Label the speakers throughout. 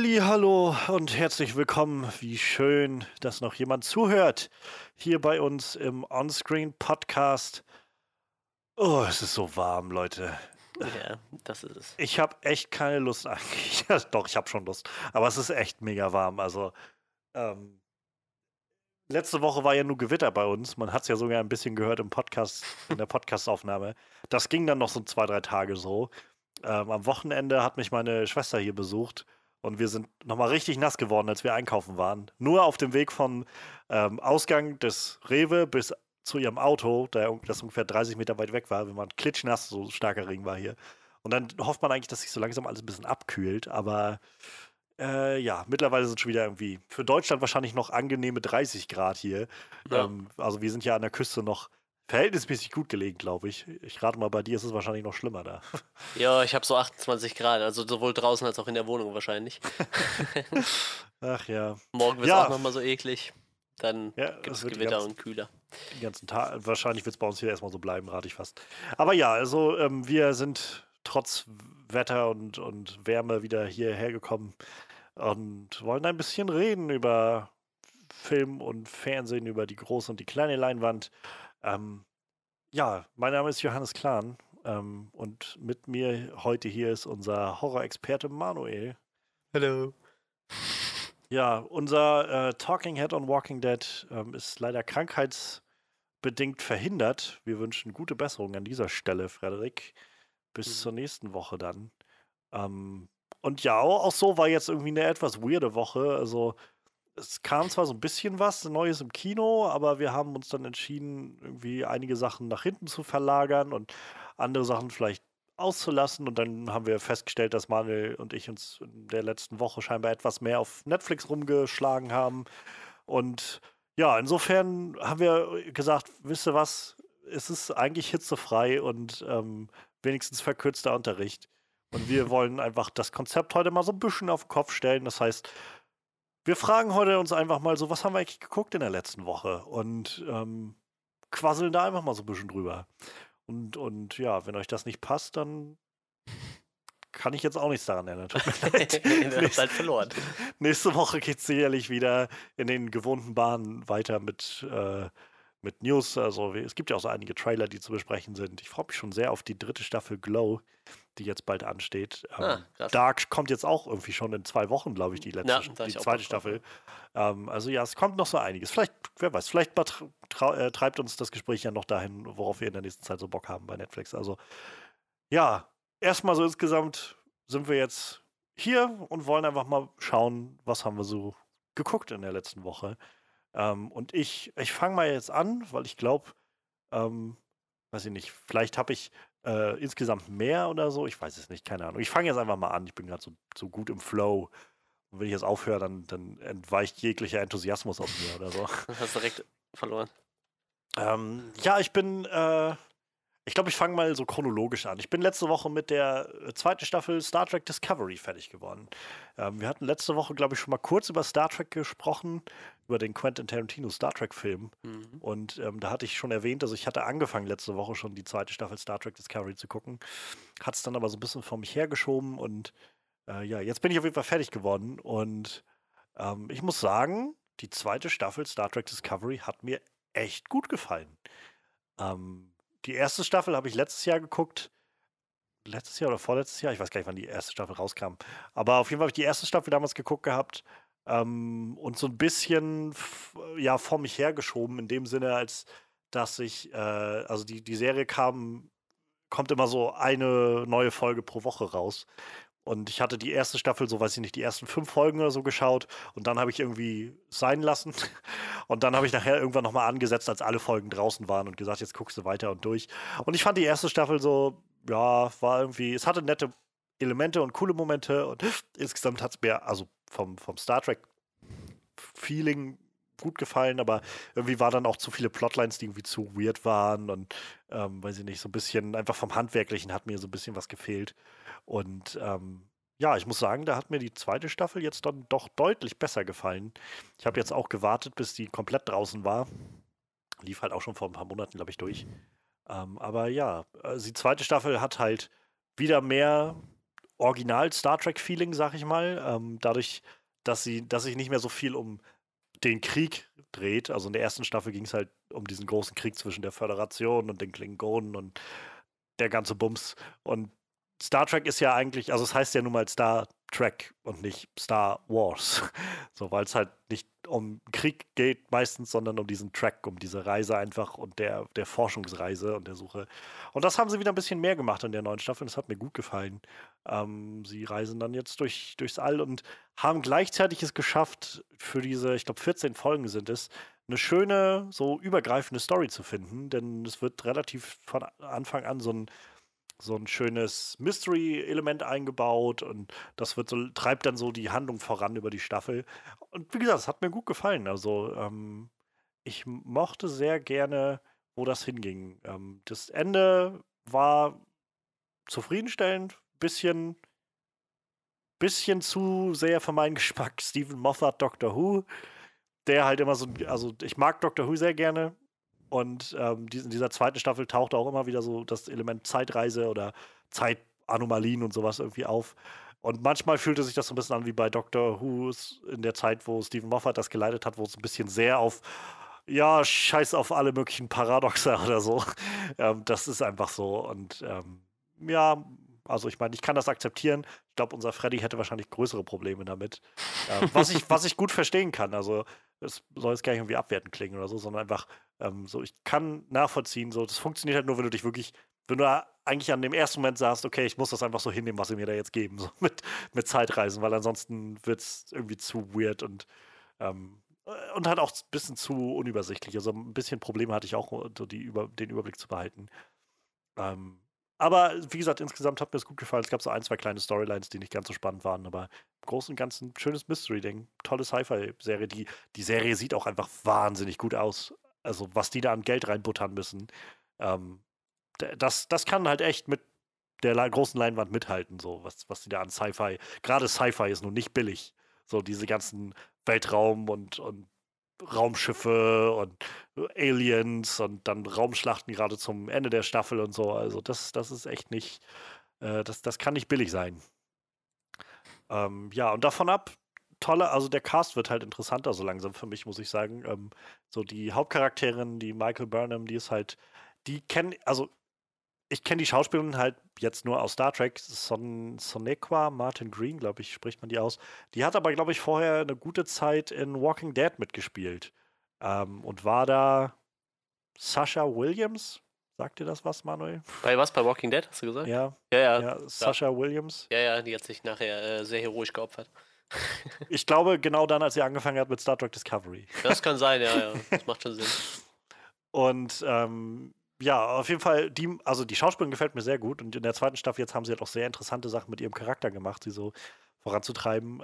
Speaker 1: Hallo und herzlich willkommen. Wie schön, dass noch jemand zuhört. Hier bei uns im Onscreen Podcast. Oh, es ist so warm, Leute.
Speaker 2: Ja, das ist es.
Speaker 1: Ich habe echt keine Lust eigentlich. Ja, doch, ich habe schon Lust. Aber es ist echt mega warm. Also, ähm, letzte Woche war ja nur Gewitter bei uns. Man hat es ja sogar ein bisschen gehört im Podcast, in der Podcastaufnahme. Das ging dann noch so 2, 3 Tage so. Am Wochenende hat mich meine Schwester hier besucht und wir sind nochmal richtig nass geworden, als wir einkaufen waren. Nur auf dem Weg vom Ausgang des Rewe bis zu ihrem Auto, das ungefähr 30 Meter weit weg war, wenn man klitschnass, so starker Regen war hier. Und dann hofft man eigentlich, dass sich so langsam alles ein bisschen abkühlt, aber ja, mittlerweile sind schon wieder irgendwie für Deutschland wahrscheinlich noch angenehme 30 Grad hier.
Speaker 2: Ja.
Speaker 1: Also wir sind ja an der Küste noch verhältnismäßig gut gelegen, glaube ich. Ich rate mal, bei dir ist es wahrscheinlich noch schlimmer da.
Speaker 2: Ja, ich habe so 28 Grad, also sowohl draußen als auch in der Wohnung wahrscheinlich.
Speaker 1: Ach ja.
Speaker 2: Morgen wird es auch
Speaker 1: Ja,
Speaker 2: nochmal so eklig. Dann
Speaker 1: ja,
Speaker 2: gibt
Speaker 1: es
Speaker 2: es
Speaker 1: wird
Speaker 2: Gewitter und kühler.
Speaker 1: den ganzen Tag, wahrscheinlich wird es bei uns hier erstmal so bleiben, rate ich fast. Aber ja, also wir sind trotz Wetter und Wärme wieder hierher gekommen und wollen ein bisschen reden über Film und Fernsehen, über die große und die kleine Leinwand. Ähm, ja, mein Name ist Johannes Klahn und mit mir heute hier ist unser Horrorexperte Manuel.
Speaker 2: Hallo.
Speaker 1: Ja, unser Talking Head on Walking Dead ist leider krankheitsbedingt verhindert. Wir wünschen gute Besserung an dieser Stelle, Frederik. Bis zur nächsten Woche dann. Ähm, und ja, auch so war jetzt irgendwie eine etwas weirde Woche. Also es kam zwar so ein bisschen was Neues im Kino, aber wir haben uns dann entschieden, irgendwie einige Sachen nach hinten zu verlagern und andere Sachen vielleicht auszulassen. Und dann haben wir festgestellt, dass Manuel und ich uns in der letzten Woche scheinbar etwas mehr auf Netflix rumgeschlagen haben. Und ja, insofern haben wir gesagt, wisst ihr was, es ist eigentlich hitzefrei und wenigstens verkürzter Unterricht. Und wir wollen einfach das Konzept heute mal so ein bisschen auf den Kopf stellen. Das heißt, wir fragen heute uns einfach mal so, was haben wir eigentlich geguckt in der letzten Woche? Und quasseln da einfach mal so ein bisschen drüber. Und ja, wenn euch das nicht passt, dann kann ich jetzt auch nichts daran ändern. Tut mir leid.
Speaker 2: Ihr habt halt verloren.
Speaker 1: Nächste Woche geht es sicherlich wieder in den gewohnten Bahnen weiter mit News. Also es gibt ja auch so einige Trailer, die zu besprechen sind. Ich freue mich schon sehr auf die 3. Staffel Glow, die jetzt bald ansteht.
Speaker 2: Krass.
Speaker 1: Dark kommt jetzt auch irgendwie schon in 2 Wochen, glaube ich,
Speaker 2: Ja, da
Speaker 1: die
Speaker 2: ich auch
Speaker 1: zweite
Speaker 2: Bock drauf,
Speaker 1: Staffel. Also ja, es kommt noch so einiges. Vielleicht, wer weiß, vielleicht treibt uns das Gespräch ja noch dahin, worauf wir in der nächsten Zeit so Bock haben bei Netflix. Also ja, erstmal so insgesamt sind wir jetzt hier und wollen einfach mal schauen, was haben wir so geguckt in der letzten Woche. Und ich fange mal jetzt an, weil ich glaube, ähm, weiß ich nicht, vielleicht habe ich insgesamt mehr oder so. Ich weiß es nicht, keine Ahnung. Ich fange jetzt einfach mal an. Ich bin gerade so gut im Flow. Und wenn ich jetzt aufhöre, dann entweicht jeglicher Enthusiasmus aus mir oder so.
Speaker 2: Hast direkt verloren.
Speaker 1: Ja, ich glaube, ich fange mal so chronologisch an. Ich bin letzte Woche mit der 2. Staffel Star Trek Discovery fertig geworden. Wir hatten letzte Woche, glaube ich, schon mal kurz über Star Trek gesprochen, über den Quentin Tarantino Star Trek-Film.
Speaker 2: Mhm.
Speaker 1: Und da hatte ich schon erwähnt, also ich hatte angefangen letzte Woche schon die 2. Staffel Star Trek Discovery zu gucken, hat es dann aber so ein bisschen vor mich hergeschoben und ja, jetzt bin ich auf jeden Fall fertig geworden. Und ich muss sagen, die 2. Staffel Star Trek Discovery hat mir echt gut gefallen. Die 1. Staffel habe ich letztes Jahr geguckt. Letztes Jahr oder vorletztes Jahr? Ich weiß gar nicht, wann die 1. Staffel rauskam. Aber auf jeden Fall habe ich die 1. Staffel damals geguckt gehabt. Und so ein bisschen ja, vor mich hergeschoben, in dem Sinne, als dass also die Serie kommt immer so eine neue Folge pro Woche raus. Und ich hatte die 1. Staffel, so weiß ich nicht, die ersten 5 Folgen oder so geschaut und dann habe ich irgendwie sein lassen. Und dann habe ich nachher irgendwann nochmal angesetzt, als alle Folgen draußen waren und gesagt, jetzt guckst du weiter und durch. Und ich fand die 1. Staffel so, ja, war irgendwie, es hatte nette Elemente und coole Momente und insgesamt hat es mir, also vom Star Trek-Feeling gut gefallen, aber irgendwie war dann auch zu viele Plotlines, die irgendwie zu weird waren und weiß ich nicht, so ein bisschen, einfach vom Handwerklichen hat mir so ein bisschen was gefehlt. Und ja, ich muss sagen, da hat mir die 2. Staffel jetzt dann doch deutlich besser gefallen. Ich habe jetzt auch gewartet, bis die komplett draußen war. Lief halt auch schon vor ein paar Monaten, glaube ich, durch. Aber ja, also die 2. Staffel hat halt wieder mehr Original-Star Trek-Feeling, sag ich mal. Dadurch, dass sich nicht mehr so viel um den Krieg dreht. Also in der ersten Staffel ging es halt um diesen großen Krieg zwischen der Föderation und den Klingonen und der ganze Bums. Und Star Trek ist ja eigentlich, also es heißt ja nun mal Star Trek und nicht Star Wars. So, weil es halt nicht um Krieg geht meistens, sondern um diesen Track, um diese Reise einfach und der Forschungsreise und der Suche. Und das haben sie wieder ein bisschen mehr gemacht in der neuen Staffel. Das hat mir gut gefallen. Sie reisen dann jetzt durchs All und haben gleichzeitig es geschafft, für diese, ich glaube, 14 Folgen sind es, eine schöne, so übergreifende Story zu finden. Denn es wird relativ von Anfang an so ein schönes Mystery-Element eingebaut und das treibt dann so die Handlung voran über die Staffel. Und wie gesagt, es hat mir gut gefallen. Also, ich mochte sehr gerne, wo das hinging. Das Ende war zufriedenstellend, bisschen zu sehr für meinen Geschmack Stephen Moffat Doctor Who, der halt immer so, also ich mag Doctor Who sehr gerne und in dieser zweiten Staffel taucht auch immer wieder so das Element Zeitreise oder Zeitanomalien und sowas irgendwie auf. Und manchmal fühlte sich das so ein bisschen an wie bei Doctor Who in der Zeit, wo Stephen Moffat das geleitet hat, wo es ein bisschen sehr auf, ja, scheiß auf alle möglichen Paradoxe oder so. Das ist einfach so. Und ja, also ich meine, ich kann das akzeptieren. Ich glaube, unser Freddy hätte wahrscheinlich größere Probleme damit. Was ich gut verstehen kann. Also es soll jetzt gar nicht irgendwie abwertend klingen oder so, sondern einfach so, ich kann nachvollziehen, so, das funktioniert halt nur, wenn du dich wirklich, wenn du eigentlich an dem ersten Moment sagst, okay, ich muss das einfach so hinnehmen, was sie mir da jetzt geben, so mit Zeitreisen, weil ansonsten wird es irgendwie zu weird und halt auch ein bisschen zu unübersichtlich. Also ein bisschen Probleme hatte ich auch, so den Überblick zu behalten. Ähm, aber wie gesagt, insgesamt hat mir es gut gefallen. Es gab so ein, zwei kleine Storylines, die nicht ganz so spannend waren, aber im Großen und Ganzen schönes Mystery-Ding. Tolle Sci-Fi-Serie. Die Serie sieht auch einfach wahnsinnig gut aus. Also, was die da an Geld reinbuttern müssen, ähm, das kann halt echt mit der großen Leinwand mithalten, so was die da an Sci-Fi. Gerade Sci-Fi ist nun nicht billig. So diese ganzen Weltraum und Raumschiffe und Aliens und dann Raumschlachten gerade zum Ende der Staffel und so. Also das ist echt nicht, das kann nicht billig sein. Ja, und davon ab, also der Cast wird halt interessanter so langsam für mich, muss ich sagen. So die Hauptcharakterin, die Michael Burnham, die ist halt, also ich kenne die Schauspielerin halt jetzt nur aus Star Trek, Sonequa Martin Green, glaube ich, spricht man die aus. Die hat aber, glaube ich, vorher eine gute Zeit in Walking Dead mitgespielt. Und war da Sasha Williams? Sagt dir das was, Manuel?
Speaker 2: Bei was? Bei Walking Dead, hast du gesagt?
Speaker 1: Ja,
Speaker 2: Ja, ja.
Speaker 1: ja, Sasha Williams.
Speaker 2: Ja, ja, die hat sich nachher sehr heroisch geopfert.
Speaker 1: Ich glaube, genau dann, als sie angefangen hat mit Star Trek Discovery.
Speaker 2: Das kann sein, ja, ja. Das macht schon Sinn.
Speaker 1: Und ja, auf jeden Fall, also die Schauspielerin gefällt mir sehr gut. Und in der zweiten Staffel jetzt haben sie halt auch sehr interessante Sachen mit ihrem Charakter gemacht, sie so voranzutreiben.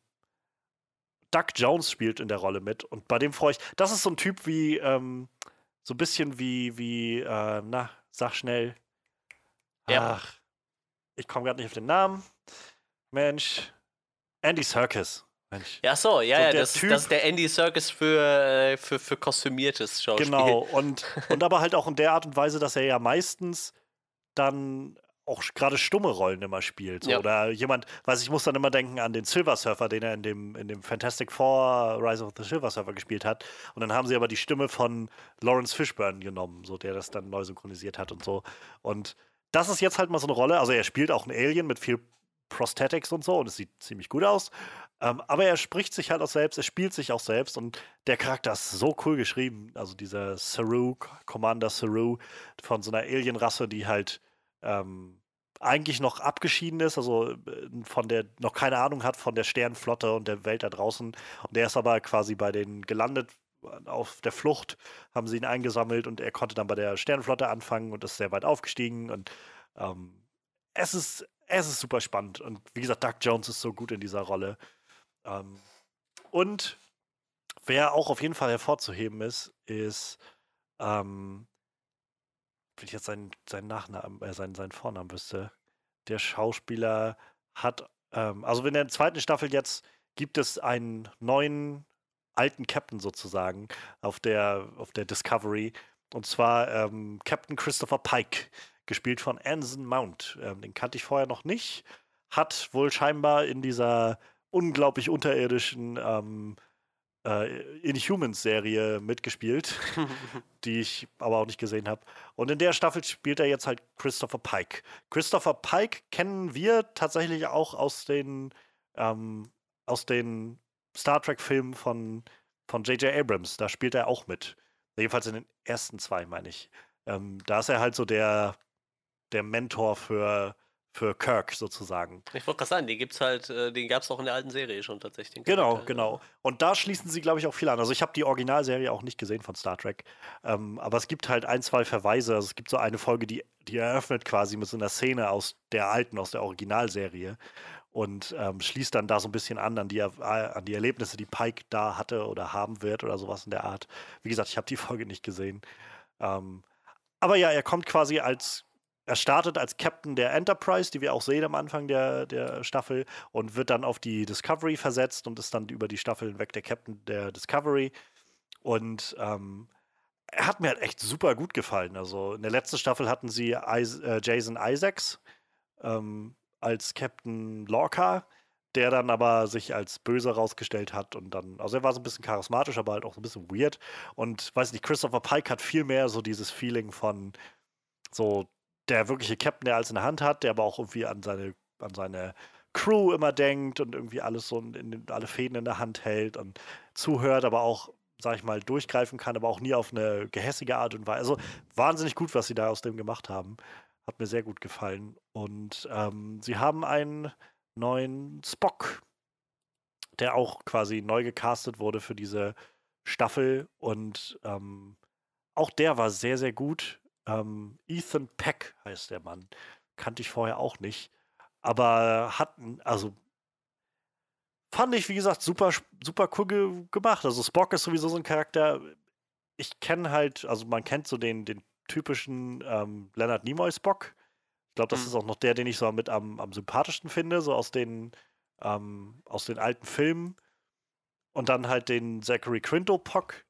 Speaker 1: Doug Jones spielt in der Rolle mit. Und bei dem freue ich. Das ist so ein Typ wie, so ein bisschen na, sag schnell.
Speaker 2: Ja.
Speaker 1: Ach, ich komme gerade nicht auf den Namen. Mensch. Andy Serkis. Mensch.
Speaker 2: Ja, so, ja,
Speaker 1: So
Speaker 2: ja,
Speaker 1: der
Speaker 2: das
Speaker 1: Typ-
Speaker 2: ist der Andy Serkis für kostümiertes Schauspiel.
Speaker 1: Genau. Und aber halt auch in der Art und Weise, dass er ja meistens dann auch gerade stumme Rollen immer spielt. So.
Speaker 2: Ja.
Speaker 1: Oder jemand, ich muss dann immer denken an den Silver Surfer, den er in dem Fantastic Four Rise of the Silver Surfer gespielt hat. Und dann haben sie aber die Stimme von Lawrence Fishburne genommen, so der das dann neu synchronisiert hat und so. Und das ist jetzt halt mal so eine Rolle. Also er spielt auch einen Alien mit viel Prosthetics und so und es sieht ziemlich gut aus. Aber er spricht sich halt auch selbst, er spielt sich auch selbst und der Charakter ist so cool geschrieben. Also dieser Saru, Commander Saru von so einer Alienrasse, die halt eigentlich noch abgeschieden ist, also von der noch keine Ahnung hat von der Sternenflotte und der Welt da draußen. Und der ist aber quasi bei denen gelandet auf der Flucht, haben sie ihn eingesammelt und er konnte dann bei der Sternenflotte anfangen und ist sehr weit aufgestiegen. Und ähm, es ist super spannend. Und wie gesagt, Doug Jones ist so gut in dieser Rolle. Und wer auch auf jeden Fall hervorzuheben ist wenn ich jetzt seinen Nachnamen, seinen Vornamen wüsste, der Schauspieler hat, also in der zweiten Staffel jetzt gibt es einen neuen alten Captain sozusagen auf der Discovery. Und zwar Captain Christopher Pike, gespielt von Anson Mount. Den kannte ich vorher noch nicht. hat wohl scheinbar in dieser unglaublich unterirdischen Inhumans-Serie mitgespielt, die ich aber auch nicht gesehen habe. Und in der Staffel spielt er jetzt halt Christopher Pike. Christopher Pike kennen wir tatsächlich auch ähm, aus den Star Trek-Filmen von J.J. Abrams. Da spielt er auch mit. Jedenfalls in den ersten zwei, meine ich. Da ist er halt so der Mentor für Kirk sozusagen.
Speaker 2: Ich wollte gerade sagen, den gab es auch in der alten Serie schon tatsächlich, den
Speaker 1: Genau,
Speaker 2: Charakter.
Speaker 1: genau. Und da schließen sie, glaube ich, auch viel an. Also ich habe die Originalserie auch nicht gesehen von Star Trek. Aber es gibt halt ein, zwei Verweise. Also es gibt so eine Folge, die eröffnet quasi mit so einer Szene aus der Originalserie und schließt dann da so ein bisschen an die Erlebnisse, die Pike da hatte oder haben wird oder sowas in der Art. Wie gesagt, ich habe die Folge nicht gesehen. Ähm, aber ja, er startet als Captain der Enterprise, die wir auch sehen am Anfang der Staffel, und wird dann auf die Discovery versetzt und ist dann über die Staffel hinweg der Captain der Discovery. Und er hat mir halt echt super gut gefallen. Also in der letzten Staffel hatten sie Jason Isaacs als Captain Lorca, der dann aber sich als böse rausgestellt hat und dann, also er war so ein bisschen charismatisch, aber halt auch so ein bisschen weird. Und weiß nicht, Christopher Pike hat viel mehr so dieses Feeling von so der wirkliche Captain, der alles in der Hand hat, der aber auch irgendwie an seine Crew immer denkt und irgendwie alles so alle Fäden in der Hand hält und zuhört, aber auch, sag ich mal, durchgreifen kann, aber auch nie auf eine gehässige Art und Weise. Also wahnsinnig gut, was sie da aus dem gemacht haben. Hat mir sehr gut gefallen. Und sie haben einen neuen Spock, der auch quasi neu gecastet wurde für diese Staffel. Und auch der war sehr, sehr gut. Ethan Peck heißt der Mann. Kannte ich vorher auch nicht. Aber also fand ich, wie gesagt, super, super cool gemacht. Also Spock ist sowieso so ein Charakter. Ich kenne halt, also man kennt so den typischen Leonard Nimoy Spock. Ich glaube, das
Speaker 2: Hm.
Speaker 1: ist auch noch der, den ich so am sympathischsten finde, so aus den alten Filmen. Und dann halt den Zachary Quinto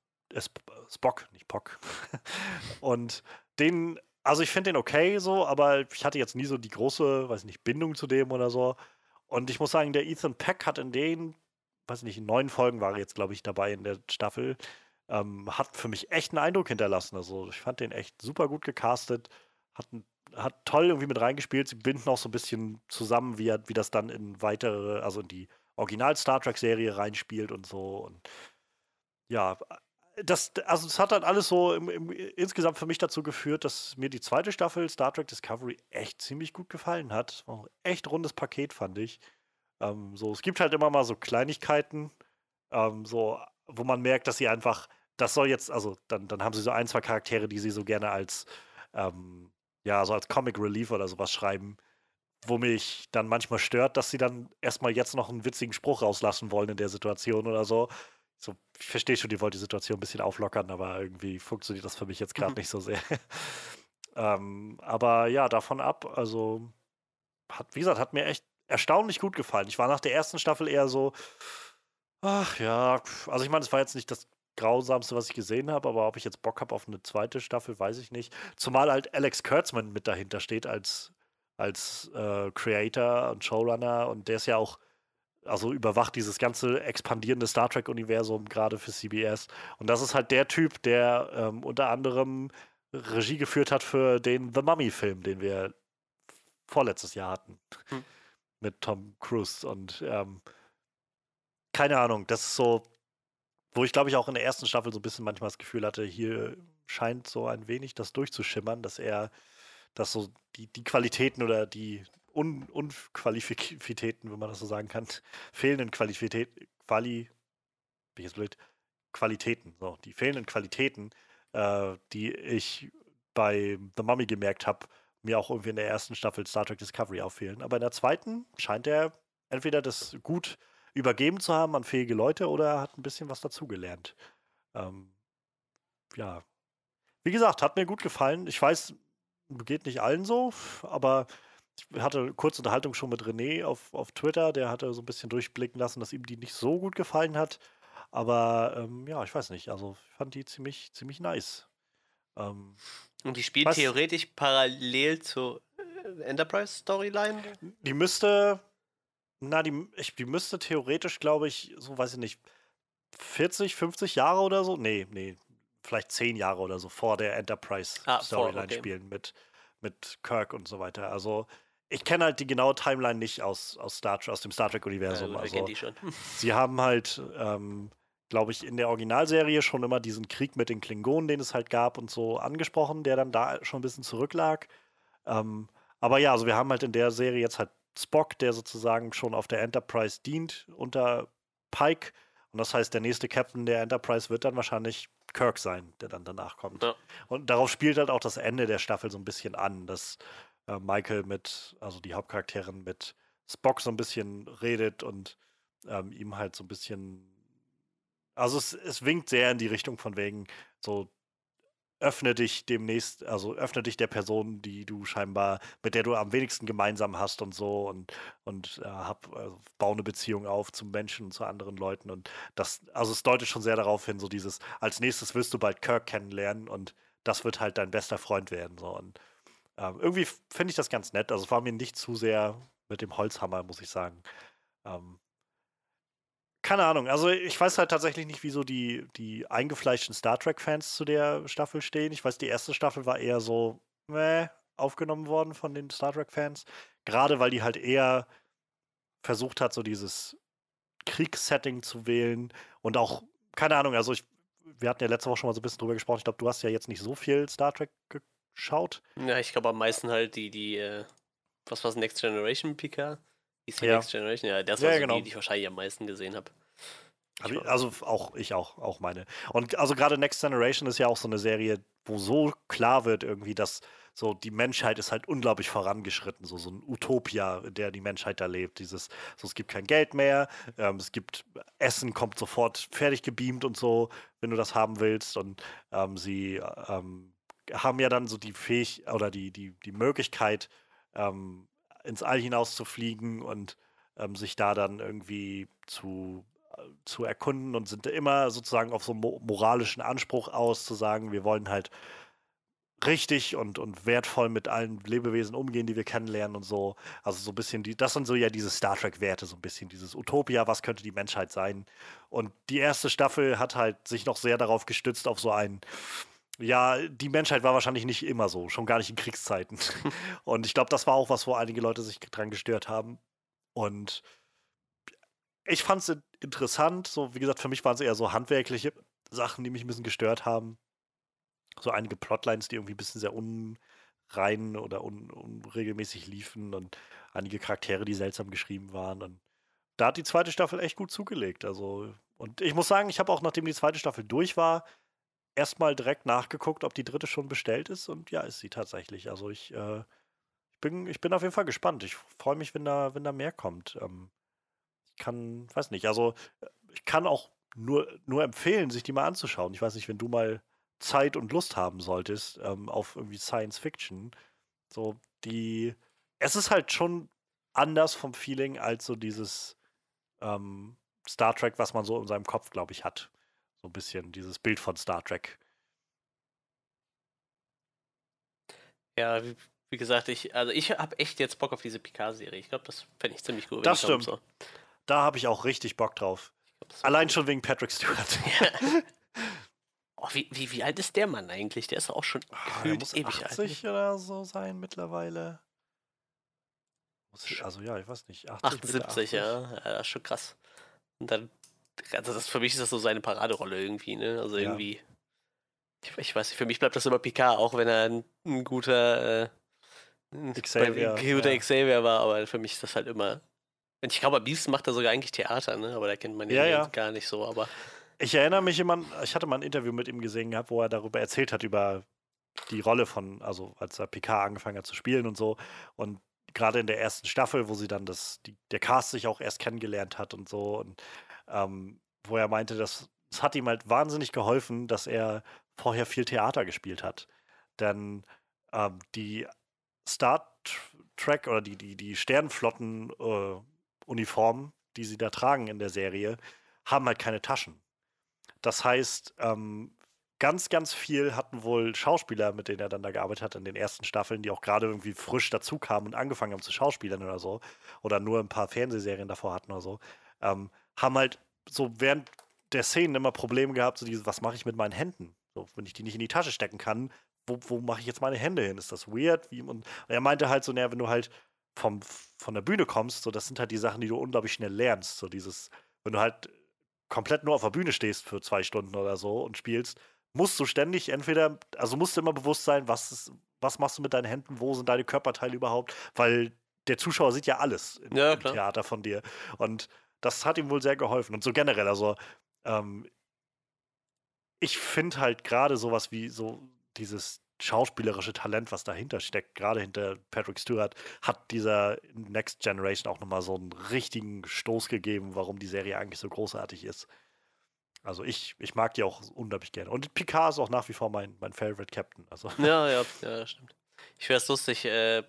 Speaker 1: Spock, nicht Pock. Und also ich finde den okay so, aber ich hatte jetzt nie so die große, weiß nicht, Bindung zu dem oder so. Und ich muss sagen, der Ethan Peck hat weiß nicht, in 9 Folgen war er jetzt, glaube ich, dabei in der Staffel, hat für mich echt einen Eindruck hinterlassen. Also ich fand den echt super gut gecastet, hat, hat toll irgendwie mit reingespielt. Sie binden auch so ein bisschen zusammen, wie das dann also in die Original-Star Trek-Serie reinspielt und so. Und ja, also es hat dann alles so insgesamt für mich dazu geführt, dass mir die zweite Staffel Star Trek Discovery echt ziemlich gut gefallen hat. War ein echt rundes Paket, fand ich. So, es gibt halt immer mal so Kleinigkeiten, so, wo man merkt, dass sie einfach, das soll jetzt, also dann haben sie so ein, zwei Charaktere, die sie so gerne ähm, ja, so als Comic Relief oder sowas schreiben, wo mich dann manchmal stört, dass sie dann erstmal jetzt noch einen witzigen Spruch rauslassen wollen in der Situation oder so. So, ich verstehe schon, die wollen die Situation ein bisschen auflockern, aber irgendwie funktioniert das für mich jetzt gerade nicht so sehr. Aber ja, davon ab, also wie gesagt, hat mir echt erstaunlich gut gefallen. Ich war nach der ersten Staffel eher so, ach ja, also ich meine, es war jetzt nicht das Grausamste, was ich gesehen habe, aber ob ich jetzt Bock habe auf eine zweite Staffel, weiß ich nicht. Zumal halt Alex Kurtzman mit dahinter steht als Creator und Showrunner und der ist ja auch, also überwacht dieses ganze expandierende Star Trek-Universum gerade für CBS. Und das ist halt der Typ, der unter anderem Regie geführt hat für den The Mummy-Film, den wir vorletztes Jahr hatten
Speaker 2: Hm.
Speaker 1: mit Tom Cruise. Und keine Ahnung, das ist so, wo ich glaube ich auch in der ersten Staffel so ein bisschen manchmal das Gefühl hatte, hier scheint so ein wenig das durchzuschimmern, dass so die Qualitäten oder die Unqualifitäten, wenn man das so sagen kann, fehlenden bin ich jetzt blöd, Qualitäten, so, die fehlenden Qualitäten, die ich bei The Mummy gemerkt habe, mir auch irgendwie in der ersten Staffel Star Trek Discovery auffehlen. Aber in der zweiten scheint er entweder das gut übergeben zu haben an fähige Leute oder hat ein bisschen was dazugelernt. Ähm, ja, wie gesagt, hat mir gut gefallen. Ich weiß, geht nicht allen so, aber ich hatte kurze Unterhaltung schon mit René auf Twitter. Der hatte so ein bisschen durchblicken lassen, dass ihm die nicht so gut gefallen hat. Aber ja, ich weiß nicht. Also ich fand die ziemlich nice. Ähm,
Speaker 2: Und die spielt
Speaker 1: was?
Speaker 2: theoretisch parallel Enterprise-Storyline?
Speaker 1: Die müsste, die müsste theoretisch, glaube ich, so weiß ich nicht, 40, 50 Jahre oder so? Nee, vielleicht 10 Jahre oder so vor der Enterprise-Storyline
Speaker 2: Okay.
Speaker 1: spielen mit Kirk und so weiter. Also ich kenne halt die genaue Timeline nicht aus dem Star Trek-Universum.
Speaker 2: Gut, wir kennen die schon.
Speaker 1: Sie haben halt, glaube ich, in der Originalserie schon immer diesen Krieg mit den Klingonen, den es halt gab und so angesprochen, der dann da schon ein bisschen zurücklag. Aber ja, also wir haben halt in der Serie jetzt halt Spock, der sozusagen schon auf der Enterprise dient unter Pike. Und das heißt, der nächste Captain der Enterprise wird dann wahrscheinlich Kirk sein, der dann danach kommt.
Speaker 2: Ja.
Speaker 1: Und darauf spielt halt auch das Ende der Staffel so ein bisschen an, dass Michael also die Hauptcharakterin mit Spock so ein bisschen redet und ihm halt so ein bisschen. Also es winkt sehr in die Richtung von wegen, so öffne dich demnächst, also öffne dich der Person, die du scheinbar, mit der du am wenigsten gemeinsam hast und so und bau eine Beziehung auf zum Menschen und zu anderen Leuten und also es deutet schon sehr darauf hin, so dieses, als nächstes wirst du bald Kirk kennenlernen und das wird halt dein bester Freund werden, so und irgendwie finde ich das ganz nett, also es war mir nicht zu sehr mit dem Holzhammer, muss ich sagen. Ähm, Keine Ahnung. Also ich weiß halt tatsächlich nicht, wieso die eingefleischten Star Trek-Fans zu der Staffel stehen. Ich weiß, die erste Staffel war eher so aufgenommen worden von den Star Trek-Fans. Gerade weil die halt eher versucht hat, so dieses Kriegssetting zu wählen und auch, keine Ahnung, also wir hatten ja letzte Woche schon mal so ein bisschen drüber gesprochen. Ich glaube, du hast ja jetzt nicht so viel Star Trek geschaut.
Speaker 2: Ja, ich glaube am meisten halt was war's, Next Generation PK? Hieß die
Speaker 1: Ja.
Speaker 2: Next Generation? Ja, das
Speaker 1: Ja,
Speaker 2: war so
Speaker 1: genau.
Speaker 2: die ich wahrscheinlich am meisten gesehen habe.
Speaker 1: Also auch meine. Und also gerade Next Generation ist ja auch so eine Serie, wo so klar wird irgendwie, dass so die Menschheit ist halt unglaublich vorangeschritten, so ein Utopia, in der die Menschheit da lebt. So es gibt kein Geld mehr, es gibt Essen kommt sofort fertig gebeamt und so, wenn du das haben willst. Und sie haben ja dann so die Möglichkeit, ins All hinaus zu fliegen und sich da dann irgendwie zu erkunden und sind immer sozusagen auf so einem moralischen Anspruch aus, zu sagen, wir wollen halt richtig und wertvoll mit allen Lebewesen umgehen, die wir kennenlernen und so. Also so ein bisschen das sind so ja diese Star Trek-Werte, so ein bisschen dieses Utopia, was könnte die Menschheit sein? Und die erste Staffel hat halt sich noch sehr darauf gestützt, auf so ja, die Menschheit war wahrscheinlich nicht immer so, schon gar nicht in Kriegszeiten. Und ich glaube, das war auch was, wo einige Leute sich dran gestört haben. Und ich fand es interessant. So, wie gesagt, für mich waren es eher so handwerkliche Sachen, die mich ein bisschen gestört haben. So einige Plotlines, die irgendwie ein bisschen sehr unrein oder unregelmäßig liefen und einige Charaktere, die seltsam geschrieben waren. Und da hat die zweite Staffel echt gut zugelegt. Also, und ich muss sagen, ich habe auch, nachdem die zweite Staffel durch war, erstmal direkt nachgeguckt, ob die dritte schon bestellt ist. Und ja, ist sie tatsächlich. Also ich bin auf jeden Fall gespannt. Ich freue mich, wenn da mehr kommt. Weiß nicht, also ich kann auch nur empfehlen, sich die mal anzuschauen. Ich weiß nicht, wenn du mal Zeit und Lust haben solltest auf irgendwie Science Fiction. So, es ist halt schon anders vom Feeling als so dieses Star Trek, was man so in seinem Kopf, glaube ich, hat. So ein bisschen dieses Bild von Star Trek.
Speaker 2: Ja, wie gesagt, ich habe echt jetzt Bock auf diese Picard-Serie. Ich glaube, das fände ich ziemlich cool.
Speaker 1: Das stimmt. So. Da habe ich auch richtig Bock drauf. Allein schon wegen Patrick Stewart.
Speaker 2: Ja. Oh, wie alt ist der Mann eigentlich? Der ist auch schon
Speaker 1: gefühlt muss ewig 80 alt. Oder so sein mittlerweile. Also ja, ich weiß nicht.
Speaker 2: 78, ja. Das ist schon krass. Und dann, also für mich ist das so seine Paraderolle irgendwie, ne? Also irgendwie, ich weiß nicht, für mich bleibt das immer Picard, auch wenn er ein guter Xavier war, aber für mich ist das halt immer. Und ich glaube, Beast macht da sogar eigentlich Theater, ne? Aber da kennt man ihn gar nicht so, aber.
Speaker 1: Ich erinnere mich ich hatte mal ein Interview mit ihm gesehen gehabt, wo er darüber erzählt hat, über die Rolle also als er Picard angefangen hat zu spielen und so. Und gerade in der ersten Staffel, wo sie dann der Cast sich auch erst kennengelernt hat und so. Und wo er meinte, es hat ihm halt wahnsinnig geholfen, dass er vorher viel Theater gespielt hat. Denn die Star Trek oder die Sternenflotten-Uniformen, die sie da tragen in der Serie, haben halt keine Taschen. Das heißt, ganz, ganz viel hatten wohl Schauspieler, mit denen er dann da gearbeitet hat in den ersten Staffeln, die auch gerade irgendwie frisch dazu kamen und angefangen haben zu schauspielern oder so, oder nur ein paar Fernsehserien davor hatten oder so, haben halt so während der Szenen immer Probleme gehabt, so dieses, was mache ich mit meinen Händen? So, wenn ich die nicht in die Tasche stecken kann, wo mache ich jetzt meine Hände hin? Ist das weird? Und er meinte halt so, naja, wenn du halt von der Bühne kommst, so, das sind halt die Sachen, die du unglaublich schnell lernst. So dieses, wenn du halt komplett nur auf der Bühne stehst für 2 Stunden oder so und spielst, musst du ständig entweder, also musst du immer bewusst sein, was machst du mit deinen Händen, wo sind deine Körperteile überhaupt, weil der Zuschauer sieht ja alles
Speaker 2: Ja,
Speaker 1: im
Speaker 2: klar.
Speaker 1: Theater von dir. Und das hat ihm wohl sehr geholfen. Und so generell, also ähm, ich finde halt gerade sowas wie so dieses schauspielerische Talent, was dahinter steckt, gerade hinter Patrick Stewart, hat dieser Next Generation auch nochmal so einen richtigen Stoß gegeben, warum die Serie eigentlich so großartig ist. Also ich mag die auch unglaublich gerne. Und Picard ist auch nach wie vor mein Favorite Captain. Also,
Speaker 2: Ja, das stimmt. Ich wäre es lustig,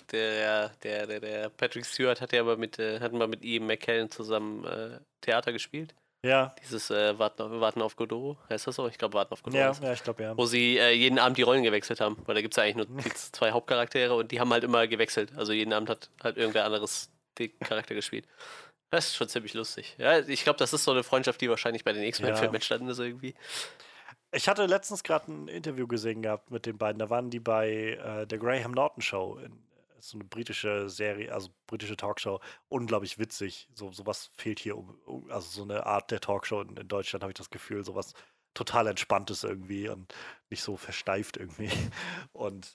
Speaker 2: der Patrick Stewart hat ja aber hat mal mit Ian McKellen zusammen Theater gespielt.
Speaker 1: ja,
Speaker 2: Dieses Warten auf Godot, heißt das so? Ich glaube, Warten auf Godot
Speaker 1: ja,
Speaker 2: heißt
Speaker 1: ja,
Speaker 2: das.
Speaker 1: ich glaube ja.
Speaker 2: Wo sie jeden Abend die Rollen gewechselt haben. Weil da gibt es ja eigentlich nur die 2 Hauptcharaktere und die haben halt immer gewechselt. Also jeden Abend hat halt irgendwer anderes den Charakter gespielt. Das ist schon ziemlich lustig. Ja, ich glaube, das ist so eine Freundschaft, die wahrscheinlich bei den X-Men-Filmen
Speaker 1: Ja.
Speaker 2: entstanden ist irgendwie.
Speaker 1: Ich hatte letztens gerade ein Interview gesehen gehabt mit den beiden. Da waren die bei der Graham Norton Show. So eine britische Serie, also britische Talkshow. Unglaublich witzig. Sowas fehlt hier. Also so eine Art der Talkshow in Deutschland habe ich das Gefühl. Sowas total Entspanntes irgendwie und nicht so versteift irgendwie. Und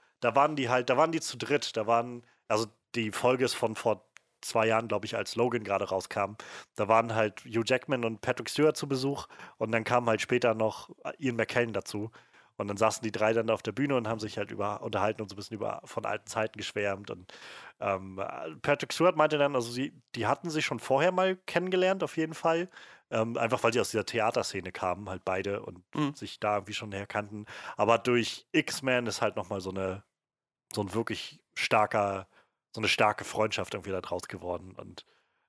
Speaker 1: da waren die zu dritt. Also die Folge ist von vor 2 Jahren, glaube ich, als Logan gerade rauskam. Da waren halt Hugh Jackman und Patrick Stewart zu Besuch und dann kam halt später noch Ian McKellen dazu. Und dann saßen die drei dann auf der Bühne und haben sich halt unterhalten und so ein bisschen von alten Zeiten geschwärmt. Und Patrick Stewart meinte dann, also die hatten sich schon vorher mal kennengelernt, auf jeden Fall. Einfach weil sie aus dieser Theaterszene kamen, halt beide und
Speaker 2: Mhm.
Speaker 1: sich da irgendwie schon näher kannten. Aber durch X-Men ist halt nochmal so ein wirklich so eine starke Freundschaft irgendwie da draus geworden. Und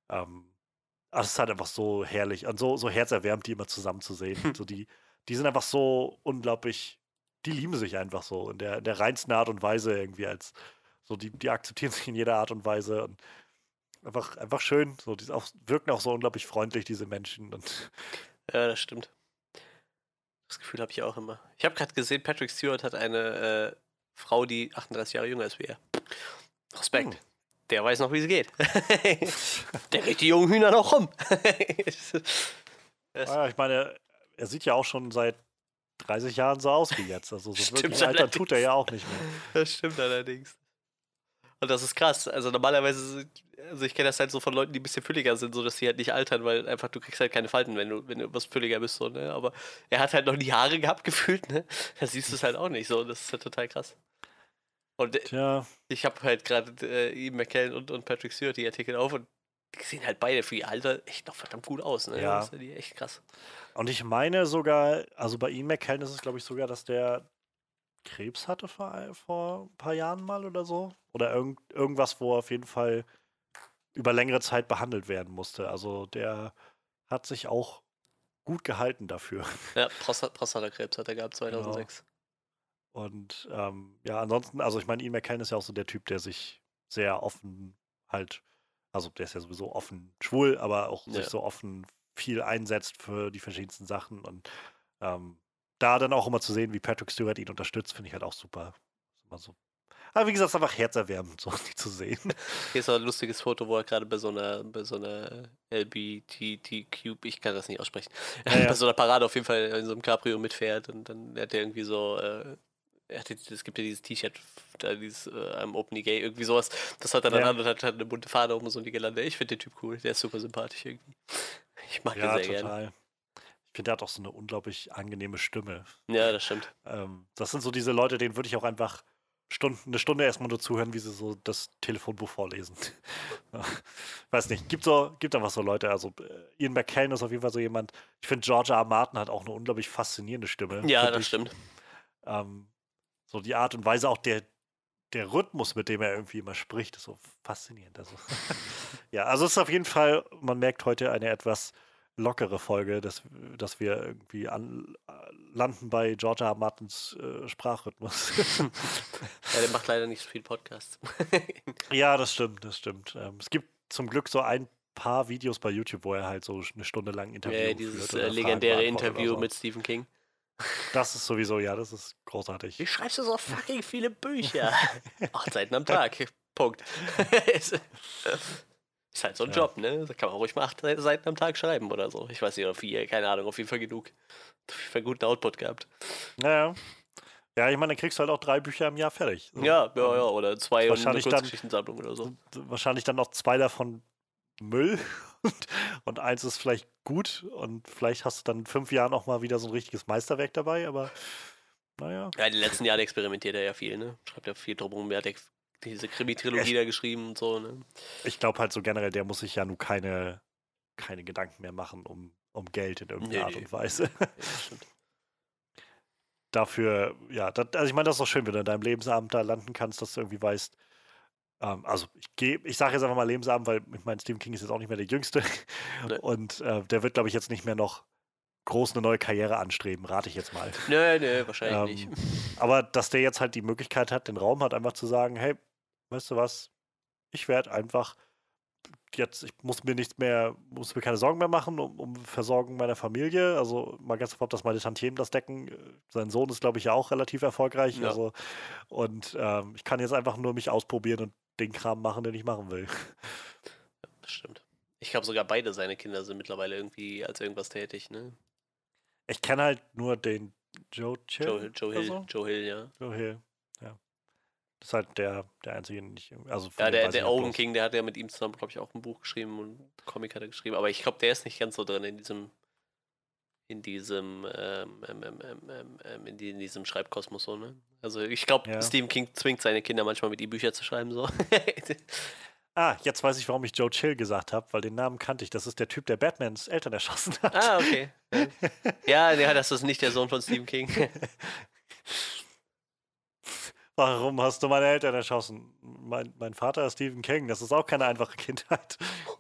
Speaker 1: es ist halt einfach so herrlich und so herzerwärmend, die immer zusammen zu sehen. So die sind einfach so unglaublich, die lieben sich einfach so in der reinsten Art und Weise irgendwie die akzeptieren sich in jeder Art und Weise und einfach schön. So, wirken auch so unglaublich freundlich, diese Menschen. Und
Speaker 2: Ja, das stimmt. Das Gefühl habe ich auch immer. Ich habe gerade gesehen, Patrick Stewart hat eine Frau, die 38 Jahre jünger ist wie er. Respekt. Der weiß noch, wie es geht. Der kriegt die jungen Hühner noch rum.
Speaker 1: ich meine, er sieht ja auch schon seit 30 Jahren so aus wie jetzt. Also so
Speaker 2: Stimmt
Speaker 1: wirklich altern tut er ja auch nicht mehr.
Speaker 2: Das stimmt allerdings. Und das ist krass. Also normalerweise, also ich kenne das halt so von Leuten, die ein bisschen fülliger sind, so dass sie halt nicht altern, weil einfach du kriegst halt keine Falten, wenn du was fülliger bist, so, ne? Aber er hat halt noch nie Haare gehabt gefühlt, ne? Da siehst du es halt auch nicht so. Das ist halt total krass. Und
Speaker 1: Tja,
Speaker 2: ich habe halt gerade Ian McKellen und Patrick Stewart die Artikel auf und die sehen halt beide für ihr Alter echt noch verdammt gut aus, ne?
Speaker 1: ja.
Speaker 2: Das ist ja die echt krass.
Speaker 1: Und ich meine sogar, also bei Ian McKellen ist es, glaube ich, sogar, dass der Krebs hatte vor ein paar Jahren mal oder so. Oder irgendwas, wo er auf jeden Fall über längere Zeit behandelt werden musste. Also der hat sich auch gut gehalten dafür.
Speaker 2: Ja, Prostatakrebs hat er gehabt
Speaker 1: Genau.
Speaker 2: 2006.
Speaker 1: Und ja, ansonsten, also ich meine, Ian McKellen ist ja auch so der Typ, der sich sehr offen halt, also der ist ja sowieso offen schwul, aber auch sich
Speaker 2: Ja.
Speaker 1: so offen viel einsetzt für die verschiedensten Sachen. Und da dann auch immer zu sehen, wie Patrick Stewart ihn unterstützt, finde ich halt auch super. Ist immer so. Aber wie gesagt, es ist einfach herzerwärmend, so die zu sehen.
Speaker 2: Hier ist auch ein lustiges Foto, wo er gerade bei so einer LBGTQ, ich kann das nicht aussprechen,
Speaker 1: Ja,
Speaker 2: bei so einer Parade auf jeden Fall in so einem Cabrio mitfährt und dann hat er irgendwie so, es gibt ja dieses T-Shirt, da dieses I'm openly gay, irgendwie sowas, das hat er dann
Speaker 1: Ja.
Speaker 2: an und hat eine bunte Fahne um so die Gelande. Ich finde den Typ cool, der ist super sympathisch irgendwie. Ich mag
Speaker 1: Ja,
Speaker 2: den sehr gerne.
Speaker 1: total. Ich finde, der hat auch so eine unglaublich angenehme Stimme.
Speaker 2: Ja, das stimmt.
Speaker 1: Das sind so diese Leute, denen würde ich auch einfach eine Stunde erstmal nur zuhören, wie sie so das Telefonbuch vorlesen. Ja. Weiß nicht, gibt einfach so Leute. Also Ian McKellen ist auf jeden Fall so jemand. Ich finde, George R. R. Martin hat auch eine unglaublich faszinierende Stimme.
Speaker 2: Ja,
Speaker 1: find
Speaker 2: das
Speaker 1: ich.
Speaker 2: stimmt.
Speaker 1: So die Art und Weise, auch der Rhythmus, mit dem er irgendwie immer spricht, ist so faszinierend. Also, ja, also es ist auf jeden Fall, man merkt heute eine etwas lockere Folge, dass wir irgendwie landen bei George R. R. Martins Sprachrhythmus.
Speaker 2: Ja, der macht leider nicht so viel Podcasts.
Speaker 1: Ja, das stimmt. Es gibt zum Glück so ein paar Videos bei YouTube, wo er halt so eine Stunde lang Interview
Speaker 2: Dieses
Speaker 1: führt oder Fragen
Speaker 2: legendäre
Speaker 1: beantwortet oder
Speaker 2: Interview
Speaker 1: so.
Speaker 2: mit Stephen King.
Speaker 1: Das ist sowieso, ja, das ist großartig.
Speaker 2: Wie schreibst du so fucking viele Bücher? 8 Seiten am Tag. Punkt. Ist halt so ein
Speaker 1: Ja.
Speaker 2: Job, ne? Da kann man ruhig mal 8 Seiten am Tag schreiben oder so. Ich weiß nicht, oder 4, keine Ahnung, auf jeden Fall genug. Auf jeden Fall guten Output gehabt.
Speaker 1: Naja. Ja, ich meine, dann kriegst du halt auch 3 Bücher im Jahr fertig. So.
Speaker 2: Ja, oder 2 und eine
Speaker 1: wahrscheinlich dann-
Speaker 2: Kurzgeschichtensammlung oder so.
Speaker 1: Wahrscheinlich dann noch 2 davon Müll und 1 ist vielleicht gut und vielleicht hast du dann in 5 Jahren auch mal wieder so ein richtiges Meisterwerk dabei, aber naja.
Speaker 2: Ja, in den letzten Jahren experimentiert er ja viel, ne? Schreibt ja viel drum rum. Er hat ja diese Krimi-Trilogie da geschrieben und so, ne?
Speaker 1: Ich glaube halt so generell, der muss sich ja nur keine Gedanken mehr machen um Geld in irgendeiner Art und Weise.
Speaker 2: Ja, das stimmt.
Speaker 1: Dafür, ja, also ich meine, das ist doch schön, wenn du in deinem Lebensabend da landen kannst, dass du irgendwie weißt, also ich sage jetzt einfach mal Lebensabend, weil ich meine, Stephen King ist jetzt auch nicht mehr der Jüngste
Speaker 2: Nee.
Speaker 1: und der wird, glaube ich, jetzt nicht mehr noch groß eine neue Karriere anstreben, rate ich jetzt mal.
Speaker 2: Nee, wahrscheinlich nicht.
Speaker 1: Aber dass der jetzt halt die Möglichkeit hat, den Raum hat, einfach zu sagen, hey, weißt du was, ich werde einfach jetzt, ich muss mir keine Sorgen mehr machen um Versorgung meiner Familie. Also mal ganz davon, dass meine Tantiemen das decken. Sein Sohn ist, glaube ich, ja auch relativ erfolgreich.
Speaker 2: Ja.
Speaker 1: Also, und ich kann jetzt einfach nur mich ausprobieren und den Kram machen, den ich machen will.
Speaker 2: Das stimmt. Ich glaube sogar beide seine Kinder sind mittlerweile irgendwie als irgendwas tätig, ne?
Speaker 1: Ich kenne halt nur den Joe Chill.
Speaker 2: Joe
Speaker 1: oder
Speaker 2: Hill,
Speaker 1: so?
Speaker 2: Joe Hill, ja.
Speaker 1: Joe Hill, ja. Das ist halt der einzige, den ich also von
Speaker 2: Ja,
Speaker 1: dem weiß ich
Speaker 2: der
Speaker 1: halt
Speaker 2: Owen
Speaker 1: bloß.
Speaker 2: King, der hat ja mit ihm zusammen, glaube ich, auch ein Buch geschrieben und einen Comic hat er geschrieben. Aber ich glaube, der ist nicht ganz so drin in diesem Schreibkosmos so, ne? Also ich glaube,
Speaker 1: Ja.
Speaker 2: Stephen King zwingt seine Kinder manchmal mit ihm Bücher zu schreiben, so.
Speaker 1: Jetzt weiß ich, warum ich Joe Chill gesagt habe, weil den Namen kannte ich. Das ist der Typ, der Batmans Eltern erschossen hat.
Speaker 2: Okay. Ja, das ist nicht der Sohn von Stephen King.
Speaker 1: Warum hast du meine Eltern erschossen? Mein Vater ist Stephen King. Das ist auch keine einfache Kindheit.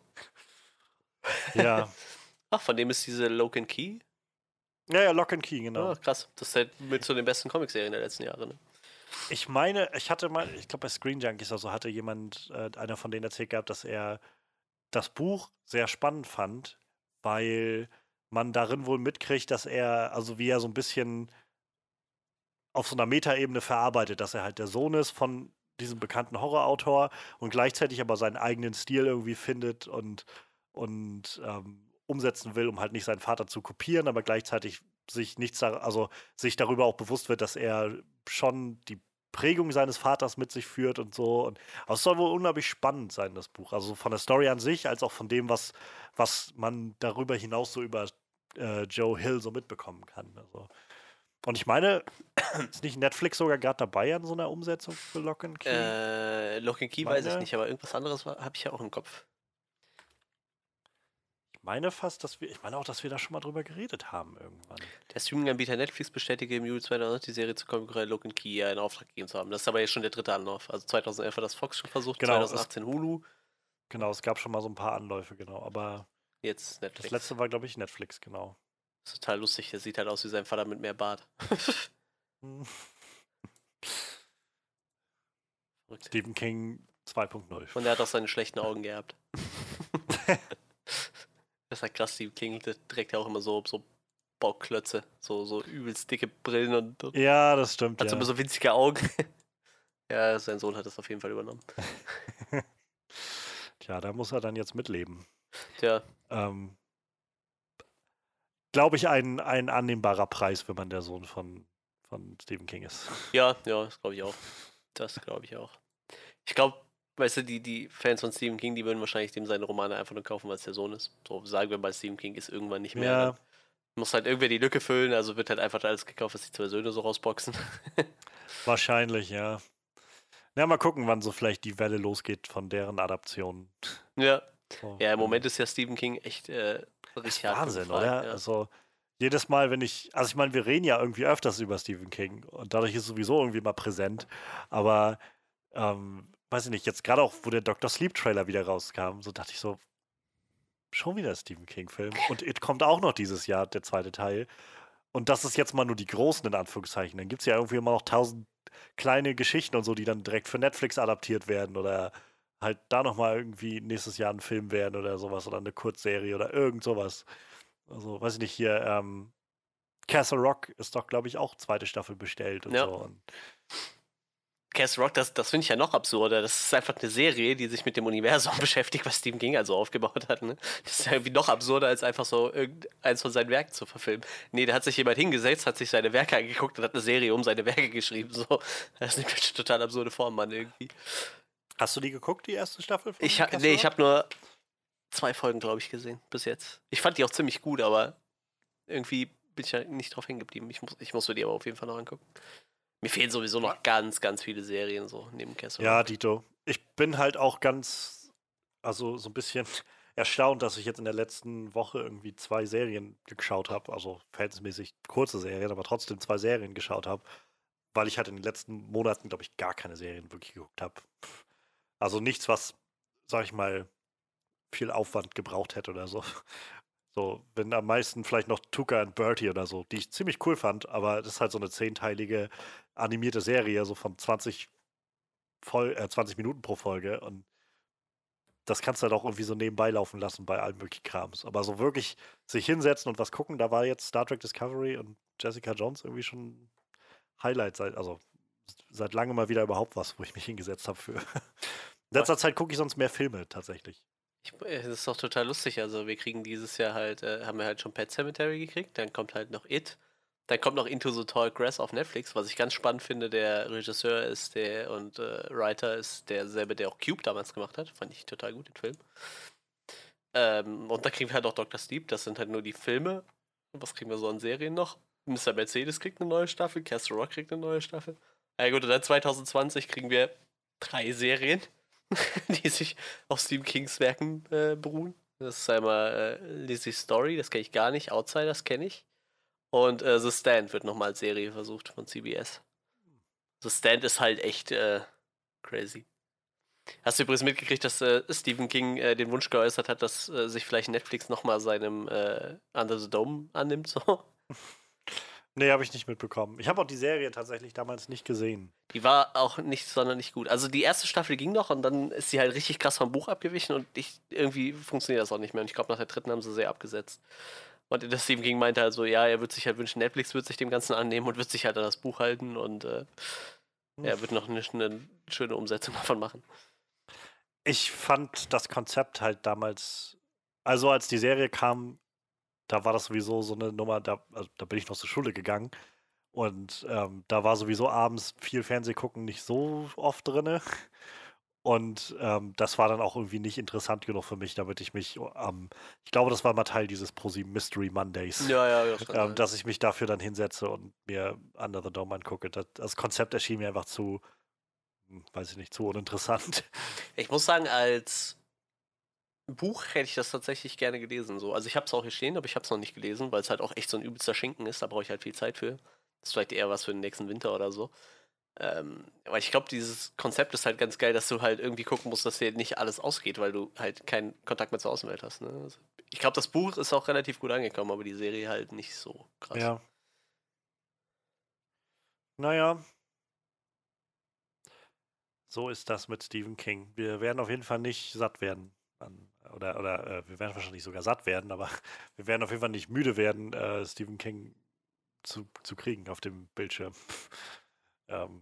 Speaker 1: Ja.
Speaker 2: Ach, von dem ist diese Lock and Key?
Speaker 1: Ja, Lock and Key, genau.
Speaker 2: Oh, krass. Das ist halt mit zu den besten Comicserien der letzten Jahre, ne?
Speaker 1: Ich meine, ich glaube bei Screen Junkies oder so hatte jemand, einer von denen erzählt gehabt, dass er das Buch sehr spannend fand, weil man darin wohl mitkriegt, dass wie er so ein bisschen auf so einer Metaebene verarbeitet, dass er halt der Sohn ist von diesem bekannten Horrorautor und gleichzeitig aber seinen eigenen Stil irgendwie findet und umsetzen will, um halt nicht seinen Vater zu kopieren, aber gleichzeitig sich darüber auch bewusst wird, dass er schon die Prägung seines Vaters mit sich führt und so. Aber es soll wohl unglaublich spannend sein, das Buch. Also von der Story an sich, als auch von dem, was man darüber hinaus so über Joe Hill so mitbekommen kann. Also. Und ich meine, ist nicht Netflix sogar gerade dabei an so einer Umsetzung für Lock and Key?
Speaker 2: Lock and Key weiß ich nicht, aber irgendwas anderes habe ich ja auch im Kopf.
Speaker 1: Ich meine fast, dass wir da schon mal drüber geredet haben irgendwann.
Speaker 2: Der Streaming-Anbieter Netflix bestätigte im Juli 2009 die Serie zu Comic-Reihe Lock and Key in Auftrag gegeben zu haben. Das ist aber jetzt schon der dritte Anlauf. Also 2011 hat das Fox schon versucht,
Speaker 1: Genau,
Speaker 2: 2018 Hulu.
Speaker 1: Genau, es gab schon mal so ein paar Anläufe, genau. Aber
Speaker 2: Jetzt Netflix.
Speaker 1: das letzte war, glaube ich, Netflix, genau.
Speaker 2: Das ist total lustig. Der sieht halt aus wie sein Vater mit mehr Bart.
Speaker 1: Stephen King 2.0.
Speaker 2: Und er hat auch seine schlechten Augen gehabt. Das ist halt krass, Stephen King trägt ja auch immer so Bauklötze, so übelst dicke Brillen und
Speaker 1: Ja, das stimmt.
Speaker 2: hat so immer so winzige Augen. Ja, sein Sohn hat das auf jeden Fall übernommen.
Speaker 1: Tja, da muss er dann jetzt mitleben.
Speaker 2: Tja,
Speaker 1: glaube ich, ein annehmbarer Preis, wenn man der Sohn von Stephen King ist.
Speaker 2: ja, das glaube ich auch. Das glaube ich auch. Ich glaube, weißt du, die Fans von Stephen King, die würden wahrscheinlich dem seine Romane einfach nur kaufen, weil es der Sohn ist. So sagen wir mal, Stephen King ist irgendwann nicht mehr.
Speaker 1: Ja.
Speaker 2: Dann muss halt irgendwer die Lücke füllen, also wird halt einfach alles gekauft, dass die 2 Söhne so rausboxen.
Speaker 1: Wahrscheinlich, ja. Na, mal gucken, wann so vielleicht die Welle losgeht von deren Adaptionen.
Speaker 2: Ja.
Speaker 1: So,
Speaker 2: Ja, im Moment ist ja Stephen King echt richtig hart
Speaker 1: Wahnsinn,
Speaker 2: gefragt,
Speaker 1: oder?
Speaker 2: Ja.
Speaker 1: Also jedes Mal, ich meine, wir reden ja irgendwie öfters über Stephen King und dadurch ist sowieso irgendwie mal präsent. Aber weiß ich nicht, jetzt gerade auch, wo der Dr. Sleep Trailer wieder rauskam, so dachte ich so, schon wieder ein Stephen King-Film. Und It kommt auch noch dieses Jahr, der zweite Teil. Und das ist jetzt mal nur die großen, in Anführungszeichen. Dann gibt es ja irgendwie immer noch 1000 kleine Geschichten und so, die dann direkt für Netflix adaptiert werden oder halt da nochmal irgendwie nächstes Jahr ein Film werden oder sowas oder eine Kurzserie oder irgend sowas. Also, weiß ich nicht, hier, Castle Rock ist doch, glaube ich, auch zweite Staffel bestellt und
Speaker 2: Ja.
Speaker 1: so. Und
Speaker 2: Castle Rock, das finde ich ja noch absurder. Das ist einfach eine Serie, die sich mit dem Universum beschäftigt, was Stephen King also aufgebaut hat. Ne? Das ist ja irgendwie noch absurder, als einfach so irgendeins von seinen Werken zu verfilmen. Nee, da hat sich jemand hingesetzt, hat sich seine Werke angeguckt und hat eine Serie um seine Werke geschrieben. So. Das ist eine total absurde Form, Mann, irgendwie.
Speaker 1: hast du die geguckt, die erste Staffel von
Speaker 2: Ich
Speaker 1: Castle Rock?
Speaker 2: habe nur 2 Folgen, glaube ich, gesehen bis jetzt. Ich fand die auch ziemlich gut, aber irgendwie bin ich ja nicht drauf hängen geblieben. Ich muss mir die aber auf jeden Fall noch angucken. Mir fehlen sowieso noch ganz, ganz viele Serien so neben Castle
Speaker 1: Ja,
Speaker 2: Rock.
Speaker 1: Dito. Ich bin halt auch also so ein bisschen erstaunt, dass ich jetzt in der letzten Woche irgendwie 2 Serien geschaut habe. Also verhältnismäßig kurze Serien, aber trotzdem 2 Serien geschaut habe, weil ich halt in den letzten Monaten, glaube ich, gar keine Serien wirklich geguckt habe. Also nichts, was, sag ich mal, viel Aufwand gebraucht hätte oder so. So, wenn am meisten vielleicht noch Tuca and Bertie oder so, die ich ziemlich cool fand, aber das ist halt so eine 10-teilige animierte Serie, so von 20 Minuten pro Folge und das kannst du halt auch irgendwie so nebenbei laufen lassen bei allem möglichen Krams. Aber so wirklich sich hinsetzen und was gucken, da war jetzt Star Trek Discovery und Jessica Jones irgendwie schon ein Highlight seit langem mal wieder überhaupt was, wo ich mich hingesetzt habe für. In letzter Zeit gucke ich sonst mehr Filme tatsächlich.
Speaker 2: Das ist doch total lustig. Also wir kriegen dieses Jahr halt, haben wir halt schon Pet Sematary gekriegt, dann kommt halt noch It. Dann kommt noch Into the Tall Grass auf Netflix, was ich ganz spannend finde. Der Regisseur ist der und Writer ist derselbe, der auch Cube damals gemacht hat. Fand ich total gut, den Film. Und dann kriegen wir halt auch Dr. Sleep, das sind halt nur die Filme. Was kriegen wir so an Serien noch? Mr. Mercedes kriegt eine neue Staffel, Castle Rock kriegt eine neue Staffel. Ja gut, und dann 2020 kriegen wir 3 Serien, die sich auf Stephen Kings Werken beruhen. Das ist einmal Lizzie's Story, das kenne ich gar nicht. Outsiders kenne ich. Und The Stand wird nochmal als Serie versucht von CBS. The Stand ist halt echt crazy. Hast du übrigens mitgekriegt, dass Stephen King den Wunsch geäußert hat, dass sich vielleicht Netflix nochmal seinem Under the Dome annimmt? So?
Speaker 1: Nee, habe ich nicht mitbekommen. Ich habe auch die Serie tatsächlich damals nicht gesehen.
Speaker 2: Die war auch nicht sonderlich gut. Also die erste Staffel ging noch und dann ist sie halt richtig krass vom Buch abgewichen und irgendwie funktioniert das auch nicht mehr. Und ich glaube, nach der dritten haben sie sehr abgesetzt. Und der Stephen King meinte halt so, ja, er würde sich halt wünschen, Netflix wird sich dem Ganzen annehmen und wird sich halt an das Buch halten und er wird noch eine schöne Umsetzung davon machen.
Speaker 1: Ich fand das Konzept halt damals, also als die Serie kam, da war das sowieso so eine Nummer, also da bin ich noch zur Schule gegangen und da war sowieso abends viel Fernseh gucken nicht so oft drinne. Und das war dann auch irgendwie nicht interessant genug für mich, damit ich mich ich glaube, das war mal Teil dieses ProSieben Mystery Mondays,
Speaker 2: Ja, das kann sein.
Speaker 1: dass ich mich dafür dann hinsetze und mir Under the Dome angucke. Das Konzept erschien mir einfach weiß ich nicht, zu uninteressant.
Speaker 2: Ich muss sagen, als Buch hätte ich das tatsächlich gerne gelesen. So. Also ich habe es auch hier stehen, aber ich habe es noch nicht gelesen, weil es halt auch echt so ein übelster Schinken ist. Da brauche ich halt viel Zeit für. Das ist vielleicht eher was für den nächsten Winter oder so. Aber ich glaube, dieses Konzept ist halt ganz geil, dass du halt irgendwie gucken musst, dass dir nicht alles ausgeht, weil du halt keinen Kontakt mehr zur Außenwelt hast. Ne? Also ich glaube, das Buch ist auch relativ gut angekommen, aber die Serie halt nicht so krass.
Speaker 1: Ja. Naja. So ist das mit Stephen King. Wir werden auf jeden Fall nicht satt werden. Oder wir werden wahrscheinlich sogar satt werden, aber wir werden auf jeden Fall nicht müde werden, Stephen King zu kriegen auf dem Bildschirm. ähm,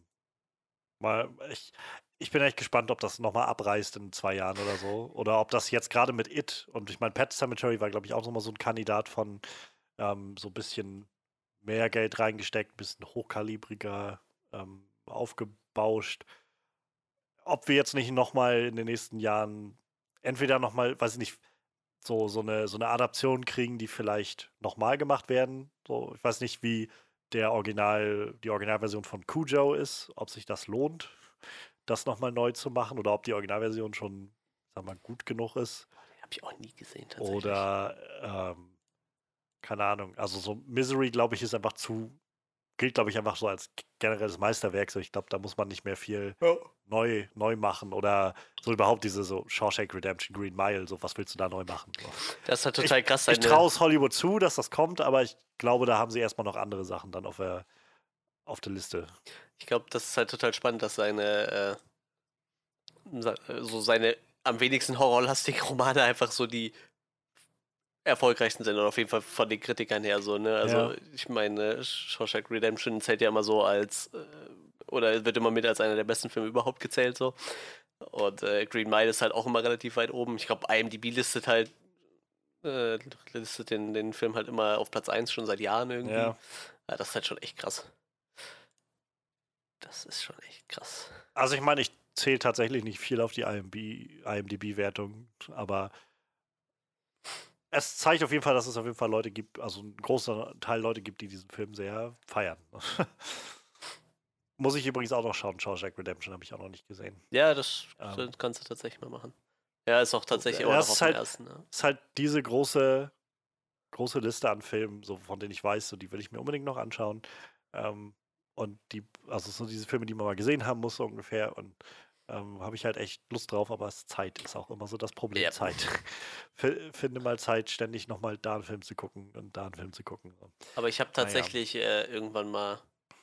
Speaker 1: ich bin echt gespannt, ob das nochmal abreißt in 2 Jahren oder so. Oder ob das jetzt gerade mit It, und ich meine, Pet Sematary war, glaube ich, auch nochmal so ein Kandidat von so ein bisschen mehr Geld reingesteckt, ein bisschen hochkalibriger aufgebauscht. Ob wir jetzt nicht nochmal in den nächsten Jahren entweder nochmal, weiß ich nicht, so eine Adaption kriegen, die vielleicht nochmal gemacht werden. So, ich weiß nicht, wie die Originalversion von Cujo ist, ob sich das lohnt, das nochmal neu zu machen oder ob die Originalversion schon, sag mal, gut genug ist.
Speaker 2: Die habe ich auch nie gesehen, tatsächlich.
Speaker 1: Oder, keine Ahnung, also so Misery, glaube ich, ist einfach zu gilt, glaube ich, einfach so als generelles Meisterwerk. So, ich glaube, da muss man nicht mehr viel
Speaker 2: Ja.
Speaker 1: neu machen oder so überhaupt diese so Shawshank Redemption, Green Mile, so was willst du da neu machen? So.
Speaker 2: Das ist halt total krass.
Speaker 1: Ich traue es Hollywood zu, dass das kommt, aber ich glaube, da haben sie erstmal noch andere Sachen dann auf der Liste.
Speaker 2: Ich glaube, das ist halt total spannend, dass seine am wenigsten horrorlastigen Romane einfach so die erfolgreichsten sind und auf jeden Fall von den Kritikern her so, ne? Also
Speaker 1: Ja.
Speaker 2: ich meine, Shawshank Redemption zählt ja immer so als oder wird immer mit als einer der besten Filme überhaupt gezählt so. Und Green Mile ist halt auch immer relativ weit oben. Ich glaube, IMDb listet den Film halt immer auf Platz 1 schon seit Jahren irgendwie.
Speaker 1: Ja.
Speaker 2: Ja, das ist halt schon echt krass. Das ist schon echt krass.
Speaker 1: Also ich meine, ich zähle tatsächlich nicht viel auf die IMDb-Wertung, aber es zeigt auf jeden Fall, dass es auf jeden Fall Leute gibt, also ein großer Teil Leute gibt, die diesen Film sehr feiern. Muss ich übrigens auch noch schauen. Shawshank Redemption habe ich auch noch nicht gesehen.
Speaker 2: Ja, das kannst du tatsächlich mal machen. Ja, ist auch tatsächlich immer noch auf dem ersten. Ne?
Speaker 1: Ist halt diese große Liste an Filmen, so von denen ich weiß, so die will ich mir unbedingt noch anschauen. Und also so diese Filme, die man mal gesehen haben muss, so ungefähr. Und habe ich halt echt Lust drauf, aber Zeit ist auch immer so das Problem.
Speaker 2: Ja.
Speaker 1: Zeit. Finde mal Zeit, ständig nochmal da einen Film zu gucken und da einen Film zu gucken.
Speaker 2: Aber ich habe tatsächlich irgendwann mal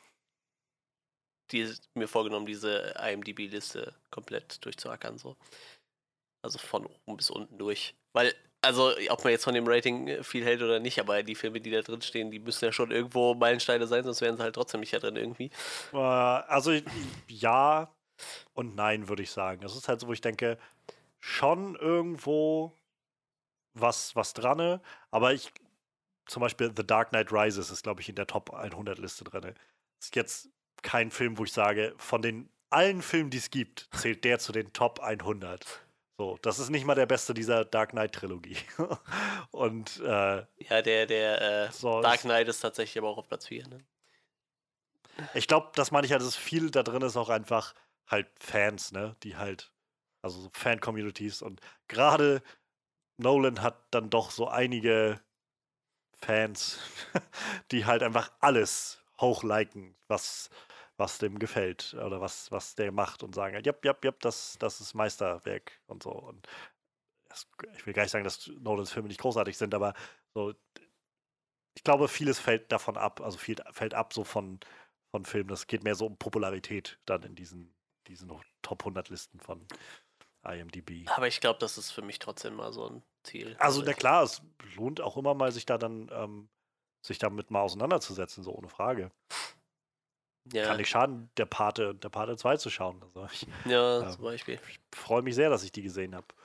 Speaker 2: mir vorgenommen, diese IMDb-Liste komplett durchzuackern. So. Also von oben bis unten durch. Weil, also, ob man jetzt von dem Rating viel hält oder nicht, aber die Filme, die da drin stehen, die müssen ja schon irgendwo Meilensteine sein, sonst wären sie halt trotzdem nicht da drin irgendwie.
Speaker 1: Also ja und nein, würde ich sagen. Das ist halt so, wo ich denke, schon irgendwo was dran, aber zum Beispiel The Dark Knight Rises ist, glaube ich, in der Top 100 Liste drin. Ist jetzt kein Film, wo ich sage, von den allen Filmen, die es gibt, zählt der zu den Top 100. So, das ist nicht mal der beste dieser Dark Knight-Trilogie. Und
Speaker 2: ja, der
Speaker 1: so
Speaker 2: Dark Knight ist tatsächlich aber auch auf Platz 4. Ne?
Speaker 1: Ich glaube, das meine ich halt, dass viel da drin ist auch einfach halt Fans, ne? Die halt, also so Fan-Communities und gerade Nolan hat dann doch so einige Fans, die halt einfach alles hochliken, was dem gefällt oder was der macht und sagen, ja, das ist Meisterwerk und so. Und ich will gar nicht sagen, dass Nolans Filme nicht großartig sind, aber so, ich glaube, vieles fällt davon ab, also viel fällt ab so von Filmen. Das geht mehr so um Popularität dann in diesen Top 100 Listen von IMDb.
Speaker 2: Aber ich glaube, das ist für mich trotzdem mal so ein Ziel.
Speaker 1: Also, na klar, es lohnt auch immer mal, sich da dann sich damit mal auseinanderzusetzen, so ohne Frage.
Speaker 2: Ja.
Speaker 1: Kann nicht schaden, der Pate 2 zu schauen. Also
Speaker 2: zum Beispiel.
Speaker 1: Ich freue mich sehr, dass ich die gesehen habe.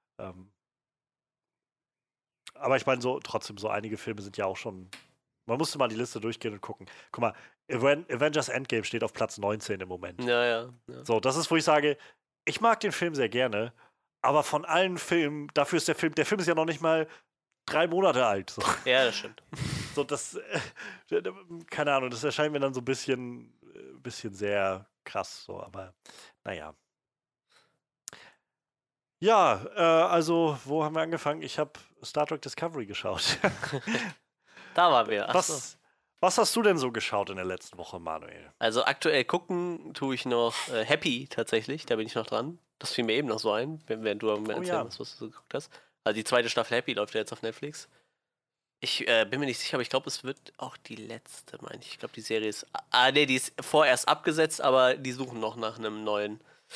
Speaker 1: Aber ich meine, so trotzdem, so einige Filme sind ja auch schon. Man musste mal die Liste durchgehen und gucken. Guck mal, Avengers Endgame steht auf Platz 19 im Moment.
Speaker 2: Ja.
Speaker 1: So, das ist, wo ich sage, ich mag den Film sehr gerne, aber von allen Filmen, dafür ist der Film ist ja noch nicht mal 3 Monate alt. So.
Speaker 2: Ja, das stimmt.
Speaker 1: So, keine Ahnung, das erscheint mir dann so ein bisschen sehr krass, so, aber naja. Ja, also, wo haben wir angefangen? Ich habe Star Trek Discovery geschaut.
Speaker 2: Da waren wir.
Speaker 1: Was hast du denn so geschaut in der letzten Woche, Manuel?
Speaker 2: Also aktuell gucken tue ich noch Happy tatsächlich, da bin ich noch dran. Das fiel mir eben noch so ein, während du mir erzählen hast, was du so geguckt hast. Also die zweite Staffel Happy läuft ja jetzt auf Netflix. Ich bin mir nicht sicher, aber ich glaube, es wird auch die letzte, meine ich. Ich glaube, die Serie ist. Die ist vorerst abgesetzt, aber die suchen noch nach einem neuen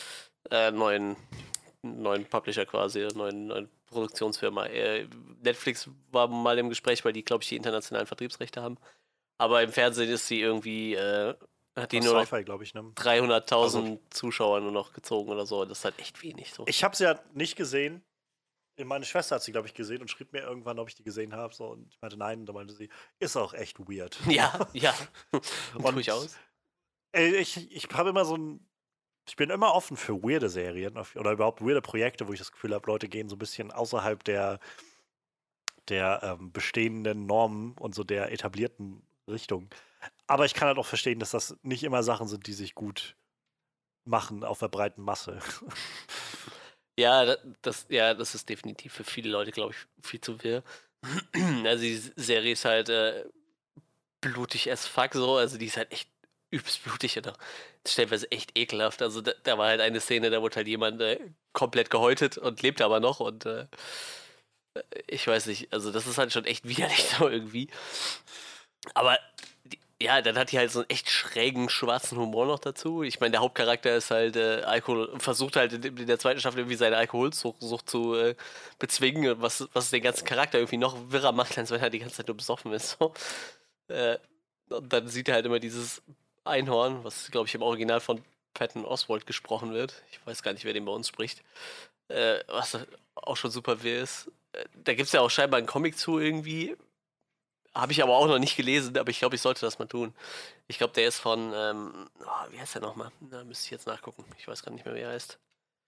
Speaker 2: Publisher quasi, neuen Produktionsfirma. Netflix war mal im Gespräch, weil die, glaube ich, die internationalen Vertriebsrechte haben. Aber im Fernsehen ist sie irgendwie, hat die nur noch
Speaker 1: glaube ich, ne?
Speaker 2: 300.000 Zuschauer nur noch gezogen oder so. Das ist halt echt wenig. So.
Speaker 1: Ich habe sie ja nicht gesehen. Meine Schwester hat sie, glaube ich, gesehen und schrieb mir irgendwann, ob ich die gesehen habe. So, und ich meinte, nein. Und da meinte sie, ist auch echt weird.
Speaker 2: Ja.
Speaker 1: Und
Speaker 2: durchaus.
Speaker 1: Ich habe immer ich bin immer offen für weirde Serien oder überhaupt weirde Projekte, wo ich das Gefühl habe, Leute gehen so ein bisschen außerhalb der bestehenden Normen und so der etablierten Richtung. Aber ich kann halt auch verstehen, dass das nicht immer Sachen sind, die sich gut machen auf der breiten Masse.
Speaker 2: Ja, das ist definitiv für viele Leute, glaube ich, viel zu viel. Also die Serie ist halt blutig as fuck so. Also die ist halt echt übelst blutig oder stellenweise echt ekelhaft. Also da war halt eine Szene, da wurde halt jemand komplett gehäutet und lebt aber noch und ich weiß nicht, also das ist halt schon echt widerlich so irgendwie. Aber ja, dann hat die halt so einen echt schrägen schwarzen Humor noch dazu. Ich meine, der Hauptcharakter ist halt Alkohol, versucht halt in der zweiten Staffel irgendwie seine Alkoholsucht zu bezwingen, was den ganzen Charakter irgendwie noch wirrer macht, als wenn er die ganze Zeit nur besoffen ist. So. Äh, und dann sieht er halt immer dieses Einhorn, was, glaube ich, im Original von Patton Oswalt gesprochen wird. Ich weiß gar nicht, wer den bei uns spricht. Was auch schon super wirr ist. Da gibt es ja auch scheinbar einen Comic zu irgendwie. Habe ich aber auch noch nicht gelesen, aber ich glaube, ich sollte das mal tun. Ich glaube, der ist von, wie heißt der nochmal? Da müsste ich jetzt nachgucken. Ich weiß gar nicht mehr, wie er heißt.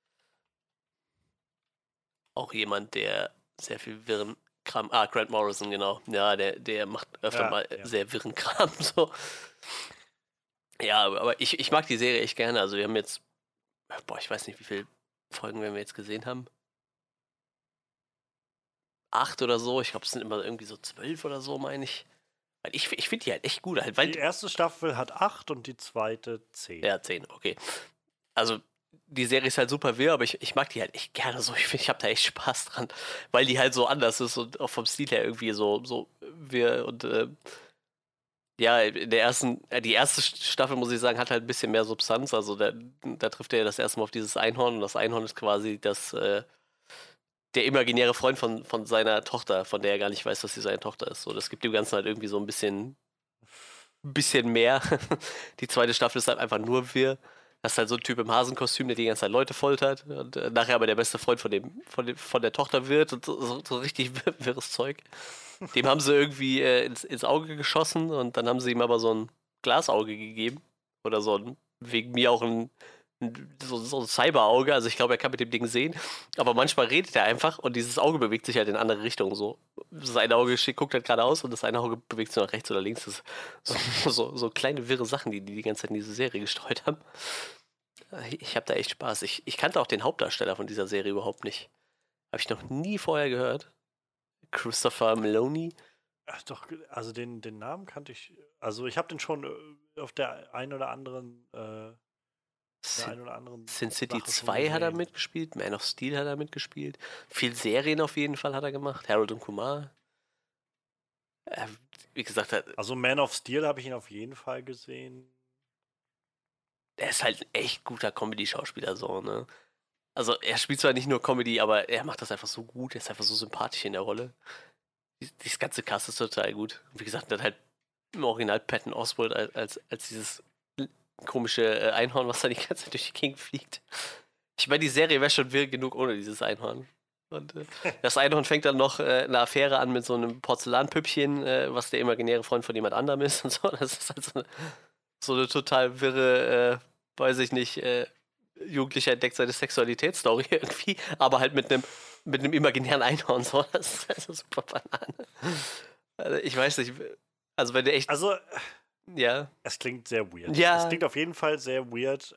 Speaker 2: Auch jemand, der sehr viel wirren Kram. Ah, Grant Morrison, genau. Ja, der macht öfter mal sehr wirren Kram. So. Ja, aber ich mag die Serie echt gerne. Also wir haben jetzt, ich weiß nicht, wie viele Folgen wir jetzt gesehen haben. 8 oder so. Ich glaube, es sind immer irgendwie so 12 oder so, meine ich. Ich finde die halt echt gut. Halt, weil
Speaker 1: die erste Staffel hat 8 und die zweite 10.
Speaker 2: Ja, 10, okay. Also, die Serie ist halt super wirr, aber ich mag die halt echt gerne so. Ich habe da echt Spaß dran, weil die halt so anders ist und auch vom Stil her irgendwie so wirr und ja, in der die erste Staffel, muss ich sagen, hat halt ein bisschen mehr Substanz. Also da trifft er ja das erste Mal auf dieses Einhorn und das Einhorn ist quasi der imaginäre Freund von seiner Tochter, von der er gar nicht weiß, dass sie seine Tochter ist. So, das gibt dem Ganzen halt irgendwie so ein bisschen mehr. Die zweite Staffel ist halt einfach nur wirr. Das ist halt so ein Typ im Hasenkostüm, der die ganze Zeit Leute foltert und nachher aber der beste Freund von der Tochter wird und so richtig wirres Zeug. Dem haben sie irgendwie ins Auge geschossen und dann haben sie ihm aber so ein Glasauge gegeben. Oder wegen mir auch so ein Cyberauge. Also ich glaube, er kann mit dem Ding sehen. Aber manchmal redet er einfach und dieses Auge bewegt sich halt in andere Richtungen. So. Das eine Auge guckt halt geradeaus und das eine Auge bewegt sich nach rechts oder links. Das ist so kleine wirre Sachen, die ganze Zeit in diese Serie gestreut haben. Ich habe da echt Spaß. Ich kannte auch den Hauptdarsteller von dieser Serie überhaupt nicht. Habe ich noch nie vorher gehört. Christopher Meloni.
Speaker 1: Ach doch, also den Namen kannte ich. Also ich habe den schon auf der einen oder anderen
Speaker 2: Sin City
Speaker 1: Sache schon
Speaker 2: 2 hat er
Speaker 1: gesehen.
Speaker 2: mitgespielt, Man of Steel hat er mitgespielt. Viel Serien auf jeden Fall hat er gemacht. Harold und Kumar. Wie gesagt,
Speaker 1: Also Man of Steel habe ich ihn auf jeden Fall gesehen.
Speaker 2: er ist halt ein echt guter Comedy-Schauspieler, so, ne? Also er spielt zwar nicht nur Comedy, aber er macht das einfach so gut, er ist einfach so sympathisch in der Rolle. Dieses ganze Cast ist total gut. Und wie gesagt, dann halt im Original Patton Oswalt als dieses komische Einhorn, was da die ganze Zeit durch die Gegend fliegt. Ich meine, die Serie wäre schon wirr genug ohne dieses Einhorn. Und das Einhorn fängt dann noch eine Affäre an mit so einem Porzellanpüppchen, was der imaginäre Freund von jemand anderem ist und so. Das ist halt so eine total wirre, weiß ich nicht, Jugendlicher entdeckt seine Sexualitätsstory irgendwie, aber halt mit einem imaginären Einhorn. So. Das ist also super Banane. Also, ich weiß nicht. Also, wenn du echt.
Speaker 1: Also,
Speaker 2: ja.
Speaker 1: es klingt sehr weird.
Speaker 2: Ja.
Speaker 1: Es klingt auf jeden Fall sehr weird.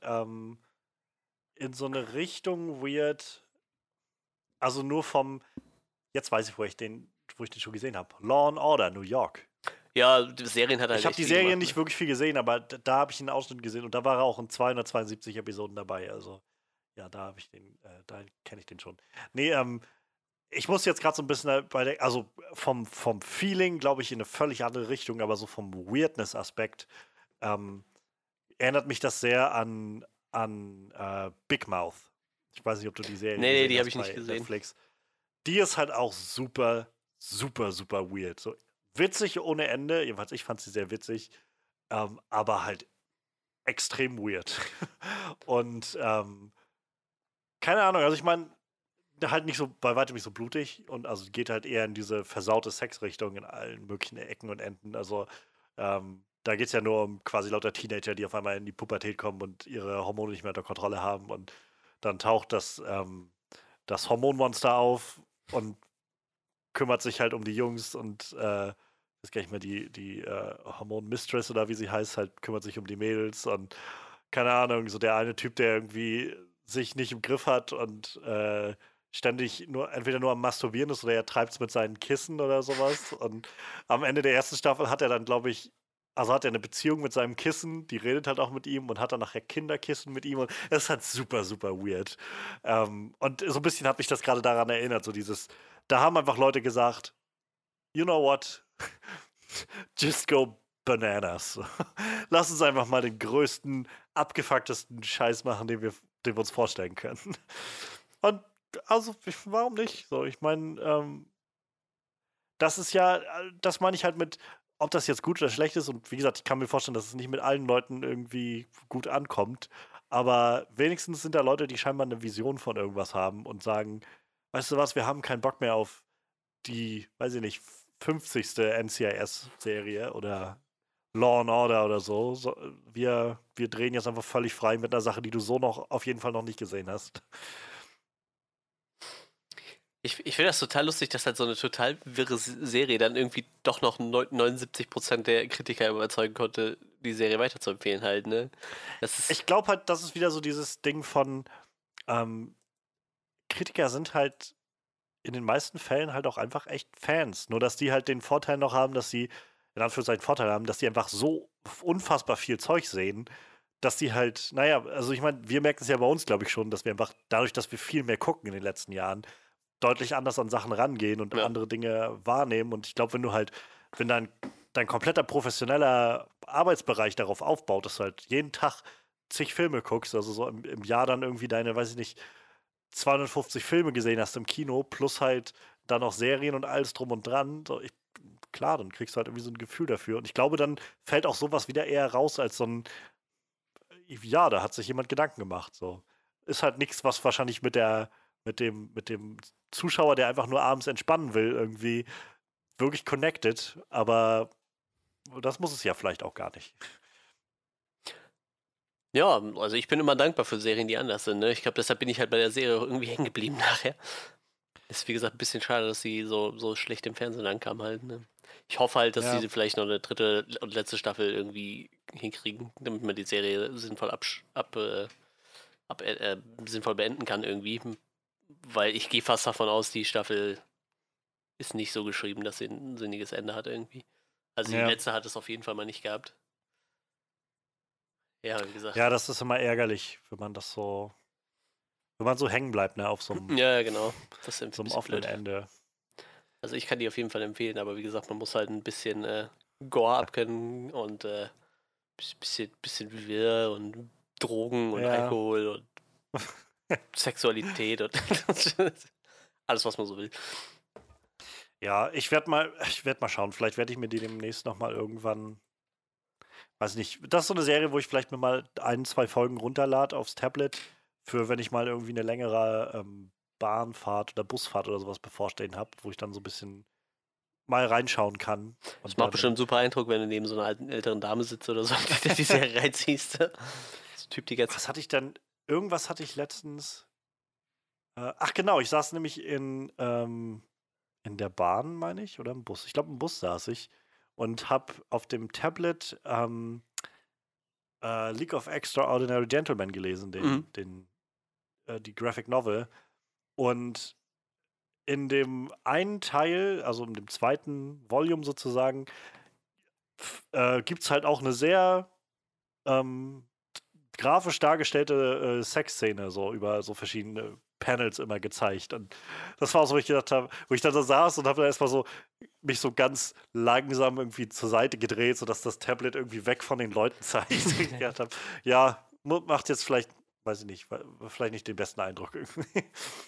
Speaker 1: In so eine Richtung weird. Also nur jetzt weiß ich, wo ich den schon gesehen habe. Law and Order, New York.
Speaker 2: Ja, die Serien hat er
Speaker 1: Ich habe die Serie nicht wirklich viel gesehen, aber da habe ich einen Ausschnitt gesehen und da war er auch in 272 Episoden dabei. Also, ja, da kenne ich den schon. Nee, ich muss jetzt gerade so ein bisschen also vom Feeling, glaube ich, in eine völlig andere Richtung, aber so vom Weirdness-Aspekt erinnert mich das sehr an Big Mouth. Ich weiß nicht, ob du die Serie
Speaker 2: Nee, die
Speaker 1: gesehen
Speaker 2: habe
Speaker 1: hast
Speaker 2: ich nicht
Speaker 1: bei
Speaker 2: gesehen.
Speaker 1: Netflix. Die ist halt auch super, super, super weird. So witzig ohne Ende. Jedenfalls, ich fand sie sehr witzig. Aber halt extrem weird. Und keine Ahnung, also ich meine, halt nicht so, bei weitem nicht so blutig und also geht halt eher in diese versaute Sexrichtung in allen möglichen Ecken und Enden. Also da geht es ja nur um quasi lauter Teenager, die auf einmal in die Pubertät kommen und ihre Hormone nicht mehr unter Kontrolle haben und dann taucht das Hormonmonster auf und kümmert sich halt um die Jungs und ist gar nicht mehr die Hormon-Mistress oder wie sie heißt, halt kümmert sich um die Mädels und keine Ahnung, so der eine Typ, der irgendwie sich nicht im Griff hat und ständig entweder nur am Masturbieren ist oder er treibt es mit seinen Kissen oder sowas. Und am Ende der ersten Staffel hat er dann, glaube ich, also hat er eine Beziehung mit seinem Kissen, die redet halt auch mit ihm und hat dann nachher Kinderkissen mit ihm und das ist halt super, super weird. Und so ein bisschen hat mich das gerade daran erinnert, so dieses, da haben einfach Leute gesagt, you know what, just go bananas. Lass uns einfach mal den größten, abgefucktesten Scheiß machen, den wir uns vorstellen können. Und also, warum nicht? So, ich meine, das ist ja, das meine ich halt mit, ob das jetzt gut oder schlecht ist. Und wie gesagt, ich kann mir vorstellen, dass es nicht mit allen Leuten irgendwie gut ankommt. Aber wenigstens sind da Leute, die scheinbar eine Vision von irgendwas haben und sagen, weißt du was, wir haben keinen Bock mehr auf die, weiß ich nicht, 50. NCIS-Serie oder Law and Order oder so. Wir drehen jetzt einfach völlig frei mit einer Sache, die du so noch auf jeden Fall noch nicht gesehen hast.
Speaker 2: Ich finde das total lustig, dass halt so eine total wirre Serie dann irgendwie doch noch 79% der Kritiker überzeugen konnte, die Serie weiterzuempfehlen halt, ne? Das ist,
Speaker 1: Ich glaube halt, das ist wieder so dieses Ding von ähm, Kritiker sind halt in den meisten Fällen halt auch einfach echt Fans. Nur, dass die halt den Vorteil noch haben, dass sie, in Anführungszeichen Vorteil haben, dass die einfach so unfassbar viel Zeug sehen, dass die halt, naja, also ich meine, wir merken es ja bei uns, glaube ich, schon, dass wir einfach, dadurch, dass wir viel mehr gucken in den letzten Jahren, deutlich anders an Sachen rangehen und
Speaker 2: ja.
Speaker 1: andere Dinge wahrnehmen. Und ich glaube, wenn dein kompletter professioneller Arbeitsbereich darauf aufbaut, dass du halt jeden Tag zig Filme guckst, also so im Jahr dann irgendwie deine, weiß ich nicht, 250 Filme gesehen hast im Kino, plus halt dann noch Serien und alles drum und dran, klar, dann kriegst du halt irgendwie so ein Gefühl dafür. Und ich glaube, dann fällt auch sowas wieder eher raus als so ein, ja, da hat sich jemand Gedanken gemacht. So. Ist halt nichts, was wahrscheinlich mit dem Zuschauer, der einfach nur abends entspannen will, irgendwie wirklich connected, aber das muss es ja vielleicht auch gar nicht.
Speaker 2: Ja, also ich bin immer dankbar für Serien, die anders sind, ne? Ich glaube, deshalb bin ich halt bei der Serie irgendwie hängen geblieben nachher. Ist wie gesagt ein bisschen schade, dass sie so schlecht im Fernsehen ankam halt, ne? Ich hoffe halt, dass
Speaker 1: Ja.
Speaker 2: sie vielleicht noch eine dritte und letzte Staffel irgendwie hinkriegen, damit man die Serie sinnvoll sinnvoll beenden kann irgendwie. Weil ich gehe fast davon aus, die Staffel ist nicht so geschrieben, dass sie ein sinniges Ende hat irgendwie. Also die
Speaker 1: Ja.
Speaker 2: letzte hat es auf jeden Fall mal nicht gehabt. Ja, wie gesagt.
Speaker 1: Ja, das ist immer ärgerlich, wenn man so hängen bleibt, ne, auf
Speaker 2: Ja, genau. Das ist ein
Speaker 1: so einem
Speaker 2: bisschen
Speaker 1: offenen
Speaker 2: blöd.
Speaker 1: Ende.
Speaker 2: Also ich kann die auf jeden Fall empfehlen, aber wie gesagt, man muss halt ein bisschen Gore abkönnen und bisschen wirr und Drogen und
Speaker 1: Ja.
Speaker 2: Alkohol und Sexualität und alles, was man so will.
Speaker 1: Ja, ich werd mal schauen. Vielleicht werde ich mir die demnächst noch mal irgendwann, weiß nicht. Das ist so eine Serie, wo ich vielleicht mir mal 1, 2 Folgen runterlade aufs Tablet, für wenn ich mal irgendwie eine längere Bahnfahrt oder Busfahrt oder sowas bevorstehen habe, wo ich dann so ein bisschen mal reinschauen kann.
Speaker 2: Das
Speaker 1: Und
Speaker 2: macht
Speaker 1: dann,
Speaker 2: bestimmt einen super Eindruck, wenn du neben so einer alten, älteren Dame sitzt oder so, die Serie reinziehst. So Typ die ganze
Speaker 1: was hatte ich denn? Irgendwas hatte ich letztens. Ach genau, ich saß nämlich in der Bahn, meine ich, oder im Bus. Ich glaube, im Bus saß ich und habe auf dem Tablet League of Extraordinary Gentlemen gelesen,
Speaker 2: Mhm.
Speaker 1: die Graphic Novel. Und in dem einen Teil, also in dem zweiten Volume sozusagen, gibt es halt auch eine sehr ähm, grafisch dargestellte Sexszene, so über so verschiedene Panels immer gezeigt. Und das war so, wo ich gedacht habe, wo ich dann so saß und habe dann erstmal so mich so ganz langsam irgendwie zur Seite gedreht, sodass das Tablet irgendwie weg von den Leuten zeigt. Und ich gedacht habe, ja, macht jetzt vielleicht, weiß ich nicht, vielleicht nicht den besten Eindruck irgendwie.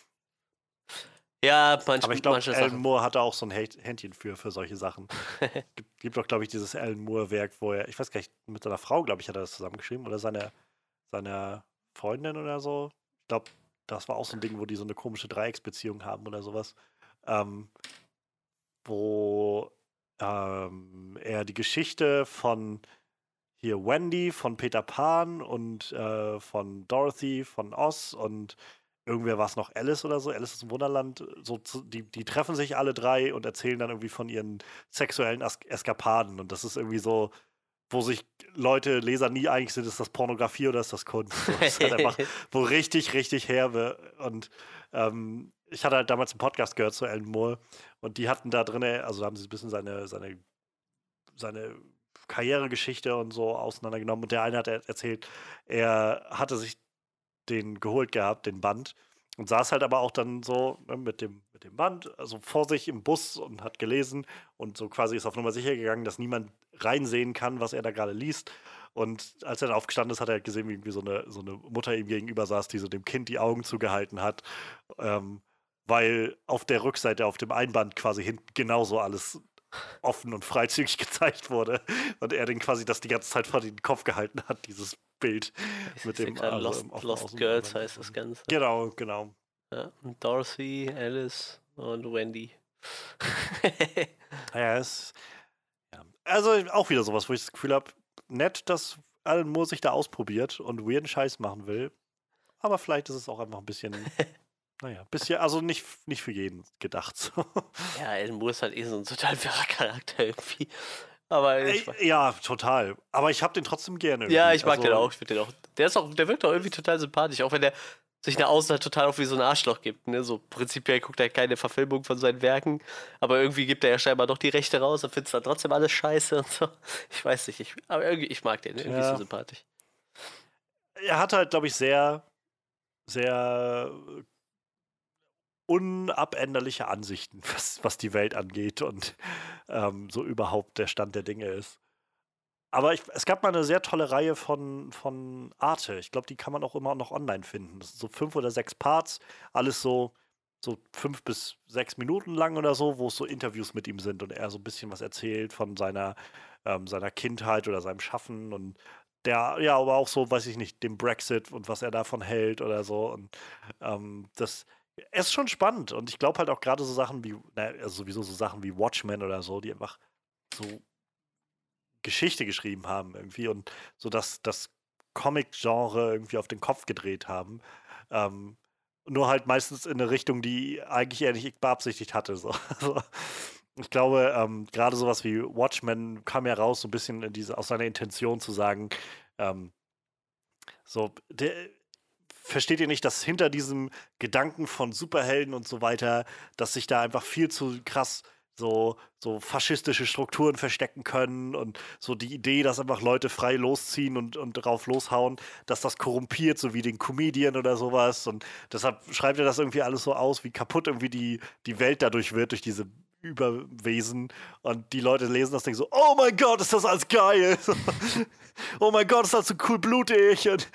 Speaker 2: Ja,
Speaker 1: Aber ich glaube,
Speaker 2: manche
Speaker 1: Alan
Speaker 2: Sachen.
Speaker 1: Moore hatte auch so ein Händchen für solche Sachen. Gibt doch, glaube ich, dieses Alan Moore-Werk, wo er, ich weiß gar nicht, mit seiner Frau, glaube ich, hat er das zusammengeschrieben oder seiner Freundin oder so. Ich glaube, das war auch so ein Ding, wo die so eine komische Dreiecksbeziehung haben oder sowas. Ähm, wo er die Geschichte von hier Wendy, von Peter Pan und von Dorothy, von Oz und irgendwer war es noch Alice oder so, Alice ist im Wunderland, die treffen sich alle drei und erzählen dann irgendwie von ihren sexuellen Eskapaden und das ist irgendwie so, wo sich Leser nie einig sind, ist das Pornografie oder ist das Kunst? So, das ist halt einfach wo richtig, richtig herbe und ich hatte halt damals einen Podcast gehört zu Alan Moore und die hatten da drin, also da haben sie ein bisschen seine Karrieregeschichte und so auseinandergenommen. Und der eine hat erzählt, er hatte sich den geholt gehabt, den Band, und saß halt aber auch dann so, ne, mit dem Band, also vor sich im Bus und hat gelesen und so quasi ist auf Nummer sicher gegangen, dass niemand reinsehen kann, was er da gerade liest. Und als er dann aufgestanden ist, hat er halt gesehen, wie irgendwie so eine Mutter ihm gegenüber saß, die so dem Kind die Augen zugehalten hat, ähm, weil auf der Rückseite, auf dem Einband quasi hinten genauso alles offen und freizügig gezeigt wurde und er den quasi das die ganze Zeit vor den Kopf gehalten hat, dieses Bild
Speaker 2: Ich
Speaker 1: mit
Speaker 2: sehe
Speaker 1: dem
Speaker 2: gerade
Speaker 1: also im offenen
Speaker 2: Lost
Speaker 1: Außen.
Speaker 2: Girls heißt das Ganze.
Speaker 1: Genau.
Speaker 2: Ja, und Dorothy, Alice und Wendy.
Speaker 1: Ja, also auch wieder sowas, wo ich das Gefühl habe, nett, dass Alan Moore sich da ausprobiert und weirden Scheiß machen will, aber vielleicht ist es auch einfach ein bisschen, naja, bisschen, also nicht für jeden gedacht. So.
Speaker 2: Ja, Alan Moore ist halt so ein total wirrer Charakter irgendwie. Aber
Speaker 1: Ja, total. Aber ich habe den trotzdem gerne irgendwie.
Speaker 2: ja, ich mag
Speaker 1: also,
Speaker 2: den auch. Ich finde den auch. Der wirkt auch irgendwie total sympathisch, auch wenn der sich nach außen halt total auf wie so ein Arschloch gibt. Ne? So prinzipiell guckt er keine Verfilmung von seinen Werken, aber irgendwie gibt er ja scheinbar doch die Rechte raus und findet dann trotzdem alles scheiße und so. Ich weiß nicht, aber irgendwie, ich mag den. Irgendwie ist so sympathisch.
Speaker 1: Er hat halt, glaube ich, sehr, sehr unabänderliche Ansichten, was die Welt angeht und so überhaupt der Stand der Dinge ist. Aber es gab mal eine sehr tolle Reihe von Arte. Ich glaube, die kann man auch immer noch online finden. Das sind so 5 oder 6 Parts, alles so 5 bis 6 Minuten lang oder so, wo es so Interviews mit ihm sind und er so ein bisschen was erzählt von seiner Kindheit oder seinem Schaffen und ja, aber auch so, weiß ich nicht, dem Brexit und was er davon hält oder so. Und das es ist schon spannend. Und ich glaube halt auch gerade so Sachen wie, also sowieso so Sachen wie Watchmen oder so, die einfach so Geschichte geschrieben haben irgendwie und so das Comic-Genre irgendwie auf den Kopf gedreht haben. Ähm, nur halt meistens in eine Richtung, die eigentlich er nicht beabsichtigt hatte. So. Also, ich glaube, gerade sowas wie Watchmen kam ja raus, so ein bisschen aus seiner Intention zu sagen, ähm, so, versteht ihr nicht, dass hinter diesem Gedanken von Superhelden und so weiter, dass sich da einfach viel zu krass so faschistische Strukturen verstecken können und so die Idee, dass einfach Leute frei losziehen und drauf loshauen, dass das korrumpiert, so wie den Comedian oder sowas. Und deshalb schreibt er das irgendwie alles so aus, wie kaputt irgendwie die Welt dadurch wird, durch diese Überwesen. Und die Leute lesen das Ding so, oh mein Gott, ist das alles geil! Oh mein Gott, ist das so cool blutig! Und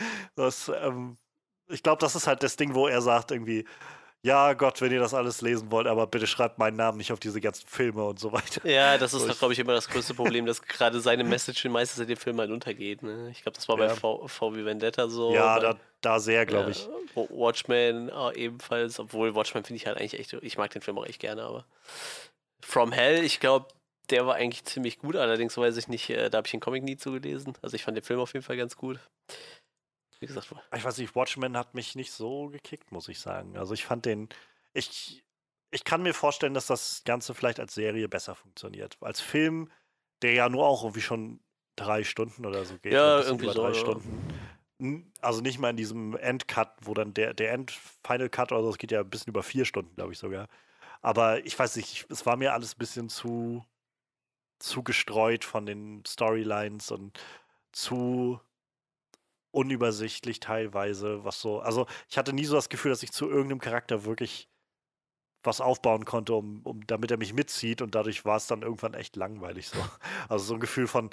Speaker 1: ich glaube, das ist halt das Ding, wo er sagt irgendwie, ja Gott, wenn ihr das alles lesen wollt, aber bitte schreibt meinen Namen nicht auf diese ganzen Filme und so weiter.
Speaker 2: Ja, das ist, glaube ich, immer das größte Problem, dass gerade seine Message meistens in den Filmen halt untergeht. Ne? Ich glaube, das war bei V wie Vendetta so.
Speaker 1: Ja, da sehr, glaube ich.
Speaker 2: Watchmen ebenfalls, obwohl Watchmen finde ich halt eigentlich echt, ich mag den Film auch echt gerne, aber From Hell, ich glaube, der war eigentlich ziemlich gut, allerdings weiß ich nicht, da habe ich den Comic nie zugelesen. Also ich fand den Film auf jeden Fall ganz gut. Wie gesagt,
Speaker 1: ich weiß nicht, Watchmen hat mich nicht so gekickt, muss ich sagen. Also ich fand ich kann mir vorstellen, dass das Ganze vielleicht als Serie besser funktioniert. Als Film, der ja nur auch irgendwie schon 3 Stunden oder so geht.
Speaker 2: Ja,
Speaker 1: ein bisschen
Speaker 2: irgendwie
Speaker 1: über
Speaker 2: so.
Speaker 1: 3 Stunden. Also nicht mal in diesem Endcut, wo dann der Final Cut oder so, es geht ja ein bisschen über 4 Stunden, glaube ich sogar. Aber ich weiß nicht, es war mir alles ein bisschen zu gestreut von den Storylines und zu unübersichtlich teilweise, was so. Also, ich hatte nie so das Gefühl, dass ich zu irgendeinem Charakter wirklich was aufbauen konnte, damit er mich mitzieht und dadurch war es dann irgendwann echt langweilig so. Also so ein Gefühl von,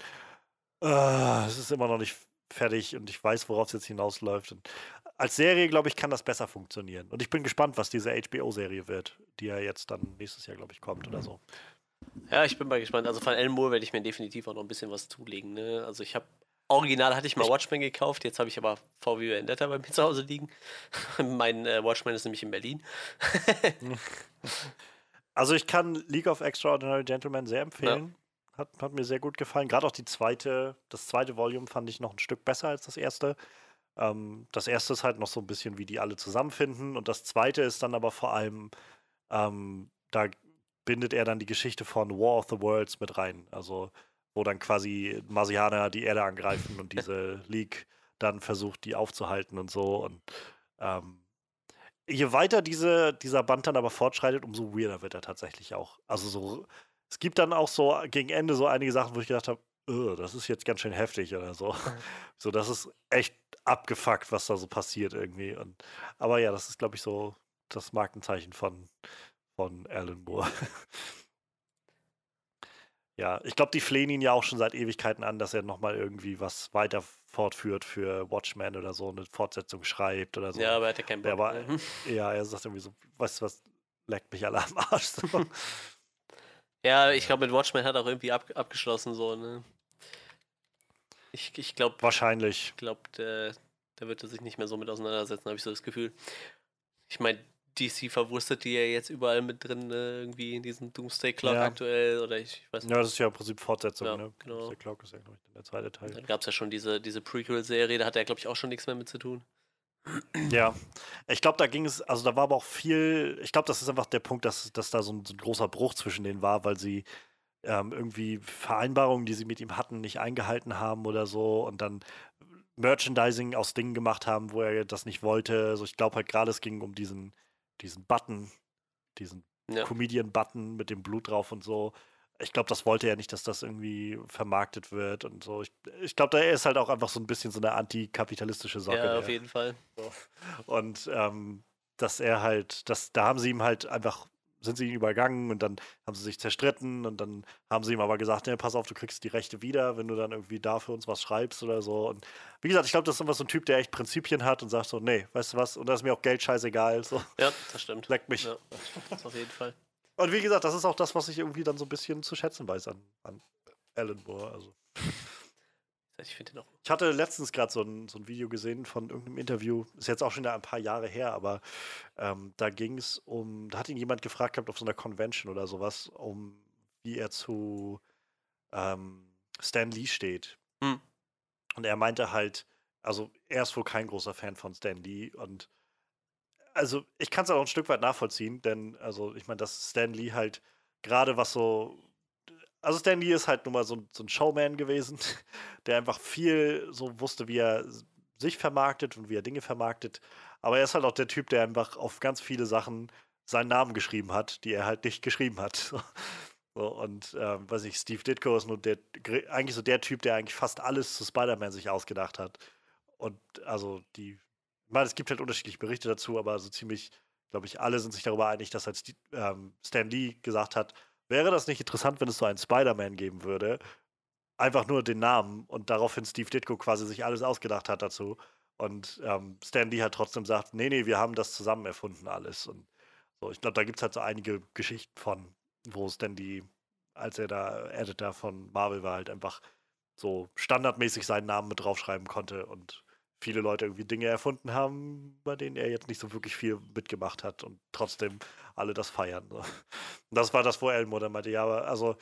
Speaker 1: es ist immer noch nicht fertig und ich weiß, worauf es jetzt hinausläuft. Und als Serie, glaube ich, kann das besser funktionieren. Und ich bin gespannt, was diese HBO-Serie wird, die ja jetzt dann nächstes Jahr, glaube ich, kommt oder so.
Speaker 2: Ja, ich bin mal gespannt. Also von Alan Moore werde ich mir definitiv auch noch ein bisschen was zulegen. Ne? Also ich habe Original hatte ich mal Watchmen gekauft, jetzt habe ich aber VW Vendetta bei mir zu Hause liegen. Mein Watchmen ist nämlich in Berlin.
Speaker 1: Also ich kann League of Extraordinary Gentlemen sehr empfehlen. Ja. Hat mir sehr gut gefallen. Gerade auch das zweite Volume fand ich noch ein Stück besser als das erste. Das erste ist halt noch so ein bisschen, wie die alle zusammenfinden. Und das zweite ist dann aber vor allem, da bindet er dann die Geschichte von War of the Worlds mit rein. Also wo dann quasi Marsianer die Erde angreifen und diese League dann versucht, die aufzuhalten und so. Und je weiter dieser Band dann aber fortschreitet, umso weirder wird er tatsächlich auch. Also es gibt dann auch so gegen Ende so einige Sachen, wo ich gedacht habe, Das ist jetzt ganz schön heftig oder so. So, das ist echt abgefuckt, was da so passiert irgendwie. Aber ja, das ist, glaube ich, so das Markenzeichen von Alan Moore. Ja, ich glaube, die flehen ihn ja auch schon seit Ewigkeiten an, dass er nochmal irgendwie was weiter fortführt für Watchmen oder so, eine Fortsetzung schreibt oder so.
Speaker 2: Ja, aber er hat ja keinen Bock.
Speaker 1: Aber ja, er sagt irgendwie so, weißt du was, leckt mich alle am Arsch. So.
Speaker 2: Ja, ich glaube, mit Watchmen hat er auch irgendwie abgeschlossen, so, ne? Ich glaube,
Speaker 1: Wahrscheinlich.
Speaker 2: da wird er sich nicht mehr so mit auseinandersetzen, habe ich so das Gefühl. Ich meine, DC verwurstet die ja jetzt überall mit drin, ne? Irgendwie in diesem Doomsday Clock
Speaker 1: Ja.
Speaker 2: aktuell, oder ich weiß nicht.
Speaker 1: Ja, das ist ja im Prinzip Fortsetzung,
Speaker 2: Ja,
Speaker 1: ne?
Speaker 2: genau.
Speaker 1: Der Clock ist ja, glaube ich, der zweite Teil.
Speaker 2: Dann gab es ja schon diese Prequel-Serie, da hat er, glaube ich, auch schon nichts mehr mit zu tun.
Speaker 1: Ja, ich glaube, da ging es, also da war aber auch viel, ich glaube, das ist einfach der Punkt, dass da so ein großer Bruch zwischen denen war, weil sie irgendwie Vereinbarungen, die sie mit ihm hatten, nicht eingehalten haben oder so und dann Merchandising aus Dingen gemacht haben, wo er das nicht wollte. Also ich glaube halt gerade, es ging um diesen Button, diesen
Speaker 2: Ja.
Speaker 1: Comedian-Button mit dem Blut drauf und so. Ich glaube, das wollte er nicht, dass das irgendwie vermarktet wird und so. Ich glaube, da ist halt auch einfach so ein bisschen so eine antikapitalistische Socke.
Speaker 2: Ja, auf jeden Fall.
Speaker 1: So. Und dass er halt, da haben sie ihm halt einfach, sind sie ihn übergangen und dann haben sie sich zerstritten und dann haben sie ihm aber gesagt, nee, pass auf, du kriegst die Rechte wieder, wenn du dann irgendwie da für uns was schreibst oder so. Und wie gesagt, ich glaube, das ist immer so ein Typ, der echt Prinzipien hat und sagt so, nee, weißt du was, und da ist mir auch Geld scheißegal. So.
Speaker 2: Ja, das stimmt.
Speaker 1: Leckt mich.
Speaker 2: Ja, das auf jeden Fall.
Speaker 1: Und wie gesagt, das ist auch das, was ich irgendwie dann so ein bisschen zu schätzen weiß an Alan Moore. Also.
Speaker 2: Ich finde den auch.
Speaker 1: Ich hatte letztens gerade so ein Video gesehen von irgendeinem Interview, ist jetzt auch schon wieder ein paar Jahre her, aber da ging es da hat ihn jemand gefragt gehabt auf so einer Convention oder sowas, wie er zu Stan Lee steht.
Speaker 2: Hm.
Speaker 1: Und er meinte halt, also er ist wohl kein großer Fan von Stan Lee und also ich kann es auch ein Stück weit nachvollziehen, denn also ich meine, dass Stan Lee halt gerade was so also Stan Lee ist halt nun mal so ein Showman gewesen, der einfach viel so wusste, wie er sich vermarktet und wie er Dinge vermarktet. Aber er ist halt auch der Typ, der einfach auf ganz viele Sachen seinen Namen geschrieben hat, die er halt nicht geschrieben hat. So, und weiß ich, Steve Ditko ist nur eigentlich so der Typ, der eigentlich fast alles zu Spider-Man sich ausgedacht hat. Und also ich meine, es gibt halt unterschiedliche Berichte dazu, aber so ziemlich, glaube ich, alle sind sich darüber einig, dass halt Stan Lee gesagt hat, wäre das nicht interessant, wenn es so einen Spider-Man geben würde? Einfach nur den Namen und daraufhin Steve Ditko quasi sich alles ausgedacht hat dazu. Und Stan Lee hat trotzdem gesagt, nee, wir haben das zusammen erfunden alles. Und so, ich glaube, da gibt es halt so einige Geschichten von, wo Stan Lee, als er da Editor von Marvel war, halt einfach so standardmäßig seinen Namen mit draufschreiben konnte und viele Leute irgendwie Dinge erfunden haben, bei denen er jetzt nicht so wirklich viel mitgemacht hat und trotzdem alle das feiern. So. Und das war das, wo Elmore dann meinte, ja, aber also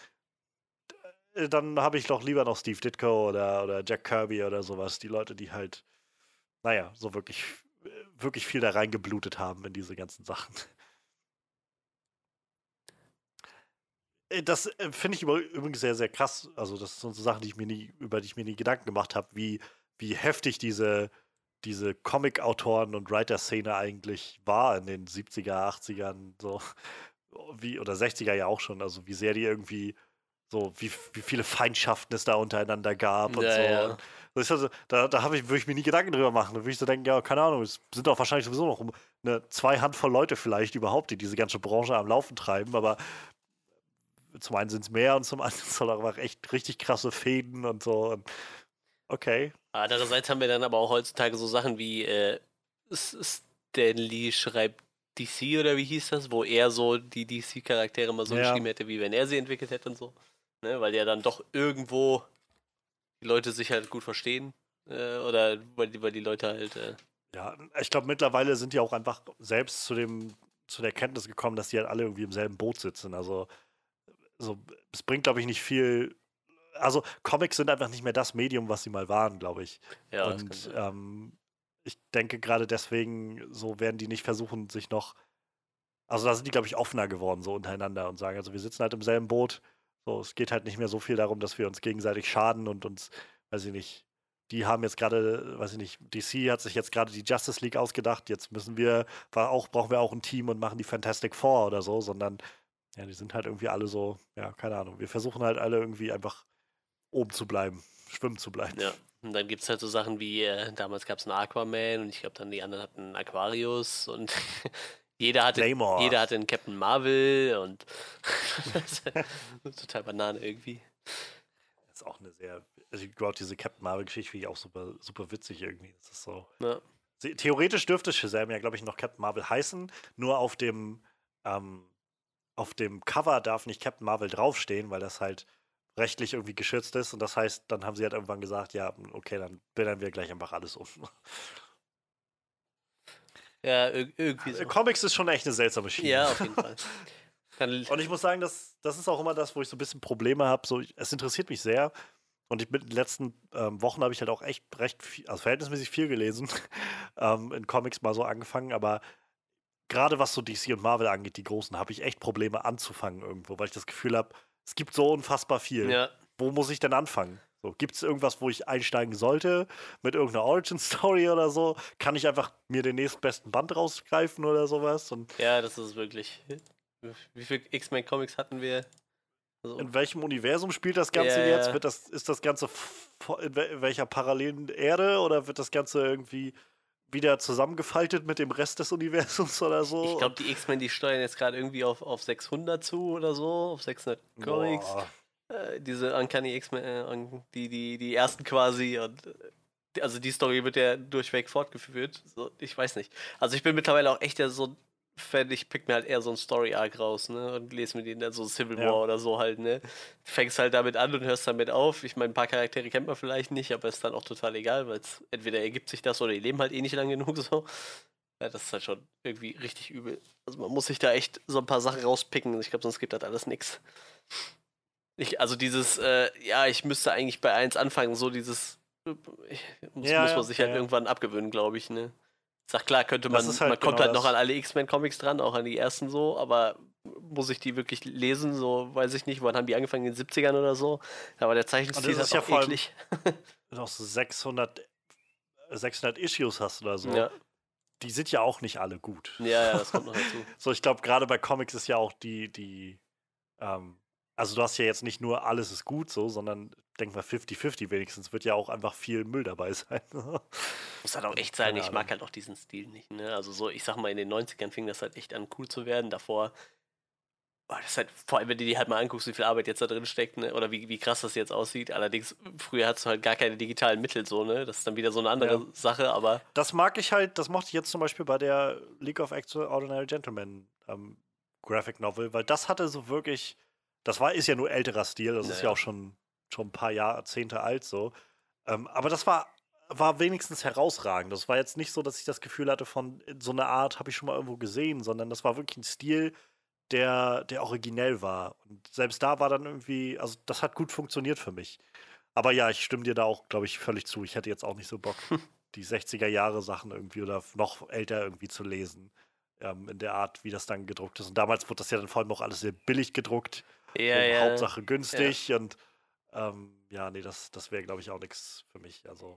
Speaker 1: dann habe ich doch lieber noch Steve Ditko oder Jack Kirby oder sowas. Die Leute, die halt, naja, so wirklich viel da reingeblutet haben in diese ganzen Sachen. Das finde ich übrigens sehr, sehr krass. Also, das sind so Sachen, über die ich mir nie Gedanken gemacht habe, wie heftig diese Comic-Autoren und Writer-Szene eigentlich war in den 70er, 80ern, so oder 60er ja auch schon. Also, wie sehr die irgendwie so, wie viele Feindschaften es da untereinander gab und
Speaker 2: Ja,
Speaker 1: so.
Speaker 2: ja.
Speaker 1: Und das ist also, würde ich mir nie Gedanken drüber machen. Da würde ich so denken, ja, keine Ahnung, es sind doch wahrscheinlich sowieso noch zwei Handvoll Leute vielleicht überhaupt, die diese ganze Branche am Laufen treiben, aber zum einen sind es mehr und zum anderen sind es auch echt richtig krasse Fäden und so. Und okay.
Speaker 2: Andererseits haben wir dann aber auch heutzutage so Sachen wie Stan Lee schreibt DC oder wie hieß das, wo er so die DC-Charaktere mal so
Speaker 1: Ja.
Speaker 2: geschrieben hätte, wie wenn er sie entwickelt hätte und so. Ne? Weil ja dann doch irgendwo die Leute sich halt gut verstehen. Oder weil die Leute halt.
Speaker 1: Ja, ich glaube, mittlerweile sind die auch einfach selbst zu der Kenntnis gekommen, dass die halt alle irgendwie im selben Boot sitzen. Also, es bringt, glaube ich, nicht viel. Also, Comics sind einfach nicht mehr das Medium, was sie mal waren, glaube ich.
Speaker 2: Ja, das
Speaker 1: Und
Speaker 2: kann
Speaker 1: ich denke, gerade deswegen, so werden die nicht versuchen, sich noch. Also, da sind die, glaube ich, offener geworden, so untereinander und sagen, also, wir sitzen halt im selben Boot. So, es geht halt nicht mehr so viel darum, dass wir uns gegenseitig schaden und uns, weiß ich nicht, die haben jetzt gerade, weiß ich nicht, DC hat sich jetzt gerade die Justice League ausgedacht, jetzt brauchen wir auch ein Team und machen die Fantastic Four oder so, sondern ja, die sind halt irgendwie alle so, ja, keine Ahnung. Wir versuchen halt alle irgendwie einfach oben zu bleiben, schwimmen zu bleiben.
Speaker 2: Ja. Und dann gibt es halt so Sachen wie, damals gab es einen Aquaman und ich glaube dann die anderen hatten einen Aquarius und
Speaker 1: Namor.
Speaker 2: jeder hatte einen Captain Marvel und total Banane irgendwie.
Speaker 1: Das ist auch eine sehr, also überhaupt diese Captain Marvel-Geschichte finde ich auch super, super witzig irgendwie. Das ist so.
Speaker 2: Ja.
Speaker 1: Theoretisch dürfte Shazam ja, glaube ich, noch Captain Marvel heißen, nur auf dem Cover darf nicht Captain Marvel draufstehen, weil das halt rechtlich irgendwie geschützt ist. Und das heißt, dann haben sie halt irgendwann gesagt, ja, okay, dann benennen wir gleich einfach alles um.
Speaker 2: Ja, irgendwie so.
Speaker 1: Comics ist schon echt eine seltsame Schiene.
Speaker 2: Ja, auf jeden Fall.
Speaker 1: Und ich muss sagen, das ist auch immer das, wo ich so ein bisschen Probleme habe. So, es interessiert mich sehr. Und in den letzten Wochen habe ich halt auch echt recht viel, also verhältnismäßig viel gelesen. In Comics mal so angefangen. Aber gerade was so DC und Marvel angeht, die großen, habe ich echt Probleme anzufangen irgendwo, weil ich das Gefühl habe, es gibt so unfassbar viel.
Speaker 2: Ja.
Speaker 1: Wo muss ich denn anfangen? So, gibt es irgendwas, wo ich einsteigen sollte mit irgendeiner Origin-Story oder so? Kann ich einfach mir den nächstbesten Band rausgreifen oder sowas? Und
Speaker 2: Ja, das ist wirklich. Wie viele X-Men-Comics hatten wir? Also,
Speaker 1: in welchem Universum spielt das Ganze
Speaker 2: Ja,
Speaker 1: jetzt?
Speaker 2: ja.
Speaker 1: Ist das Ganze in welcher parallelen Erde oder wird das Ganze irgendwie wieder zusammengefaltet mit dem Rest des Universums oder so?
Speaker 2: Ich glaube, die X-Men, die steuern jetzt gerade irgendwie auf 600 zu oder so, auf 600 Comics.
Speaker 1: Boah.
Speaker 2: Diese Uncanny X-Men, die ersten quasi. Und, also die Story wird ja durchweg fortgeführt. So, ich weiß nicht. Also ich bin mittlerweile auch echt so ein Fan, ich pick mir halt eher so einen Story-Arc raus, ne? Und lese mir den dann so Civil War
Speaker 1: Ja.
Speaker 2: oder so halt, ne? Du fängst halt damit an und hörst damit auf. Ich meine, ein paar Charaktere kennt man vielleicht nicht, aber ist dann auch total egal, weil entweder ergibt sich das oder die leben halt eh nicht lang genug so. Ja, das ist halt schon irgendwie richtig übel. Also man muss sich da echt so ein paar Sachen rauspicken. Ich glaube, sonst gibt das alles nichts. Also dieses, ja, ich müsste eigentlich bei 1 anfangen, so dieses, muss man sich halt
Speaker 1: ja.
Speaker 2: irgendwann abgewöhnen, glaube ich, ne? Ich sag, klar, könnte
Speaker 1: Das
Speaker 2: man,
Speaker 1: ist halt
Speaker 2: man kommt
Speaker 1: genau
Speaker 2: halt noch
Speaker 1: das.
Speaker 2: an alle X-Men-Comics dran, auch an die ersten so, aber muss ich die wirklich lesen, so, weiß ich nicht, wann haben die angefangen, in den 70ern oder so? Da war der
Speaker 1: Und
Speaker 2: Zeichenstil
Speaker 1: das
Speaker 2: halt
Speaker 1: ist ja
Speaker 2: auch
Speaker 1: vor allem
Speaker 2: eklig.
Speaker 1: noch so 600 Issues hast oder so.
Speaker 2: Ja,
Speaker 1: Die sind ja auch nicht alle gut.
Speaker 2: ja, das kommt noch dazu.
Speaker 1: So, ich glaube, gerade bei Comics ist ja auch also du hast ja jetzt nicht nur alles ist gut so, sondern denk mal 50-50 wenigstens, wird ja auch einfach viel Müll dabei sein.
Speaker 2: Muss halt auch echt
Speaker 1: Keine
Speaker 2: sagen, ich mag
Speaker 1: Ahnung.
Speaker 2: halt auch diesen Stil nicht, ne? Also so, ich sag mal, in den 90ern fing das halt echt an, cool zu werden. Davor war das halt, vor allem, wenn du dir halt mal anguckst, wie viel Arbeit jetzt da drin steckt, ne? Oder wie krass das jetzt aussieht. Allerdings, früher hattest du halt gar keine digitalen Mittel, so, ne? Das ist dann wieder so eine andere
Speaker 1: Ja.
Speaker 2: Sache, aber
Speaker 1: Das mag ich halt, das mochte ich jetzt zum Beispiel bei der League of Extraordinary Gentlemen Graphic Novel, weil das hatte so wirklich, ist ja nur älterer Stil, das ist ja
Speaker 2: naja.
Speaker 1: auch schon ein paar Jahrzehnte alt so. Aber das war wenigstens herausragend. Das war jetzt nicht so, dass ich das Gefühl hatte von, so eine Art habe ich schon mal irgendwo gesehen, sondern das war wirklich ein Stil, der originell war. Und selbst da war dann irgendwie, also das hat gut funktioniert für mich. Aber ja, ich stimme dir da auch, glaube ich, völlig zu. Ich hätte jetzt auch nicht so Bock, die 60er Jahre Sachen irgendwie oder noch älter irgendwie zu lesen. In der Art, wie das dann gedruckt ist. Und damals wurde das ja dann vor allem auch alles sehr billig gedruckt
Speaker 2: Ja,
Speaker 1: und
Speaker 2: ja.
Speaker 1: Hauptsache günstig. Und ja, nee, das wäre, glaube ich, auch nichts für mich. Also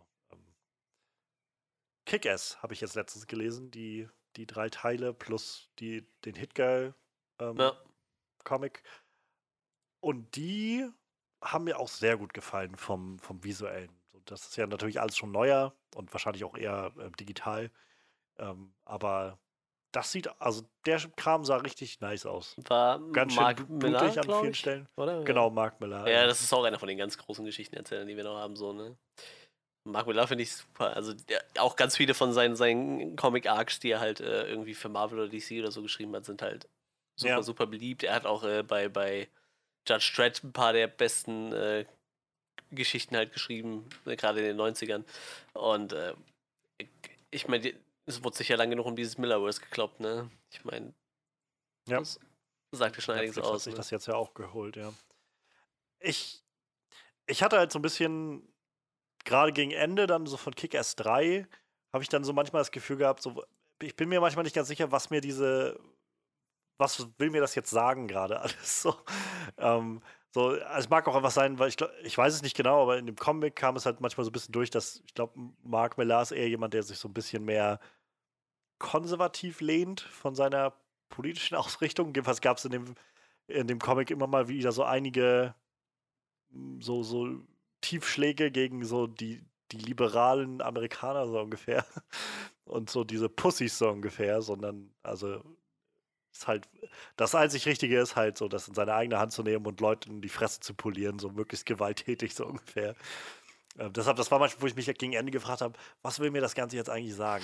Speaker 1: Kick-Ass habe ich jetzt letztens gelesen, die 3 Teile plus den Hit-Girl
Speaker 2: Ja.
Speaker 1: Comic. Und die haben mir auch sehr gut gefallen vom Visuellen. So, das ist ja natürlich alles schon neuer und wahrscheinlich auch eher digital. Aber das also der Kram sah richtig nice aus.
Speaker 2: War
Speaker 1: Ganz schön
Speaker 2: Mark Millar,
Speaker 1: blutig an
Speaker 2: glaube
Speaker 1: vielen
Speaker 2: ich,
Speaker 1: Stellen.
Speaker 2: oder?
Speaker 1: Genau, Mark Millar.
Speaker 2: Ja, das ist auch einer von den ganz großen Geschichtenerzählern, die wir noch haben, so, ne? Mark Millar finde ich super. Also auch ganz viele von seinen Comic-Arcs, die er halt irgendwie für Marvel oder DC oder so geschrieben hat, sind halt super,
Speaker 1: Ja.
Speaker 2: super beliebt. Er hat auch bei Judge Dredd ein paar der besten Geschichten halt geschrieben, gerade in den 90ern. Und ich meine, es wurde sich ja lange genug um dieses Millerverse geglaubt, ne? Ich meine,
Speaker 1: Ja.
Speaker 2: das sagt ja schon einiges
Speaker 1: Netflix hat
Speaker 2: aus.
Speaker 1: sich
Speaker 2: Ne?
Speaker 1: das jetzt ja auch geholt, ja. Ich hatte halt so ein bisschen, gerade gegen Ende dann so von Kick-Ass 3, habe ich dann so manchmal das Gefühl gehabt, so, ich bin mir manchmal nicht ganz sicher, was will mir das jetzt sagen gerade alles so. So, also es mag auch einfach sein, weil ich weiß es nicht genau, aber in dem Comic kam es halt manchmal so ein bisschen durch, dass ich glaube, Mark Millar ist eher jemand, der sich so ein bisschen mehr konservativ lehnt von seiner politischen Ausrichtung. Jedenfalls gab es in dem Comic immer mal wieder so einige so Tiefschläge gegen so die liberalen Amerikaner so ungefähr und so diese Pussys so ungefähr, sondern also ist halt das einzig Richtige ist halt so, das in seine eigene Hand zu nehmen und Leuten in die Fresse zu polieren, so möglichst gewalttätig so ungefähr. Deshalb, das war manchmal, wo ich mich gegen Ende gefragt habe, was will mir das Ganze jetzt eigentlich sagen?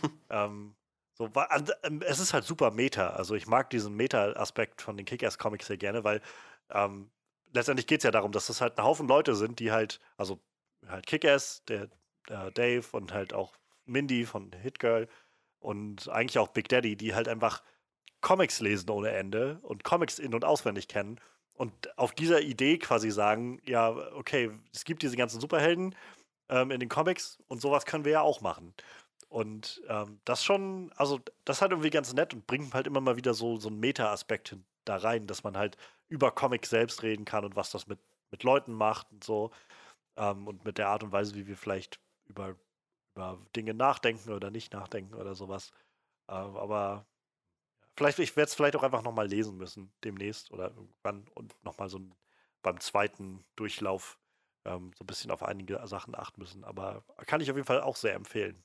Speaker 1: Es ist halt super Meta. Also ich mag diesen Meta-Aspekt von den Kick-Ass-Comics sehr gerne, weil letztendlich geht es ja darum, dass das halt ein Haufen Leute sind, die halt, also halt Kick-Ass, der Dave und halt auch Mindy von Hit Girl und eigentlich auch Big Daddy, die halt einfach Comics lesen ohne Ende und Comics in- und auswendig kennen und auf dieser Idee quasi sagen, ja, okay, es gibt diese ganzen Superhelden in den Comics und sowas können wir ja auch machen. Und das schon, also das ist halt irgendwie ganz nett und bringt halt immer mal wieder so einen Meta-Aspekt da rein, dass man halt über Comics selbst reden kann und was das mit Leuten macht und so. Und mit der Art und Weise, wie wir vielleicht über Dinge nachdenken oder nicht nachdenken oder sowas. Aber vielleicht, ich werde es vielleicht auch einfach nochmal lesen müssen, demnächst oder irgendwann und nochmal beim zweiten Durchlauf so ein bisschen auf einige Sachen achten müssen. Aber kann ich auf jeden Fall auch sehr empfehlen.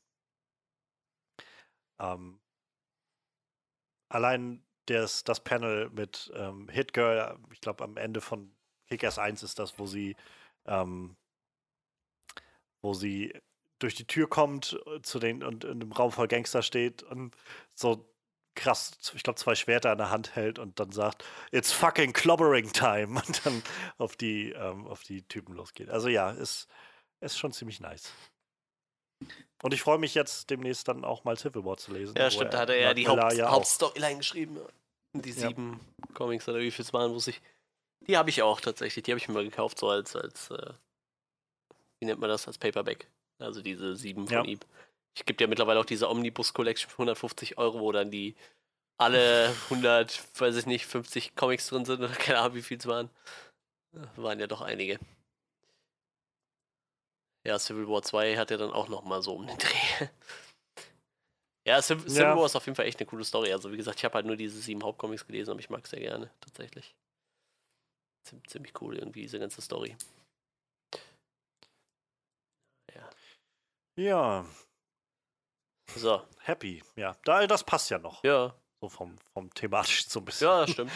Speaker 1: Ähm, allein das Panel mit Hit Girl, ich glaube am Ende von Kick-Ass 1 ist das, ähm, wo sie durch die Tür kommt zu den und in einem Raum voll Gangster steht und so krass, ich glaube, 2 Schwerter in der Hand hält und dann sagt, it's fucking clobbering time und dann auf die Typen losgeht. Also ja, ist schon ziemlich nice. Und ich freue mich jetzt demnächst dann auch mal Civil War zu lesen.
Speaker 2: Ja, stimmt, da hat er ja die Hauptstoryline geschrieben. Die 7 Comics oder wie viel es waren, wusste ich. Die habe ich auch tatsächlich. Die habe ich mir mal gekauft, so als wie nennt man das, als Paperback. Also diese 7 von ihm. Ich gibt ja mittlerweile auch diese Omnibus Collection für 150 €, wo dann die alle 100, weiß ich nicht, 50 Comics drin sind oder keine Ahnung, wie viel es waren. Waren ja doch einige. Ja, Civil War 2 hat ja dann auch nochmal so um den Dreh. Ja, Civil War ist auf jeden Fall echt eine coole Story. Also wie gesagt, ich habe halt nur diese 7 Hauptcomics gelesen, aber ich mag es sehr gerne, tatsächlich. Ziemlich cool irgendwie, diese ganze Story. Ja.
Speaker 1: Ja.
Speaker 2: So.
Speaker 1: Happy, ja. Das passt ja noch.
Speaker 2: Ja.
Speaker 1: So vom thematisch so ein bisschen.
Speaker 2: Ja, das stimmt.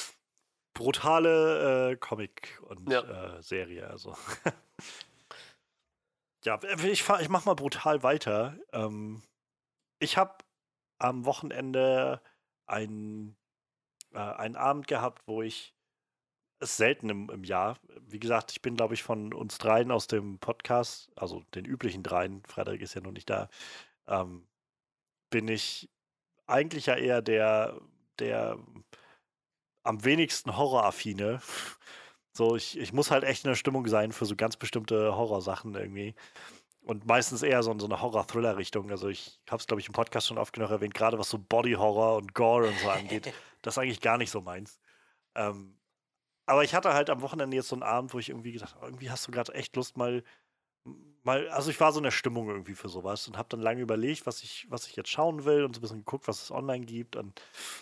Speaker 1: Brutale Comic und Serie, also. Ja, ich mach mal brutal weiter. Ich habe am Wochenende einen Abend gehabt, wo ich es selten im Jahr, wie gesagt, ich bin, glaube ich, von uns dreien aus dem Podcast, also den üblichen dreien, Frederik ist ja noch nicht da, bin ich eigentlich ja eher der am wenigsten Horroraffine. So, ich muss halt echt in der Stimmung sein für so ganz bestimmte Horrorsachen irgendwie. Und meistens eher so in so eine Horror-Thriller-Richtung. Also ich habe es, glaube ich, im Podcast schon oft genug erwähnt, gerade was so Body-Horror und Gore und so angeht. Das ist eigentlich gar nicht so meins. Aber ich hatte halt am Wochenende jetzt so einen Abend, wo ich irgendwie gedacht habe, irgendwie hast du gerade echt Lust also ich war so in der Stimmung irgendwie für sowas und habe dann lange überlegt, was ich jetzt schauen will und so ein bisschen geguckt, was es online gibt. Und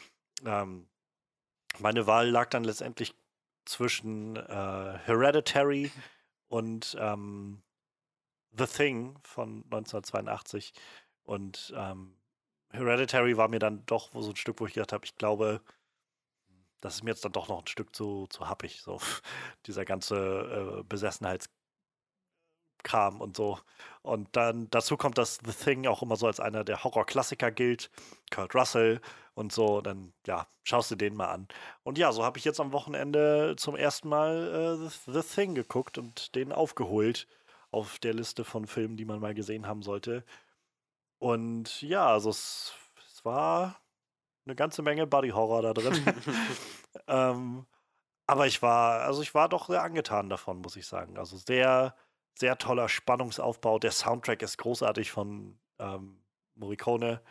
Speaker 1: meine Wahl lag dann letztendlich zwischen Hereditary und The Thing von 1982. Und Hereditary war mir dann doch so ein Stück, wo ich gedacht habe, ich glaube, das ist mir jetzt dann doch noch ein Stück zu happig, so dieser ganze Besessenheitskram und so. Und dann dazu kommt, dass The Thing auch immer so als einer der Horror-Klassiker gilt. Kurt Russell und so, dann ja, schaust du den mal an. Und ja, so habe ich jetzt am Wochenende zum ersten Mal The Thing geguckt und den aufgeholt auf der Liste von Filmen, die man mal gesehen haben sollte. Und ja, also es war eine ganze Menge Body-Horror da drin. Aber ich war doch sehr angetan davon, muss ich sagen. Also sehr, sehr toller Spannungsaufbau. Der Soundtrack ist großartig von Morricone.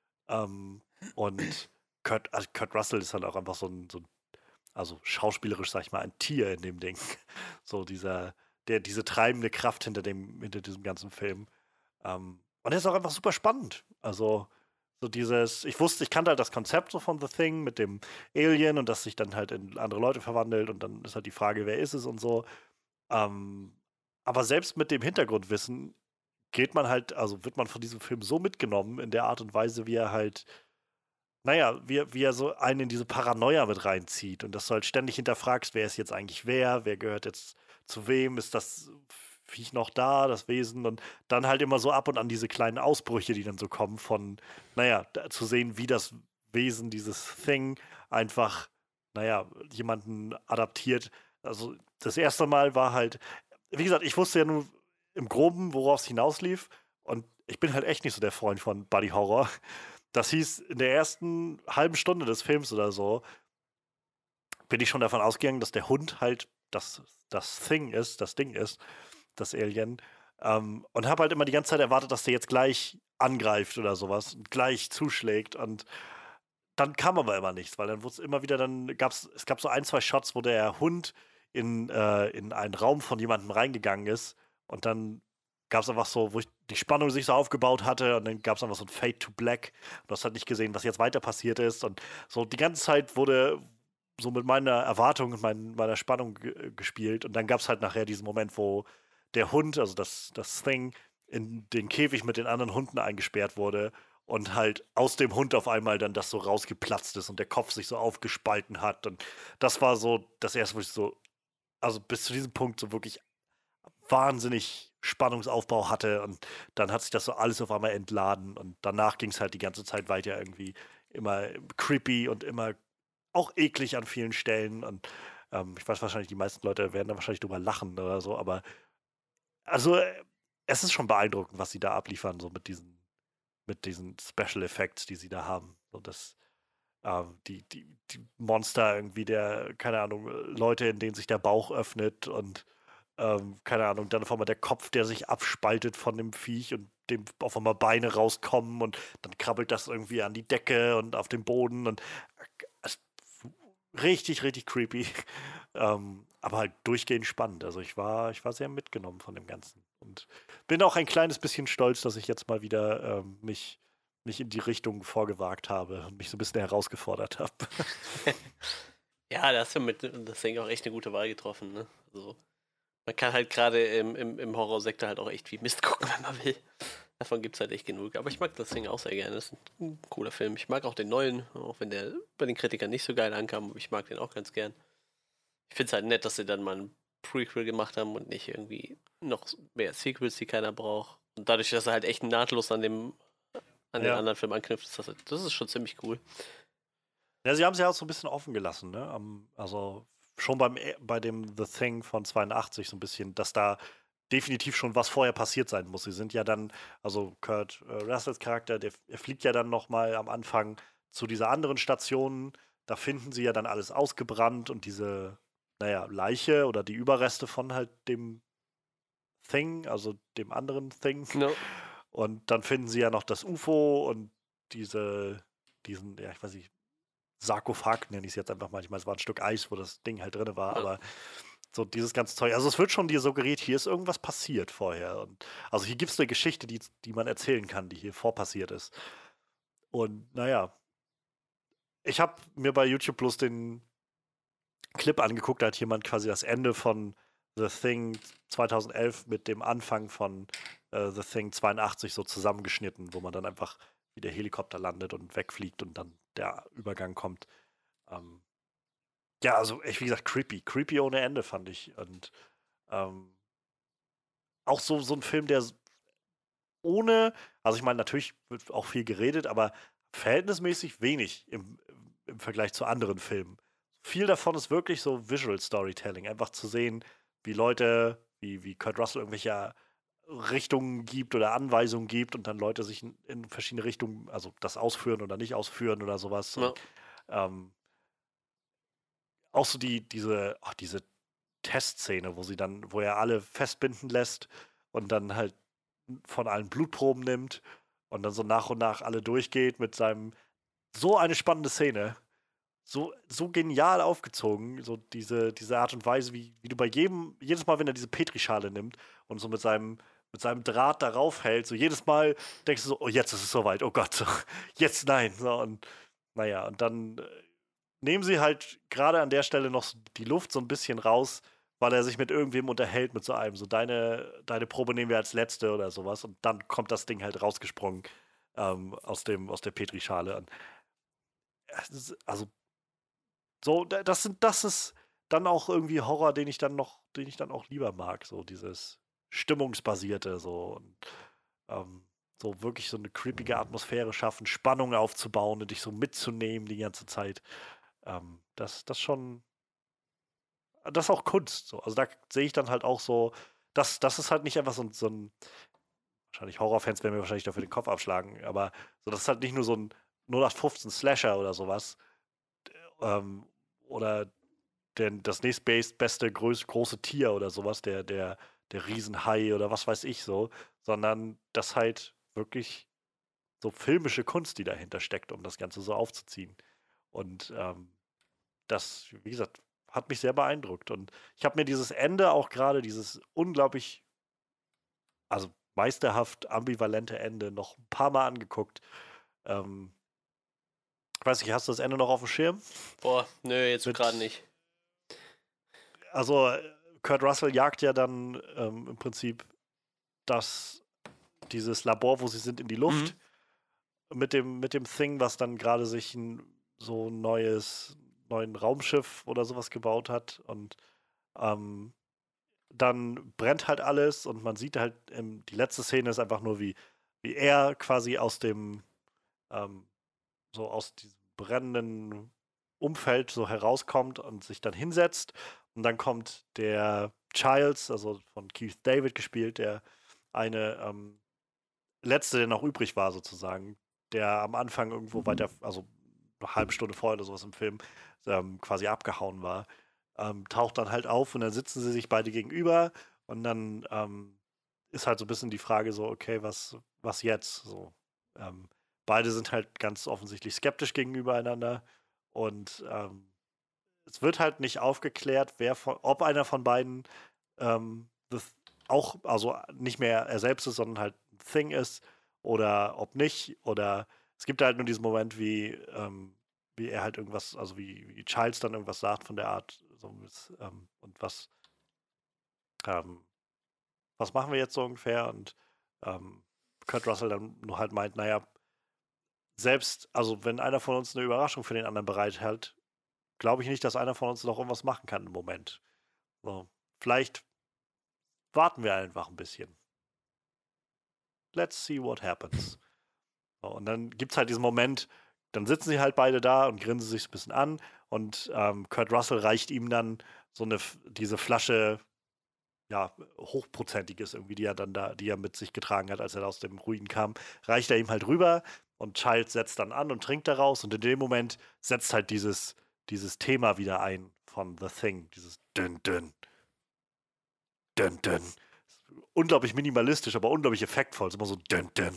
Speaker 1: Und Kurt Russell ist halt auch einfach also schauspielerisch, sag ich mal, ein Tier in dem Ding. So diese treibende Kraft hinter diesem ganzen Film. Und er ist auch einfach super spannend. Also so ich kannte halt das Konzept so von The Thing mit dem Alien und dass sich dann halt in andere Leute verwandelt und dann ist halt die Frage, wer ist es und so. aber selbst mit dem Hintergrundwissen geht man halt, also wird man von diesem Film so mitgenommen in der Art und Weise, wie er halt, naja, wie er so einen in diese Paranoia mit reinzieht und dass du halt ständig hinterfragst, wer ist jetzt eigentlich wer gehört jetzt zu wem, ist das Viech noch da, das Wesen und dann halt immer so ab und an diese kleinen Ausbrüche, die dann so kommen von, naja, zu sehen, wie das Wesen, dieses Thing einfach, naja, jemanden adaptiert. Also das erste Mal war halt, wie gesagt, ich wusste ja nur im Groben, worauf es hinauslief und ich bin halt echt nicht so der Freund von Buddy Horror. Das hieß, in der ersten halben Stunde des Films oder so, bin ich schon davon ausgegangen, dass der Hund halt das Thing ist, das Ding ist, das Alien. Und habe halt immer die ganze Zeit erwartet, dass der jetzt gleich angreift oder sowas und gleich zuschlägt. Und dann kam aber immer nichts, weil dann wurde es immer wieder, es gab so ein, zwei Shots, wo der Hund in einen Raum von jemandem reingegangen ist und dann gab es einfach so, wo die Spannung sich so aufgebaut hatte und dann gab es einfach so ein Fade to Black. Du hast halt nicht gesehen, was jetzt weiter passiert ist und so die ganze Zeit wurde so mit meiner Erwartung und meiner Spannung gespielt und dann gab es halt nachher diesen Moment, wo der Hund, also das Thing, in den Käfig mit den anderen Hunden eingesperrt wurde und halt aus dem Hund auf einmal dann das so rausgeplatzt ist und der Kopf sich so aufgespalten hat und das war so das erste, wo ich so, also bis zu diesem Punkt so wirklich wahnsinnig Spannungsaufbau hatte und dann hat sich das so alles auf einmal entladen und danach ging es halt die ganze Zeit weiter irgendwie immer creepy und immer auch eklig an vielen Stellen und ich weiß wahrscheinlich, die meisten Leute werden da wahrscheinlich drüber lachen oder so, aber also es ist schon beeindruckend, was sie da abliefern, so mit diesen Special Effects, die sie da haben. So das, die Monster irgendwie, keine Ahnung, Leute, in denen sich der Bauch öffnet und keine Ahnung, dann auf einmal der Kopf, der sich abspaltet von dem Viech und dem auf einmal Beine rauskommen und dann krabbelt das irgendwie an die Decke und auf den Boden und richtig, richtig creepy. Aber halt durchgehend spannend. Also ich war sehr mitgenommen von dem Ganzen. Und bin auch ein kleines bisschen stolz, dass ich jetzt mal wieder mich in die Richtung vorgewagt habe und mich so ein bisschen herausgefordert habe.
Speaker 2: Ja, da hast du mit das Ding auch echt eine gute Wahl getroffen, ne? Also, man kann halt gerade im Horrorsektor halt auch echt viel Mist gucken, wenn man will. Davon gibt es halt echt genug. Aber ich mag das Ding auch sehr gerne. Das ist ein cooler Film. Ich mag auch den neuen, auch wenn der bei den Kritikern nicht so geil ankam. Aber ich mag den auch ganz gern. Ich finde es halt nett, dass sie dann mal ein Prequel gemacht haben und nicht irgendwie noch mehr Sequels, die keiner braucht. Und dadurch, dass er halt echt nahtlos an den
Speaker 1: Ja.
Speaker 2: anderen Film anknüpft, das ist schon ziemlich cool.
Speaker 1: Ja, sie haben es ja auch so ein bisschen offen gelassen, ne? Also schon bei dem The Thing von 82 so ein bisschen, dass da definitiv schon was vorher passiert sein muss. Sie sind ja dann, also Kurt Russells Charakter, er fliegt ja dann noch mal am Anfang zu dieser anderen Station. Da finden sie ja dann alles ausgebrannt und diese, naja, Leiche oder die Überreste von halt dem Thing, also dem anderen Thing.
Speaker 2: No.
Speaker 1: Und dann finden sie ja noch das UFO und diesen, ja, ich weiß nicht, Sarkophag nenne ich es jetzt einfach mal. Ich meine, es war ein Stück Eis, wo das Ding halt drin war,
Speaker 2: Ja.
Speaker 1: aber so dieses ganze Zeug. Also es wird schon dir suggeriert, hier ist irgendwas passiert vorher. Und also hier gibt es eine Geschichte, die man erzählen kann, die hier vorpassiert ist. Und naja, ich habe mir bei YouTube bloß den Clip angeguckt, da hat jemand quasi das Ende von The Thing 2011 mit dem Anfang von The Thing 82 so zusammengeschnitten, wo man dann einfach wie der Helikopter landet und wegfliegt und dann der Übergang kommt. Ähm, ja, also echt, wie gesagt, creepy. Creepy ohne Ende, fand ich. Und ähm, auch so ein Film, der ohne, also ich meine, natürlich wird auch viel geredet, aber verhältnismäßig wenig im Vergleich zu anderen Filmen. Viel davon ist wirklich so Visual Storytelling. Einfach zu sehen, wie Leute, wie Kurt Russell irgendwelche Richtungen gibt oder Anweisungen gibt und dann Leute sich in verschiedene Richtungen, also das ausführen oder nicht ausführen oder sowas.
Speaker 2: Ja.
Speaker 1: Und, auch so diese Testszene, wo er alle festbinden lässt und dann halt von allen Blutproben nimmt und dann so nach und nach alle durchgeht mit seinem. So eine spannende Szene. So genial aufgezogen. So diese Art und Weise, wie du bei jedes Mal, wenn er diese Petrischale nimmt und so mit seinem Draht darauf hält, so jedes Mal denkst du so, oh, jetzt ist es soweit, oh Gott, so, jetzt nein. So, und naja, und dann nehmen sie halt gerade an der Stelle noch die Luft so ein bisschen raus, weil er sich mit irgendwem unterhält, mit so einem, so deine Probe nehmen wir als letzte oder sowas und dann kommt das Ding halt rausgesprungen aus der Petrischale. Und also so, das ist dann auch irgendwie Horror, den ich dann auch lieber mag, so dieses Stimmungsbasierte, so und so wirklich so eine creepige Atmosphäre schaffen, Spannung aufzubauen und dich so mitzunehmen die ganze Zeit. Das schon, das ist auch Kunst. So. Also da sehe ich dann halt auch so, das ist halt nicht einfach so ein, wahrscheinlich Horrorfans werden mir wahrscheinlich dafür den Kopf abschlagen, aber so, das ist halt nicht nur so ein 0815 Slasher oder sowas. Ähm, oder das nächstbeste große Tier oder sowas, der Riesenhai oder was weiß ich so, sondern das halt wirklich so filmische Kunst, die dahinter steckt, um das Ganze so aufzuziehen. Und das, wie gesagt, hat mich sehr beeindruckt. Und ich habe mir dieses Ende auch gerade, dieses unglaublich, also meisterhaft ambivalente Ende noch ein paar Mal angeguckt. Ich weiß nicht, hast du das Ende noch auf dem Schirm?
Speaker 2: Boah, nö, jetzt gerade nicht.
Speaker 1: Also, Kurt Russell jagt ja dann im Prinzip dieses Labor, wo sie sind, in die Luft mit dem Thing, was dann gerade sich so ein neuen Raumschiff oder sowas gebaut hat. Und dann brennt halt alles und man sieht halt, die letzte Szene ist einfach nur, wie er quasi so aus diesem brennenden Umfeld so herauskommt und sich dann hinsetzt. Und dann kommt der Childs, also von Keith David gespielt, der eine letzte, der noch übrig war, sozusagen, der am Anfang irgendwo weiter, also eine halbe Stunde vorher oder sowas im Film, quasi abgehauen war, taucht dann halt auf und dann sitzen sie sich beide gegenüber und dann ist halt so ein bisschen die Frage so, okay, was jetzt? So, beide sind halt ganz offensichtlich skeptisch gegenüber einander und es wird halt nicht aufgeklärt, ob einer von beiden auch, also nicht mehr er selbst ist, sondern halt ein Thing ist oder ob nicht. Oder es gibt halt nur diesen Moment, wie er halt irgendwas, also wie Childs dann irgendwas sagt von der Art, so, und ähm, was machen wir jetzt so ungefähr? Und Kurt Russell dann nur halt meint, naja, selbst, also wenn einer von uns eine Überraschung für den anderen bereithält, glaube ich nicht, dass einer von uns noch irgendwas machen kann im Moment. So, vielleicht warten wir einfach ein bisschen. Let's see what happens. So, und dann gibt es halt diesen Moment, dann sitzen sie halt beide da und grinsen sich ein bisschen an und Kurt Russell reicht ihm dann diese Flasche, ja, hochprozentiges irgendwie, die er mit sich getragen hat, als er aus dem Ruin kam, reicht er ihm halt rüber und Childs setzt dann an und trinkt daraus und in dem Moment setzt halt dieses Thema wieder ein von The Thing, dieses Dün, Dün, Dün, Dün. Unglaublich minimalistisch, aber unglaublich effektvoll. Es ist immer so Dün, Dün,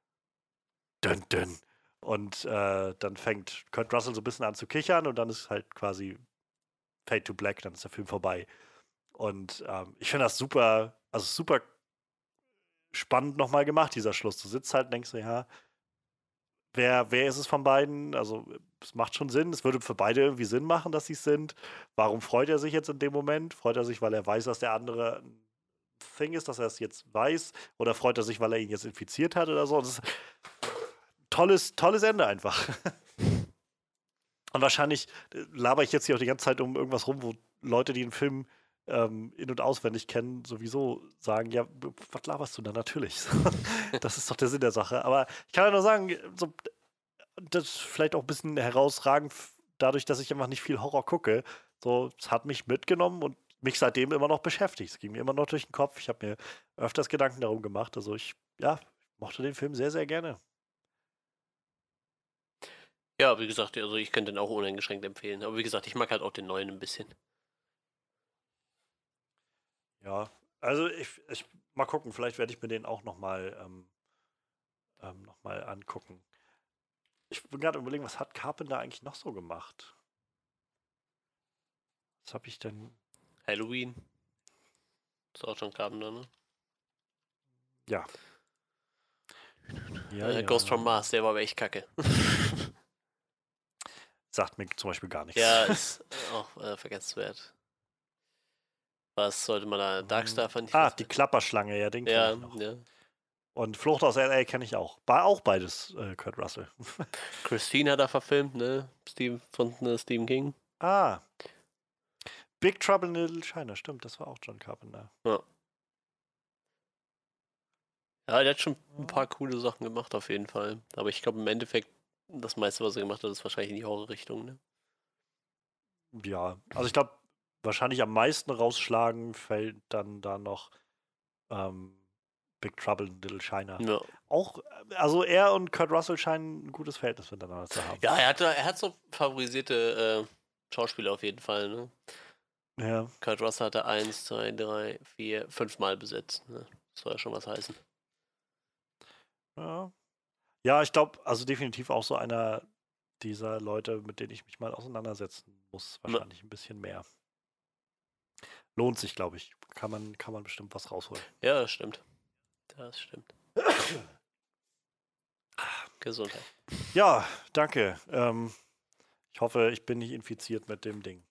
Speaker 1: Dün, Dün. Und dann fängt Kurt Russell so ein bisschen an zu kichern und dann ist halt quasi Fade to Black, dann ist der Film vorbei. Und ich finde das super spannend nochmal gemacht, dieser Schluss. Du sitzt halt und denkst so, ja, wer ist es von beiden? Also, es macht schon Sinn. Es würde für beide irgendwie Sinn machen, dass sie es sind. Warum freut er sich jetzt in dem Moment? Freut er sich, weil er weiß, dass der andere ein Thing ist, dass er es jetzt weiß? Oder freut er sich, weil er ihn jetzt infiziert hat oder so? Das ist tolles Ende einfach. Und wahrscheinlich laber ich jetzt hier auch die ganze Zeit um irgendwas rum, wo Leute, die den Film in- und auswendig kennen, sowieso sagen, ja, was laberst du da? Natürlich. Das ist doch der Sinn der Sache. Aber ich kann ja nur sagen, so, das ist vielleicht auch ein bisschen herausragend, dadurch, dass ich einfach nicht viel Horror gucke. So, es hat mich mitgenommen und mich seitdem immer noch beschäftigt. Es ging mir immer noch durch den Kopf. Ich habe mir öfters Gedanken darum gemacht. Also ja, mochte den Film sehr, sehr gerne.
Speaker 2: Ja, wie gesagt, also ich könnte den auch uneingeschränkt empfehlen. Aber wie gesagt, ich mag halt auch den neuen ein bisschen.
Speaker 1: Ja, also mal gucken, vielleicht werde ich mir den auch noch mal angucken. Ich bin gerade überlegen, was hat Carpenter eigentlich noch so gemacht? Was habe ich denn?
Speaker 2: Halloween. Ist auch schon Carpenter, ne?
Speaker 1: Ja. Ja.
Speaker 2: Ghost from Mars, der war aber echt kacke.
Speaker 1: Sagt mir zum Beispiel gar nichts.
Speaker 2: Ja, ist auch vergessenswert. Was sollte man da? Darkstar fand ich.
Speaker 1: Die Klapperschlange, ja, den kenn
Speaker 2: Ja,
Speaker 1: ich noch.
Speaker 2: ja.
Speaker 1: Und Flucht aus L.A. kenne ich auch. War auch beides Kurt Russell.
Speaker 2: Christine hat er verfilmt, ne? Stephen King.
Speaker 1: Big Trouble in Little China, stimmt, das war auch John Carpenter.
Speaker 2: Ja. Ja, der hat schon ein paar coole Sachen gemacht, auf jeden Fall. Aber ich glaube, im Endeffekt, das meiste, was er gemacht hat, ist wahrscheinlich in die Horrorrichtung, ne?
Speaker 1: Ja, also ich glaube, wahrscheinlich am meisten rausschlagen fällt dann da noch Big Trouble in Little China.
Speaker 2: Ja.
Speaker 1: Auch, also er und Kurt Russell scheinen ein gutes Verhältnis miteinander zu haben.
Speaker 2: Ja, er hat so favorisierte Schauspieler auf jeden Fall, ne?
Speaker 1: Ja.
Speaker 2: Kurt Russell hatte 1, 2, 3, 4, 5 Mal besetzt, ne? Das soll ja schon was heißen.
Speaker 1: Ja, ja, ich glaube, also definitiv auch so einer dieser Leute, mit denen ich mich mal auseinandersetzen muss, wahrscheinlich ein bisschen mehr. Lohnt sich, glaube ich. Kann man bestimmt was rausholen.
Speaker 2: Ja, das stimmt. Das stimmt. Gesundheit.
Speaker 1: Ja, danke. Ich hoffe, ich bin nicht infiziert mit dem Ding.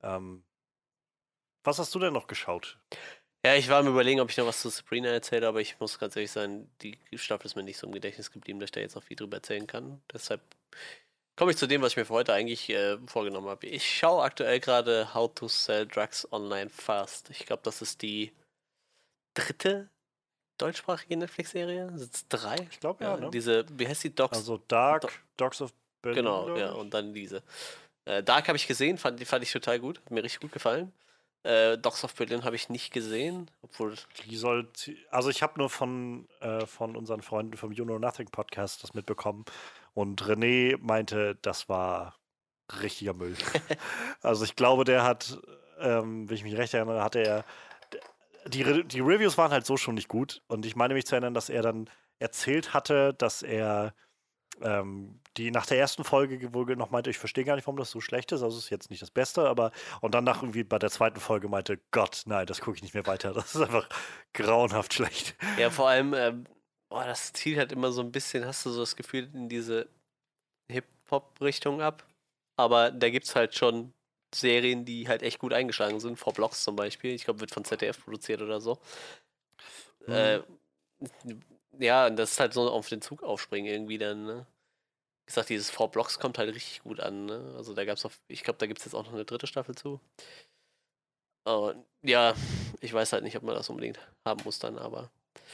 Speaker 1: Was hast du denn noch geschaut?
Speaker 2: Ja, ich war am Überlegen, ob ich noch was zu Sabrina erzähle, aber ich muss ganz ehrlich sein, die Staffel ist mir nicht so im Gedächtnis geblieben, dass ich da jetzt noch viel drüber erzählen kann. Deshalb komme ich zu dem, was ich mir für heute eigentlich vorgenommen habe. Ich schaue aktuell gerade How to Sell Drugs Online Fast. Ich glaube, das ist die 3. deutschsprachige Netflix-Serie. Sind es 3?
Speaker 1: Ich glaube, ja, ne?
Speaker 2: Diese, wie heißt die?
Speaker 1: Also Dogs of Berlin.
Speaker 2: Genau, ja, und dann diese. Dark habe ich gesehen, fand ich total gut, hat mir richtig gut gefallen. Dogs of Berlin habe ich nicht gesehen, obwohl.
Speaker 1: Also ich habe nur von unseren Freunden vom You Know Nothing Podcast das mitbekommen und René meinte, das war richtiger Müll. Also ich glaube, der hat, wenn ich mich recht erinnere, hatte er die Reviews waren halt so schon nicht gut und ich meine mich zu erinnern, dass er dann erzählt hatte, dass er die nach der ersten Folge wohl noch meinte, ich verstehe gar nicht, warum das so schlecht ist, also es ist jetzt nicht das Beste, aber und dann nach irgendwie bei der zweiten Folge meinte, Gott, nein, das gucke ich nicht mehr weiter, das ist einfach grauenhaft schlecht.
Speaker 2: Ja, vor allem, das zielt halt immer so ein bisschen, hast du so das Gefühl, in diese Hip-Hop-Richtung ab, aber da gibt's halt schon Serien, die halt echt gut eingeschlagen sind, 4 Blocks zum Beispiel, ich glaube, wird von ZDF produziert oder so. Ja, und das ist halt so auf den Zug aufspringen irgendwie dann, ne? Wie gesagt, dieses 4 Blocks kommt halt richtig gut an, ne? Also da gab's ich glaube, da gibt's jetzt auch noch eine 3. Staffel zu. Und ja, ich weiß halt nicht, ob man das unbedingt haben muss dann, aber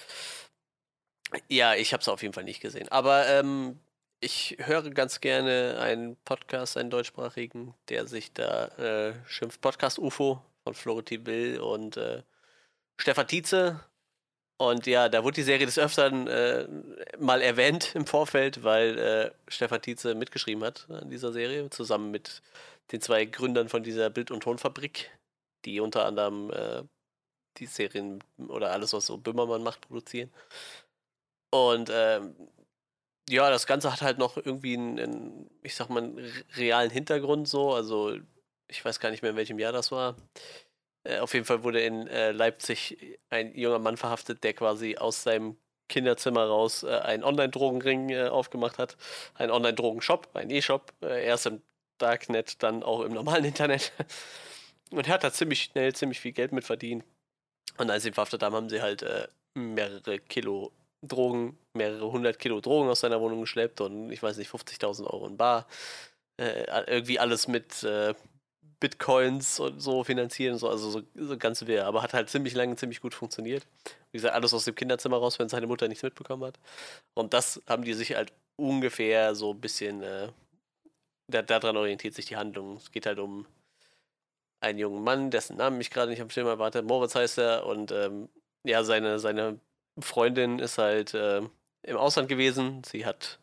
Speaker 2: ja, ich habe es auf jeden Fall nicht gesehen. Aber ich höre ganz gerne einen Podcast, einen deutschsprachigen, der sich da schimpft. Podcast UFO von Florentin Will und Stefan Tietze. Und ja, da wurde die Serie des Öfteren mal erwähnt im Vorfeld, weil Stefan Tietze mitgeschrieben hat an dieser Serie, zusammen mit den 2 Gründern von dieser Bild- und Tonfabrik, die unter anderem die Serien oder alles, was so Böhmermann macht, produzieren. Und ja, das Ganze hat halt noch irgendwie ich sag mal, einen realen Hintergrund so. Also ich weiß gar nicht mehr, in welchem Jahr das war. Auf jeden Fall wurde in Leipzig ein junger Mann verhaftet, der quasi aus seinem Kinderzimmer raus einen Online-Drogenring aufgemacht hat. Einen Online-Drogen-Shop, einen E-Shop. Erst im Darknet, dann auch im normalen Internet. Und er hat da ziemlich schnell ziemlich viel Geld mit verdient. Und als sie ihn verhaftet haben, haben sie halt mehrere Kilo Drogen, mehrere 100 Kilo Drogen aus seiner Wohnung geschleppt und ich weiß nicht, 50.000 Euro in Bar. Irgendwie alles mit Bitcoins und so finanzieren, so, also so ganz wirr, aber hat halt ziemlich lange ziemlich gut funktioniert. Wie gesagt, alles aus dem Kinderzimmer raus, wenn seine Mutter nichts mitbekommen hat. Und das haben die sich halt ungefähr so ein bisschen, daran orientiert sich die Handlung. Es geht halt um einen jungen Mann, dessen Namen ich gerade nicht am Schirm erwarte. Moritz heißt er und ja, seine Freundin ist halt im Ausland gewesen. Sie hat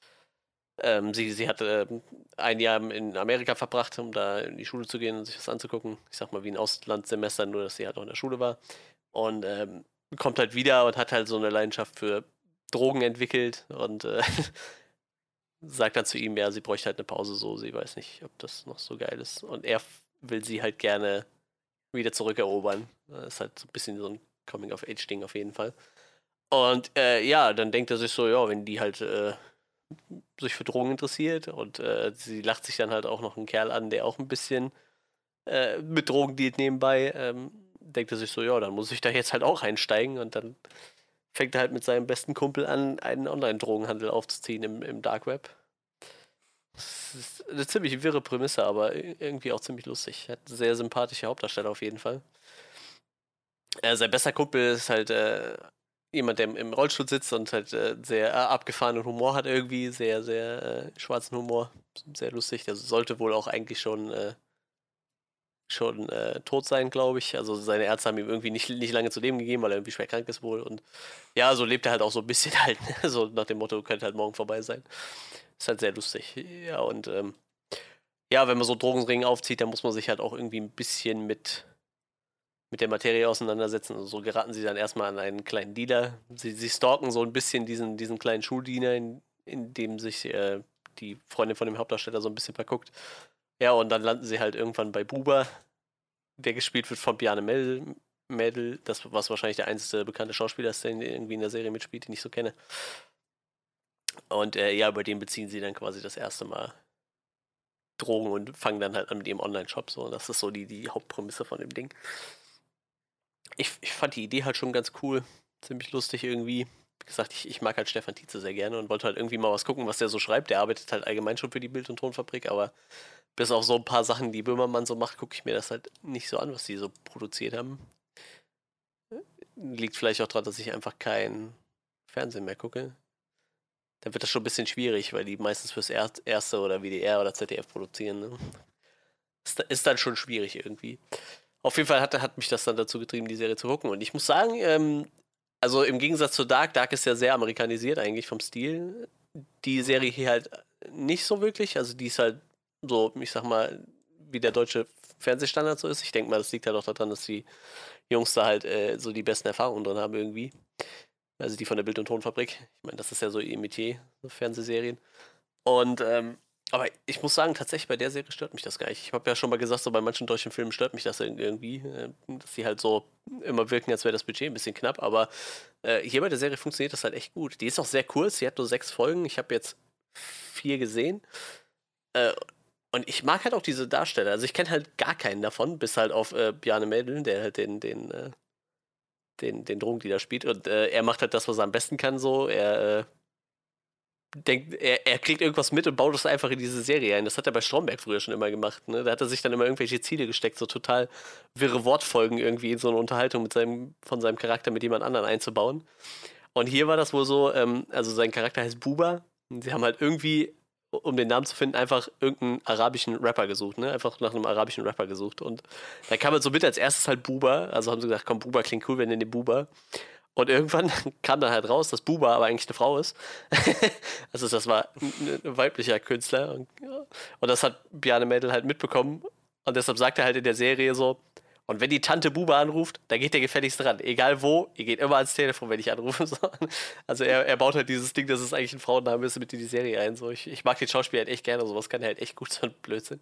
Speaker 2: ein Jahr in Amerika verbracht, um da in die Schule zu gehen und sich das anzugucken. Ich sag mal wie ein Auslandssemester, nur dass sie halt auch in der Schule war. Und kommt halt wieder und hat halt so eine Leidenschaft für Drogen entwickelt und sagt dann zu ihm, ja, sie bräuchte halt eine Pause so. Sie weiß nicht, ob das noch so geil ist. Und er will sie halt gerne wieder zurückerobern. Das ist halt so ein bisschen so ein Coming-of-Age-Ding auf jeden Fall. Und ja, dann denkt er sich so, ja, wenn die halt sich für Drogen interessiert und sie lacht sich dann halt auch noch einen Kerl an, der auch ein bisschen mit Drogen dealt nebenbei, denkt er sich so, ja, dann muss ich da jetzt halt auch einsteigen und dann fängt er halt mit seinem besten Kumpel an, einen Online-Drogenhandel aufzuziehen im Dark Web. Das ist eine ziemlich wirre Prämisse, aber irgendwie auch ziemlich lustig. Hat einen sehr sympathische Hauptdarsteller auf jeden Fall. Sein bester Kumpel ist halt jemand, der im Rollstuhl sitzt und halt sehr abgefahrenen Humor hat irgendwie, sehr, sehr schwarzen Humor. Sehr lustig. Der sollte wohl auch eigentlich schon tot sein, glaube ich. Also seine Ärzte haben ihm irgendwie nicht lange zu leben gegeben, weil er irgendwie schwer krank ist wohl. Und ja, so lebt er halt auch so ein bisschen halt, ne? So nach dem Motto, könnte halt morgen vorbei sein. Ist halt sehr lustig. Ja, und ja, wenn man so Drogenringen aufzieht, dann muss man sich halt auch irgendwie ein bisschen mit der Materie auseinandersetzen. Also so geraten sie dann erstmal an einen kleinen Dealer. Sie stalken so ein bisschen diesen kleinen Schuldiener, in dem sich die Freundin von dem Hauptdarsteller so ein bisschen verguckt. Ja, und dann landen sie halt irgendwann bei Buba, der gespielt wird von Bjarne Mädel, das was wahrscheinlich der einzige bekannte Schauspieler ist, der irgendwie in der Serie mitspielt, den ich so kenne. Und ja, über den beziehen sie dann quasi das erste Mal Drogen und fangen dann halt an mit ihrem Online-Shop so. Und das ist so die Hauptprämisse von dem Ding. Ich fand die Idee halt schon ganz cool, ziemlich lustig irgendwie. Wie gesagt, ich mag halt Stefan Tietze sehr gerne und wollte halt irgendwie mal was gucken, was der so schreibt. Der arbeitet halt allgemein schon für die Bild- und Tonfabrik, aber bis auf so ein paar Sachen, die Böhmermann so macht, gucke ich mir das halt nicht so an, was die so produziert haben. Liegt vielleicht auch daran, dass ich einfach kein Fernsehen mehr gucke. Dann wird das schon ein bisschen schwierig, weil die meistens fürs Erste oder WDR oder ZDF produzieren. Ne? Ist dann schon schwierig irgendwie. Auf jeden Fall hat mich das dann dazu getrieben, die Serie zu gucken. Und ich muss sagen, also im Gegensatz zu Dark ist ja sehr amerikanisiert eigentlich vom Stil. Die Serie hier halt nicht so wirklich. Also die ist halt so, ich sag mal, wie der deutsche Fernsehstandard so ist. Ich denke mal, das liegt halt auch daran, dass die Jungs da halt so die besten Erfahrungen drin haben irgendwie. Also die von der Bild- und Tonfabrik. Ich meine, das ist ja so ihr Metier, so Fernsehserien. Und aber ich muss sagen, tatsächlich bei der Serie stört mich das gar nicht. Ich habe ja schon mal gesagt, so bei manchen deutschen Filmen stört mich das irgendwie, dass die halt so immer wirken, als wäre das Budget ein bisschen knapp. Aber hier bei der Serie funktioniert das halt echt gut. Die ist auch sehr kurz, sie hat nur 6 Folgen. Ich habe jetzt 4 gesehen. Äh, und ich mag halt auch diese Darsteller. Also ich kenne halt gar keinen davon, bis halt auf Bjarne Mädel, der halt den Drogendealer spielt. Und er macht halt das, was er am besten kann, so. Er denkt, er kriegt irgendwas mit und baut es einfach in diese Serie ein. Das hat er bei Stromberg früher schon immer gemacht. Ne? Da hat er sich dann immer irgendwelche Ziele gesteckt, so total wirre Wortfolgen irgendwie in so eine Unterhaltung von seinem Charakter mit jemand anderem einzubauen. Und hier war das wohl so, also sein Charakter heißt Buba. Und sie haben halt irgendwie, um den Namen zu finden, einfach irgendeinen arabischen Rapper gesucht, ne? Einfach nach einem arabischen Rapper gesucht. Und da kam halt so mit als erstes halt Buba. Also haben sie gesagt, komm, Buba klingt cool, wir nennen den Buba. Und irgendwann kam dann halt raus, dass Buba aber eigentlich eine Frau ist. Also das war ein weiblicher Künstler. Und, ja. Und das hat Bjarne Mädel halt mitbekommen. Und deshalb sagt er halt in der Serie so, und wenn die Tante Buba anruft, dann geht der gefälligst dran. Egal wo, ihr geht immer ans Telefon, wenn ich anrufe. So. Also er baut halt dieses Ding, dass es eigentlich ein Frauenname ist, mit in die Serie ein. So. Ich mag den Schauspieler halt echt gerne, sowas kann er halt echt gut, so ein Blödsinn.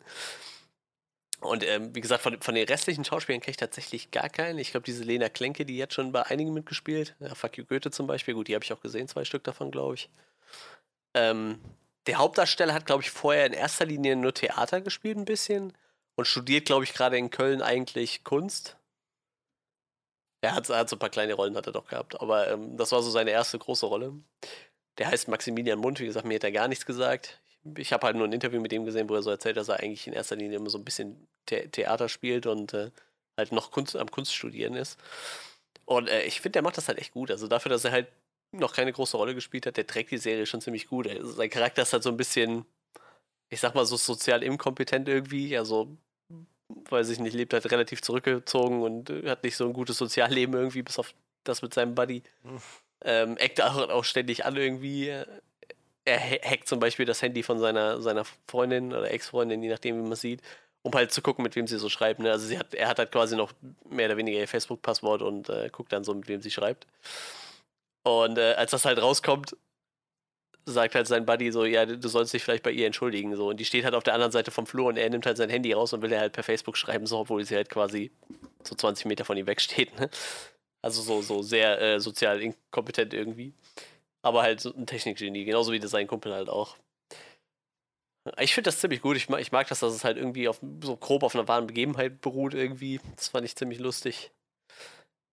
Speaker 2: Und wie gesagt, von den restlichen Schauspielern kenne ich tatsächlich gar keinen. Ich glaube, diese Lena Klenke, die hat schon bei einigen mitgespielt. Ja, Fuck You Goethe zum Beispiel. Gut, die habe ich auch gesehen, 2 Stück davon, glaube ich. Ähm, der Hauptdarsteller hat, glaube ich, vorher in erster Linie nur Theater gespielt ein bisschen und studiert, glaube ich, gerade in Köln eigentlich Kunst. Er hat so ein paar kleine Rollen hat er doch gehabt, aber das war so seine erste große Rolle. Der heißt Maximilian Mund, wie gesagt, mir hat er gar nichts gesagt. Ich habe halt nur ein Interview mit ihm gesehen, wo er so erzählt, dass er eigentlich in erster Linie immer so ein bisschen Theater spielt und halt noch am Kunststudieren ist. Und ich finde, der macht das halt echt gut. Also dafür, dass er halt noch keine große Rolle gespielt hat, der trägt die Serie schon ziemlich gut. Also sein Charakter ist halt so ein bisschen, ich sag mal, so sozial inkompetent irgendwie. Also, weiß ich nicht, lebt halt relativ zurückgezogen und hat nicht so ein gutes Sozialleben irgendwie, bis auf das mit seinem Buddy. Eckt auch ständig an irgendwie. Er hackt zum Beispiel das Handy von seiner Freundin oder Ex-Freundin, je nachdem, wie man es sieht, um halt zu gucken, mit wem sie so schreibt. Ne? Also er hat halt quasi noch mehr oder weniger ihr Facebook-Passwort und guckt dann so, mit wem sie schreibt. Und als das halt rauskommt, sagt halt sein Buddy so, ja, du sollst dich vielleicht bei ihr entschuldigen. So. Und die steht halt auf der anderen Seite vom Flur und er nimmt halt sein Handy raus und will er halt per Facebook schreiben, so, obwohl sie halt quasi so 20 Meter von ihm wegsteht. Ne? Also so sehr sozial inkompetent irgendwie. Aber halt so ein Technikgenie, genauso wie sein Kumpel halt auch. Ich finde das ziemlich gut. Ich mag das, dass es halt irgendwie so grob auf einer wahren Begebenheit beruht irgendwie. Das fand ich ziemlich lustig.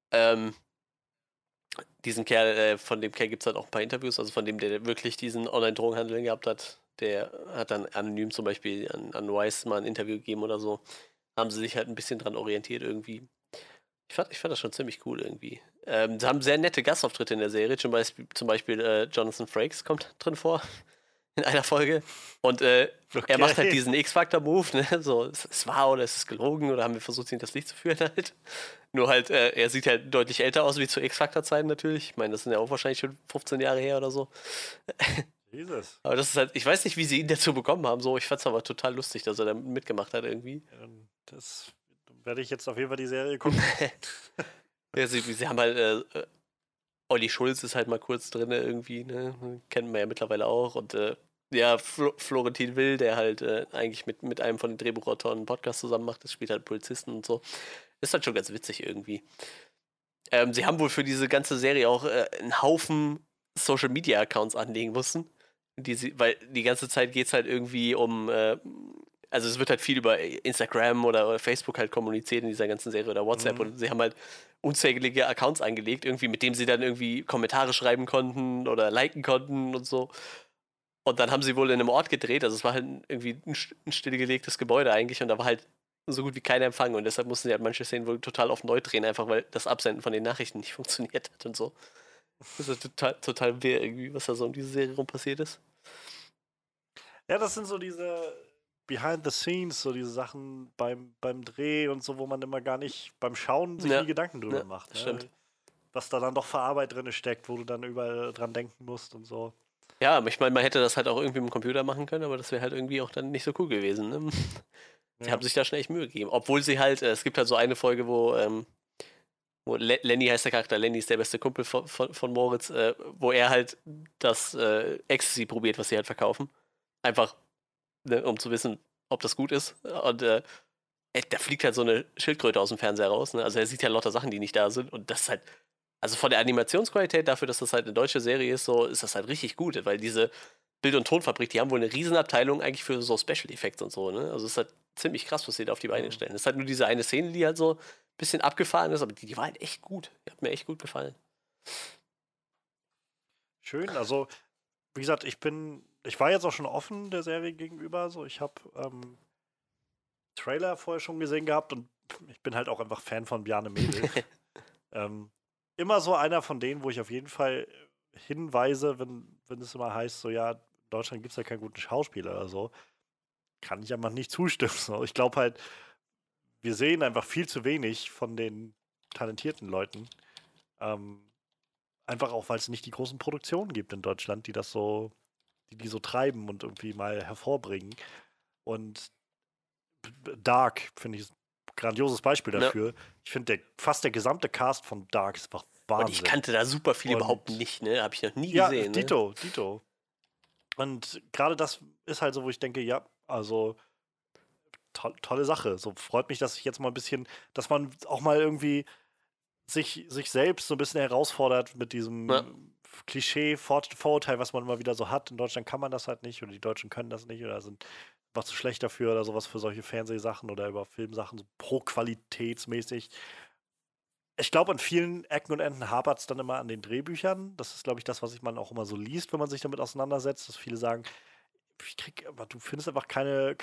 Speaker 2: Ähm, Diesen Kerl, von dem Kerl gibt es halt auch ein paar Interviews, also von dem, der wirklich diesen Online-Drogenhandel gehabt hat. Der hat dann anonym zum Beispiel an Wise mal ein Interview gegeben oder so. Haben sie sich halt ein bisschen dran orientiert irgendwie. Ich fand das schon ziemlich cool irgendwie. Sie haben sehr nette Gastauftritte in der Serie. Zum Beispiel Jonathan Frakes kommt drin vor in einer Folge. Und er macht halt diesen X-Factor-Move, ne? So, es war oder es ist gelogen oder haben wir versucht, ihn das Licht zu führen halt. Nur halt, er sieht halt deutlich älter aus wie zu X-Factor-Zeiten natürlich. Ich meine, das sind ja auch wahrscheinlich schon 15 Jahre her oder so.
Speaker 1: Jesus.
Speaker 2: Aber das ist halt, ich weiß nicht, wie sie ihn dazu bekommen haben. So, ich fand's aber total lustig, dass er da mitgemacht hat irgendwie.
Speaker 1: Das werde ich jetzt auf jeden Fall die Serie gucken.
Speaker 2: Ja, sie haben halt, Olli Schulz ist halt mal kurz drin irgendwie, ne? Kennt man ja mittlerweile auch. Und ja, Florentin Will, der halt eigentlich mit einem von den Drehbuchautoren einen Podcast zusammen macht, das spielt halt Polizisten und so. Ist halt schon ganz witzig irgendwie. Sie haben wohl für diese ganze Serie auch einen Haufen Social Media Accounts anlegen müssen. Weil die ganze Zeit geht es halt irgendwie um, also es wird halt viel über Instagram oder Facebook halt kommuniziert in dieser ganzen Serie oder WhatsApp und sie haben halt unzählige Accounts angelegt, irgendwie, mit dem sie dann irgendwie Kommentare schreiben konnten oder liken konnten und so. Und dann haben sie wohl in einem Ort gedreht, also es war halt irgendwie ein stillgelegtes Gebäude eigentlich und da war halt so gut wie kein Empfang und deshalb mussten sie halt manche Szenen wohl total auf neu drehen, einfach weil das Absenden von den Nachrichten nicht funktioniert hat und so. Das ist total wirr irgendwie, was da so um diese Serie rum passiert ist.
Speaker 1: Ja, das sind so diese Behind the Scenes, so diese Sachen beim Dreh und so, wo man immer gar nicht beim Schauen sich nie Gedanken drüber macht. Ne?
Speaker 2: Stimmt.
Speaker 1: Was da dann doch für Arbeit drin steckt, wo du dann überall dran denken musst und so.
Speaker 2: Ja, aber ich meine, man hätte das halt auch irgendwie mit dem Computer machen können, aber das wäre halt irgendwie auch dann nicht so cool gewesen. Ne? Sie haben sich da schon echt Mühe gegeben. Obwohl sie halt, es gibt halt so eine Folge, wo Lenny heißt der Charakter, Lenny ist der beste Kumpel von Moritz, wo er halt das Ecstasy probiert, was sie halt verkaufen. Einfach, ne, um zu wissen, ob das gut ist. Und da fliegt halt so eine Schildkröte aus dem Fernseher raus. Ne? Also er sieht ja lauter Sachen, die nicht da sind. Und das ist halt, also von der Animationsqualität dafür, dass das halt eine deutsche Serie ist, so ist das halt richtig gut. Weil diese Bild- und Tonfabrik, die haben wohl eine Riesenabteilung eigentlich für so Special Effects und so. Ne? Also es ist halt ziemlich krass, was sie da auf die Beine stellen. Es ist halt nur diese eine Szene, die halt so ein bisschen abgefahren ist, aber die war halt echt gut. Die hat mir echt gut gefallen.
Speaker 1: Schön, also wie gesagt, ich war jetzt auch schon offen der Serie gegenüber. So, ich habe Trailer vorher schon gesehen gehabt und ich bin halt auch einfach Fan von Bjarne Mädel. Immer so einer von denen, wo ich auf jeden Fall hinweise, wenn es immer heißt, so ja, in Deutschland gibt es ja keinen guten Schauspieler oder so, kann ich einfach nicht zustimmen. So. Ich glaube halt, wir sehen einfach viel zu wenig von den talentierten Leuten. Einfach auch, weil es nicht die großen Produktionen gibt in Deutschland, die so treiben und irgendwie mal hervorbringen. Und Dark, finde ich, ein grandioses Beispiel dafür. Ja. Ich finde, fast der gesamte Cast von Dark ist einfach Wahnsinn.
Speaker 2: Und ich kannte da super viel überhaupt nicht, ne? Habe ich noch nie gesehen.
Speaker 1: Dito, ne? Dito. Und gerade das ist halt so, wo ich denke, ja, also tolle Sache. So freut mich, dass ich jetzt mal ein bisschen, dass man auch mal irgendwie sich selbst so ein bisschen herausfordert mit diesem Klischee-Vorurteil, was man immer wieder so hat. In Deutschland kann man das halt nicht oder die Deutschen können das nicht oder sind einfach zu schlecht dafür oder sowas für solche Fernsehsachen oder über Filmsachen, so pro-qualitätsmäßig. Ich glaube, an vielen Ecken und Enden hapert es dann immer an den Drehbüchern. Das ist, glaube ich, das, was man auch immer so liest, wenn man sich damit auseinandersetzt, dass viele sagen, aber du findest einfach keine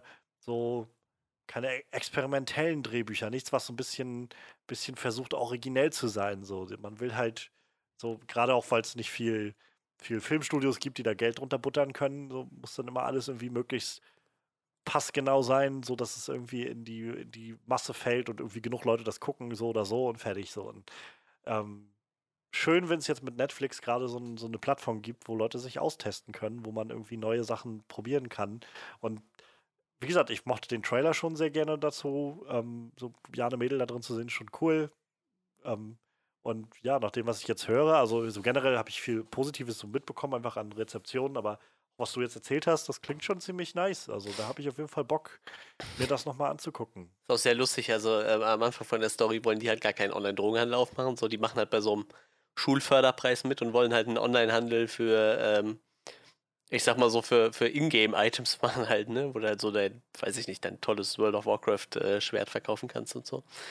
Speaker 1: experimentellen Drehbücher, nichts, was so ein bisschen versucht, originell zu sein. So. Man will halt, so, gerade auch, weil es nicht viel Filmstudios gibt, die da Geld drunter buttern können, so muss dann immer alles irgendwie möglichst passgenau sein, so dass es irgendwie in die Masse fällt und irgendwie genug Leute das gucken, so oder so und fertig so. Und schön, wenn es jetzt mit Netflix gerade so eine Plattform gibt, wo Leute sich austesten können, wo man irgendwie neue Sachen probieren kann. Und wie gesagt, ich mochte den Trailer schon sehr gerne dazu. So Bjarne Mädel da drin zu sehen, schon cool. Und ja, nach dem, was ich jetzt höre, also so generell habe ich viel Positives so mitbekommen, einfach an Rezeptionen, aber was du jetzt erzählt hast, das klingt schon ziemlich nice. Also da habe ich auf jeden Fall Bock, mir das nochmal anzugucken.
Speaker 2: Ist auch sehr lustig, also am Anfang von der Story wollen die halt gar keinen Online-Drogenhandel aufmachen, so die machen halt bei so einem Schulförderpreis mit und wollen halt einen Online-Handel für, ich sag mal so, für Ingame-Items machen halt, ne, wo du halt so dein, weiß ich nicht, dein tolles World of Warcraft Schwert verkaufen kannst und so.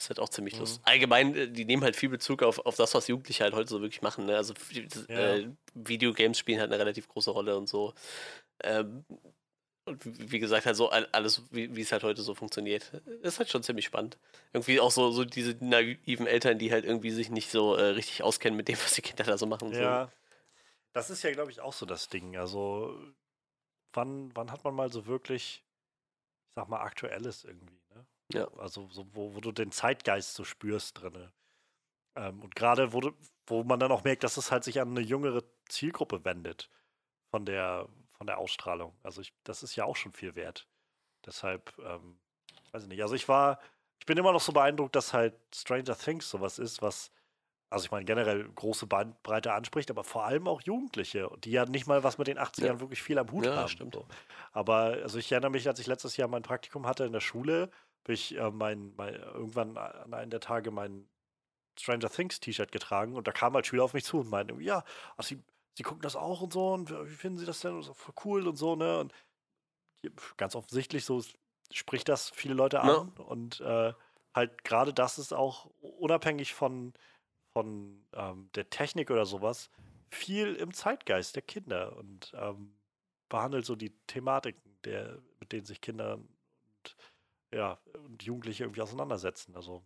Speaker 2: ist halt auch ziemlich
Speaker 1: Mhm.
Speaker 2: lustig. Allgemein, die nehmen halt viel Bezug auf das, was Jugendliche halt heute so wirklich machen. Ne? Also
Speaker 1: Ja.
Speaker 2: Videogames spielen halt eine relativ große Rolle und so. Ähm, und wie gesagt, halt so alles, wie es halt heute so funktioniert. Ist halt schon ziemlich spannend. Irgendwie auch so diese naiven Eltern, die halt irgendwie sich nicht so richtig auskennen mit dem, was die Kinder da so machen und so.
Speaker 1: Ja, das ist ja, glaube ich, auch so das Ding. Also, wann hat man mal so wirklich, ich sag mal, Aktuelles irgendwie, ne?
Speaker 2: Ja.
Speaker 1: Also, so, wo du den Zeitgeist so spürst drinne. Und gerade, wo man dann auch merkt, dass es halt sich an eine jüngere Zielgruppe wendet von der Ausstrahlung. Also, das ist ja auch schon viel wert. Deshalb, weiß ich nicht. Also, ich bin immer noch so beeindruckt, dass halt Stranger Things sowas ist, also ich meine, generell große Bandbreite anspricht, aber vor allem auch Jugendliche, die ja nicht mal was mit den
Speaker 2: Ja,
Speaker 1: 80ern wirklich viel am Hut
Speaker 2: ja,
Speaker 1: haben.
Speaker 2: stimmt.
Speaker 1: So. Aber also ich erinnere mich, als ich letztes Jahr mein Praktikum hatte in der Schule, habe ich irgendwann an einem der Tage mein Stranger Things T-Shirt getragen und da kamen halt Schüler auf mich zu und meinten, irgendwie, ja, ach, sie gucken das auch und so und wie finden sie das denn? Und so, voll cool und so, ne? Und ganz offensichtlich so spricht das viele Leute
Speaker 2: Ja.
Speaker 1: an und halt gerade das ist auch unabhängig von der Technik oder sowas viel im Zeitgeist der Kinder und behandelt so die Thematiken, mit denen sich Kinder und, ja, und Jugendliche irgendwie auseinandersetzen. Also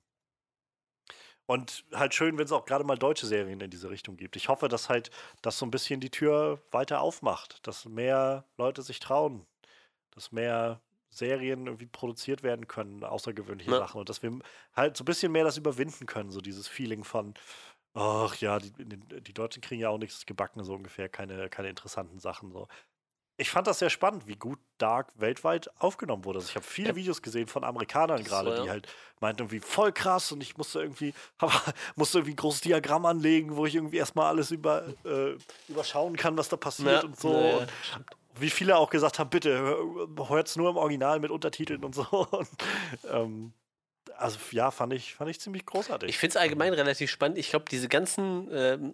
Speaker 1: und halt schön, wenn es auch gerade mal deutsche Serien in diese Richtung gibt. Ich hoffe, dass halt das so ein bisschen die Tür weiter aufmacht, dass mehr Leute sich trauen, dass mehr Serien irgendwie produziert werden können, außergewöhnliche
Speaker 2: Ja.
Speaker 1: Sachen und dass wir halt so ein bisschen mehr das überwinden können, so dieses Feeling von, ach ja, die Deutschen kriegen ja auch nichts gebacken, so ungefähr, keine interessanten Sachen. So. Ich fand das sehr spannend, wie gut Dark weltweit aufgenommen wurde. Also ich habe
Speaker 2: Ja,
Speaker 1: viele Videos gesehen von Amerikanern
Speaker 2: das
Speaker 1: gerade,
Speaker 2: war
Speaker 1: die
Speaker 2: ja.
Speaker 1: halt meinten irgendwie voll krass und ich musste irgendwie, musste irgendwie ein großes Diagramm anlegen, wo ich irgendwie erstmal alles überschauen kann, was da passiert
Speaker 2: Ja,
Speaker 1: und so.
Speaker 2: naja,
Speaker 1: Und
Speaker 2: stimmt.
Speaker 1: wie viele auch gesagt haben, bitte hört's nur im Original mit Untertiteln und so. Und, also ja, fand ich ziemlich
Speaker 2: Ich
Speaker 1: großartig.
Speaker 2: finde es allgemein relativ spannend. Ich glaube, diese ganzen,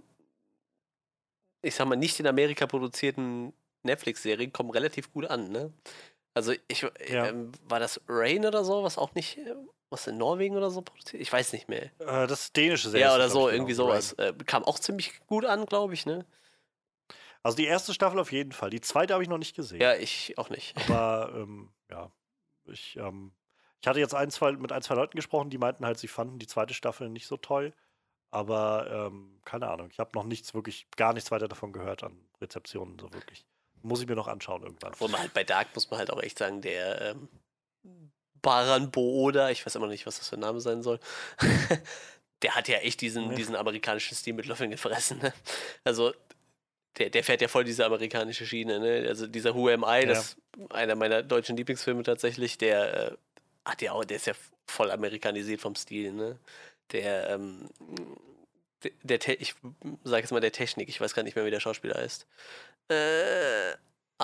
Speaker 2: ich sag mal, nicht in Amerika produzierten Netflix-Serien kommen relativ gut an, ne? Also
Speaker 1: Ja,
Speaker 2: war das Rain oder so, was auch nicht, was in Norwegen oder so produziert? Ich weiß nicht mehr.
Speaker 1: das ist dänische Serie
Speaker 2: Ja,
Speaker 1: ist das,
Speaker 2: oder
Speaker 1: glaube
Speaker 2: so,
Speaker 1: ich,
Speaker 2: irgendwie
Speaker 1: genau. Rain.
Speaker 2: sowas. Kam auch ziemlich gut an, glaube ich, ne?
Speaker 1: Also die erste Staffel auf jeden Fall. Die zweite habe ich noch nicht gesehen.
Speaker 2: Ja, ich auch nicht.
Speaker 1: Aber ja, ich hatte jetzt mit ein, zwei Leuten gesprochen, die meinten halt, sie fanden die zweite Staffel nicht so toll. Aber keine Ahnung, ich habe noch gar nichts weiter davon gehört an Rezeptionen, so wirklich. Muss ich mir noch anschauen irgendwann.
Speaker 2: Obwohl man halt bei Dark muss man halt auch echt sagen, der Baran Booda, ich weiß immer noch nicht, was das für ein Name sein soll, der hat ja echt diesen amerikanischen Stil mit Löffeln gefressen. Ne? Also der fährt ja voll diese amerikanische Schiene. Ne? Also dieser Who Am I,
Speaker 1: Ja.
Speaker 2: das ist einer meiner deutschen Lieblingsfilme tatsächlich, der hat ja auch, der ist ja voll amerikanisiert vom Stil. Ne? Der, ich sage jetzt mal der Technik, ich weiß gar nicht mehr, wie der Schauspieler heißt. Äh,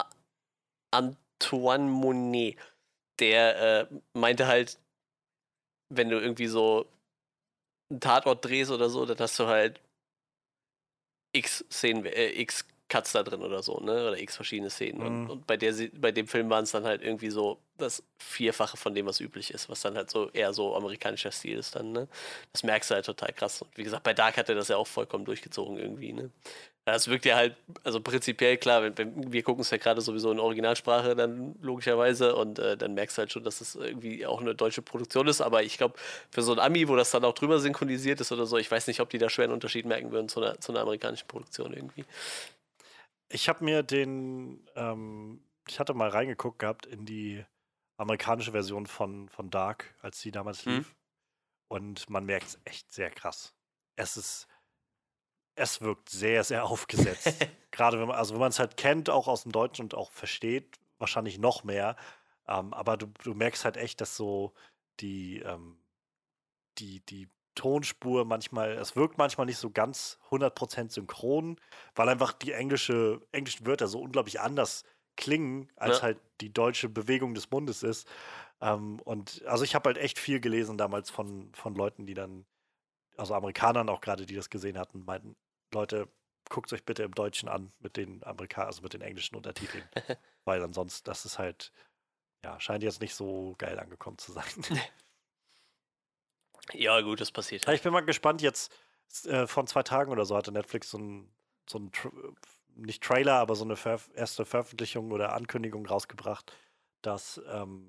Speaker 2: Antoine Monet, der meinte halt, wenn du irgendwie so einen Tatort drehst oder so, dann hast du halt X Szenen, X Cuts da drin oder so, ne? Oder X verschiedene Szenen. Und,
Speaker 1: Mhm.
Speaker 2: und bei dem Film waren es dann halt irgendwie so das Vierfache von dem, was üblich ist, was dann halt so eher so amerikanischer Stil ist dann, ne? Das merkst du halt total krass. Und wie gesagt, bei Dark hat er das ja auch vollkommen durchgezogen irgendwie, ne? Das wirkt ja halt, also prinzipiell klar, wir gucken es ja gerade sowieso in Originalsprache dann logischerweise und dann merkst du halt schon, dass es irgendwie auch eine deutsche Produktion ist, aber ich glaube, für so ein Ami, wo das dann auch drüber synchronisiert ist oder so, ich weiß nicht, ob die da schwer einen Unterschied merken würden zu einer amerikanischen Produktion irgendwie.
Speaker 1: Ich habe mir ich hatte mal reingeguckt gehabt in die amerikanische Version von Dark, als sie damals
Speaker 2: Hm?
Speaker 1: lief. Und man merkt es echt sehr krass. Es ist, es wirkt sehr, sehr aufgesetzt. Gerade wenn man es halt kennt, auch aus dem Deutschen und auch versteht, wahrscheinlich noch mehr. Aber du merkst halt echt, dass so die, die Tonspur manchmal, es wirkt manchmal nicht so ganz 100% synchron, weil einfach die englischen Wörter so unglaublich anders klingen, als
Speaker 2: Ja.
Speaker 1: halt die deutsche Bewegung des Mundes ist. Und also ich habe halt echt viel gelesen damals von Leuten, die dann, also Amerikanern auch gerade, die das gesehen hatten, meinten, Leute, guckt euch bitte im Deutschen an mit den also mit den englischen Untertiteln. Weil ansonsten, das ist halt, ja, scheint jetzt nicht so geil angekommen zu sein.
Speaker 2: Ja, gut, das passiert.
Speaker 1: Ja, ich bin mal gespannt, jetzt von 2 Tagen oder so hatte Netflix so ein nicht Trailer, aber so eine erste Veröffentlichung oder Ankündigung rausgebracht, dass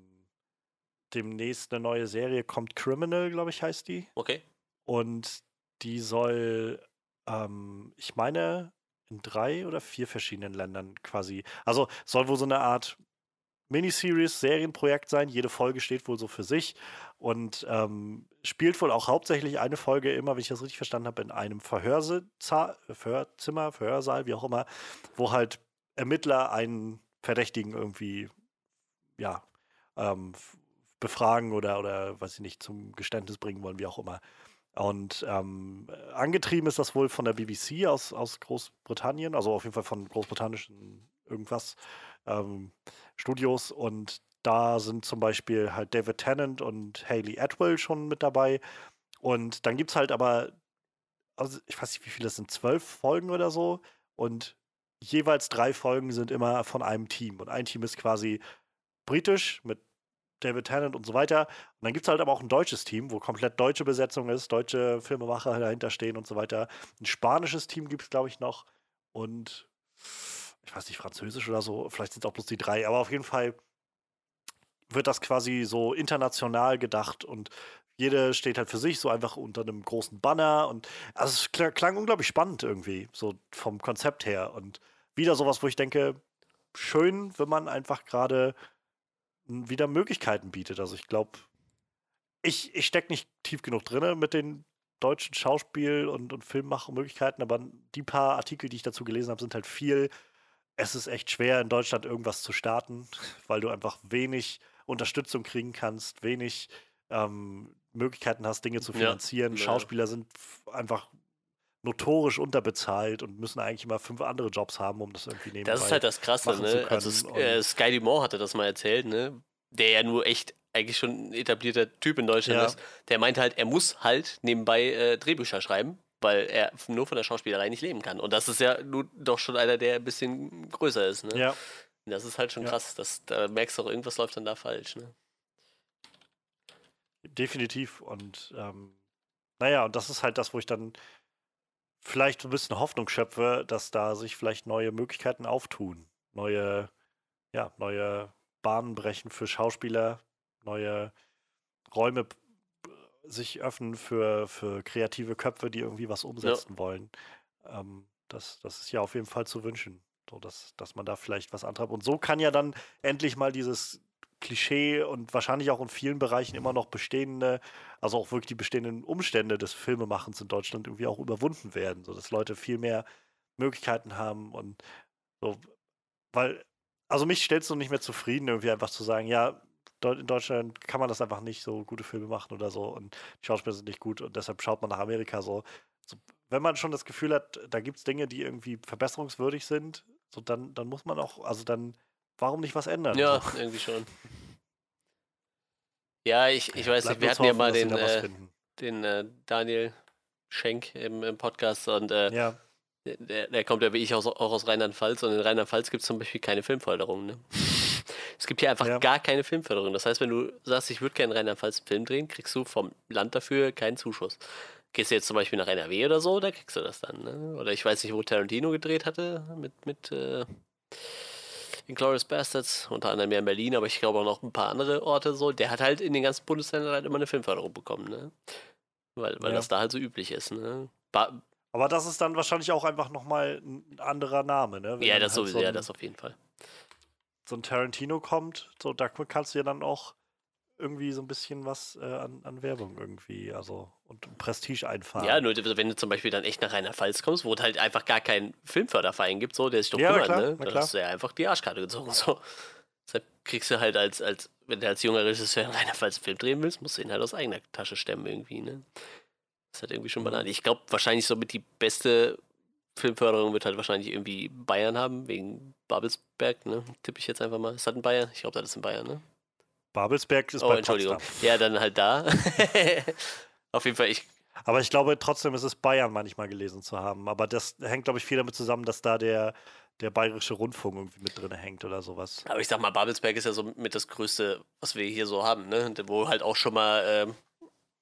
Speaker 1: demnächst eine neue Serie kommt, Criminal, glaube ich, heißt die.
Speaker 2: Okay.
Speaker 1: Und die soll, ich meine, in 3 oder 4 verschiedenen Ländern quasi, also soll wohl so eine Art Miniseries, Serienprojekt sein. Jede Folge steht wohl so für sich und spielt wohl auch hauptsächlich eine Folge immer, wenn ich das richtig verstanden habe, in einem Verhörzimmer, Verhörsaal, wie auch immer, wo halt Ermittler einen Verdächtigen irgendwie, ja, befragen oder weiß ich nicht, zum Geständnis bringen wollen, wie auch immer. Und angetrieben ist das wohl von der BBC aus Großbritannien, also auf jeden Fall von großbritannischen irgendwas Studios. Und da sind zum Beispiel halt David Tennant und Hayley Atwell schon mit dabei. Und dann gibt es halt aber, also ich weiß nicht, wie viele das sind, 12 Folgen oder so. Und jeweils 3 Folgen sind immer von einem Team. Und ein Team ist quasi britisch mit David Tennant und so weiter. Und dann gibt es halt aber auch ein deutsches Team, wo komplett deutsche Besetzung ist, deutsche Filmemacher dahinter stehen und so weiter. Ein spanisches Team gibt es, glaube ich, noch. Und ich weiß nicht, französisch oder so. Vielleicht sind es auch bloß die 3. Aber auf jeden Fall wird das quasi so international gedacht und jede steht halt für sich, so einfach unter einem großen Banner. Und also es klang unglaublich spannend irgendwie, so vom Konzept her. Und wieder sowas, wo ich denke, schön, wenn man einfach gerade wieder Möglichkeiten bietet. Also ich glaube, ich stecke nicht tief genug drin mit den deutschen Schauspiel- und Filmmachmöglichkeiten, aber die paar Artikel, die ich dazu gelesen habe, sind halt viel. Es ist echt schwer, in Deutschland irgendwas zu starten, weil du einfach wenig Unterstützung kriegen kannst, wenig Möglichkeiten hast, Dinge zu
Speaker 2: Ja.
Speaker 1: finanzieren.
Speaker 2: Ja.
Speaker 1: Schauspieler sind einfach notorisch unterbezahlt und müssen eigentlich immer 5 andere Jobs haben, um das irgendwie nebenbei
Speaker 2: Das ist halt das Krasse,
Speaker 1: machen zu
Speaker 2: ne? Also
Speaker 1: können. Und
Speaker 2: Sky Dumont hatte das mal erzählt, ne? Der ja nur echt eigentlich schon ein etablierter Typ in Deutschland
Speaker 1: ja,
Speaker 2: ist. Der meinte halt, er muss halt nebenbei Drehbücher schreiben, weil er nur von der Schauspielerei nicht leben kann. Und das ist ja nun doch schon einer, der ein bisschen größer ist, ne?
Speaker 1: ja,
Speaker 2: Und das ist halt schon
Speaker 1: ja,
Speaker 2: krass. Da merkst du auch, irgendwas läuft dann da falsch, ne?
Speaker 1: definitiv. Und naja, und das ist halt das, wo ich dann vielleicht so ein bisschen Hoffnung schöpfe, dass da sich vielleicht neue Möglichkeiten auftun. Neue Bahnen brechen für Schauspieler, neue Räume sich öffnen für kreative Köpfe, die irgendwie was
Speaker 2: Ja.
Speaker 1: umsetzen wollen. Das ist ja auf jeden Fall zu wünschen, so dass man da vielleicht was antreibt. Und so kann ja dann endlich mal dieses Klischee und wahrscheinlich auch in vielen Bereichen immer noch bestehende, also auch wirklich die bestehenden Umstände des Filmemachens in Deutschland irgendwie auch überwunden werden, sodass Leute viel mehr Möglichkeiten haben und so, weil, also mich stellst du nicht mehr zufrieden, irgendwie einfach zu sagen, ja, in Deutschland kann man das einfach nicht so gute Filme machen oder so und die Schauspieler sind nicht gut und deshalb schaut man nach Amerika so. So wenn man schon das Gefühl hat, da gibt es Dinge, die irgendwie verbesserungswürdig sind, so dann muss man auch, also dann, warum nicht was ändern? So.
Speaker 2: Ja, irgendwie schon. Ja, ich
Speaker 1: Ja,
Speaker 2: weiß nicht,
Speaker 1: bleibt
Speaker 2: wir
Speaker 1: nur zu
Speaker 2: hatten ja
Speaker 1: hoffen,
Speaker 2: mal
Speaker 1: dass sie da was finden.
Speaker 2: den Daniel Schenk im Podcast und
Speaker 1: Ja,
Speaker 2: der kommt ja wie ich auch aus Rheinland-Pfalz und in Rheinland-Pfalz gibt es zum Beispiel keine Filmförderung. Ne? Es gibt hier einfach
Speaker 1: ja,
Speaker 2: gar keine Filmförderung. Das heißt, wenn du sagst, ich würde gerne in Rheinland-Pfalz einen Film drehen, kriegst du vom Land dafür keinen Zuschuss. Gehst du jetzt zum Beispiel nach NRW oder so, da kriegst du das dann. Ne? Oder ich weiß nicht, wo Tarantino gedreht hatte mit Inglourious Bastards, unter anderem ja in Berlin, aber ich glaube auch noch ein paar andere Orte so. Der hat halt in den ganzen Bundesländern halt immer eine Filmförderung bekommen, ne? Weil
Speaker 1: ja.
Speaker 2: das da halt so üblich ist, ne?
Speaker 1: Aber das ist dann wahrscheinlich auch einfach nochmal ein anderer Name, ne? Wenn
Speaker 2: Ja,
Speaker 1: dann
Speaker 2: das
Speaker 1: halt
Speaker 2: sowieso, ja, das auf jeden Fall.
Speaker 1: so ein Tarantino kommt, so da kannst du ja dann auch irgendwie so ein bisschen was an Werbung irgendwie, also und Prestige
Speaker 2: Ja,
Speaker 1: einfahren.
Speaker 2: nur wenn du zum Beispiel dann echt nach Rheinland-Pfalz kommst, wo es halt einfach gar keinen Filmförderverein gibt, so, der sich doch
Speaker 1: Ja,
Speaker 2: kümmert, ne?
Speaker 1: na
Speaker 2: Da
Speaker 1: klar.
Speaker 2: hast du ja einfach die Arschkarte gezogen, so. Deshalb kriegst du halt wenn du als junger Regisseur in Rheinland-Pfalz einen Film drehen willst, musst du ihn halt aus eigener Tasche stemmen irgendwie, ne? Das ist halt irgendwie schon banal.
Speaker 1: Mhm.
Speaker 2: Ich glaube, wahrscheinlich somit die beste Filmförderung wird halt wahrscheinlich irgendwie Bayern haben, wegen Babelsberg, ne? Tippe ich jetzt einfach mal. Ist das in Bayern? Ich glaube, das ist in Bayern, ne?
Speaker 1: Babelsberg ist
Speaker 2: Oh,
Speaker 1: bei
Speaker 2: Entschuldigung.
Speaker 1: Potsdam.
Speaker 2: Ja, dann halt da. Auf jeden Fall,
Speaker 1: Aber ich glaube trotzdem ist es Bayern manchmal gelesen zu haben. Aber das hängt, glaube ich, viel damit zusammen, dass da der Bayerische Rundfunk irgendwie mit drin hängt oder sowas.
Speaker 2: aber ich sag mal, Babelsberg ist ja so mit das Größte, was wir hier so haben, ne? Wo halt auch schon mal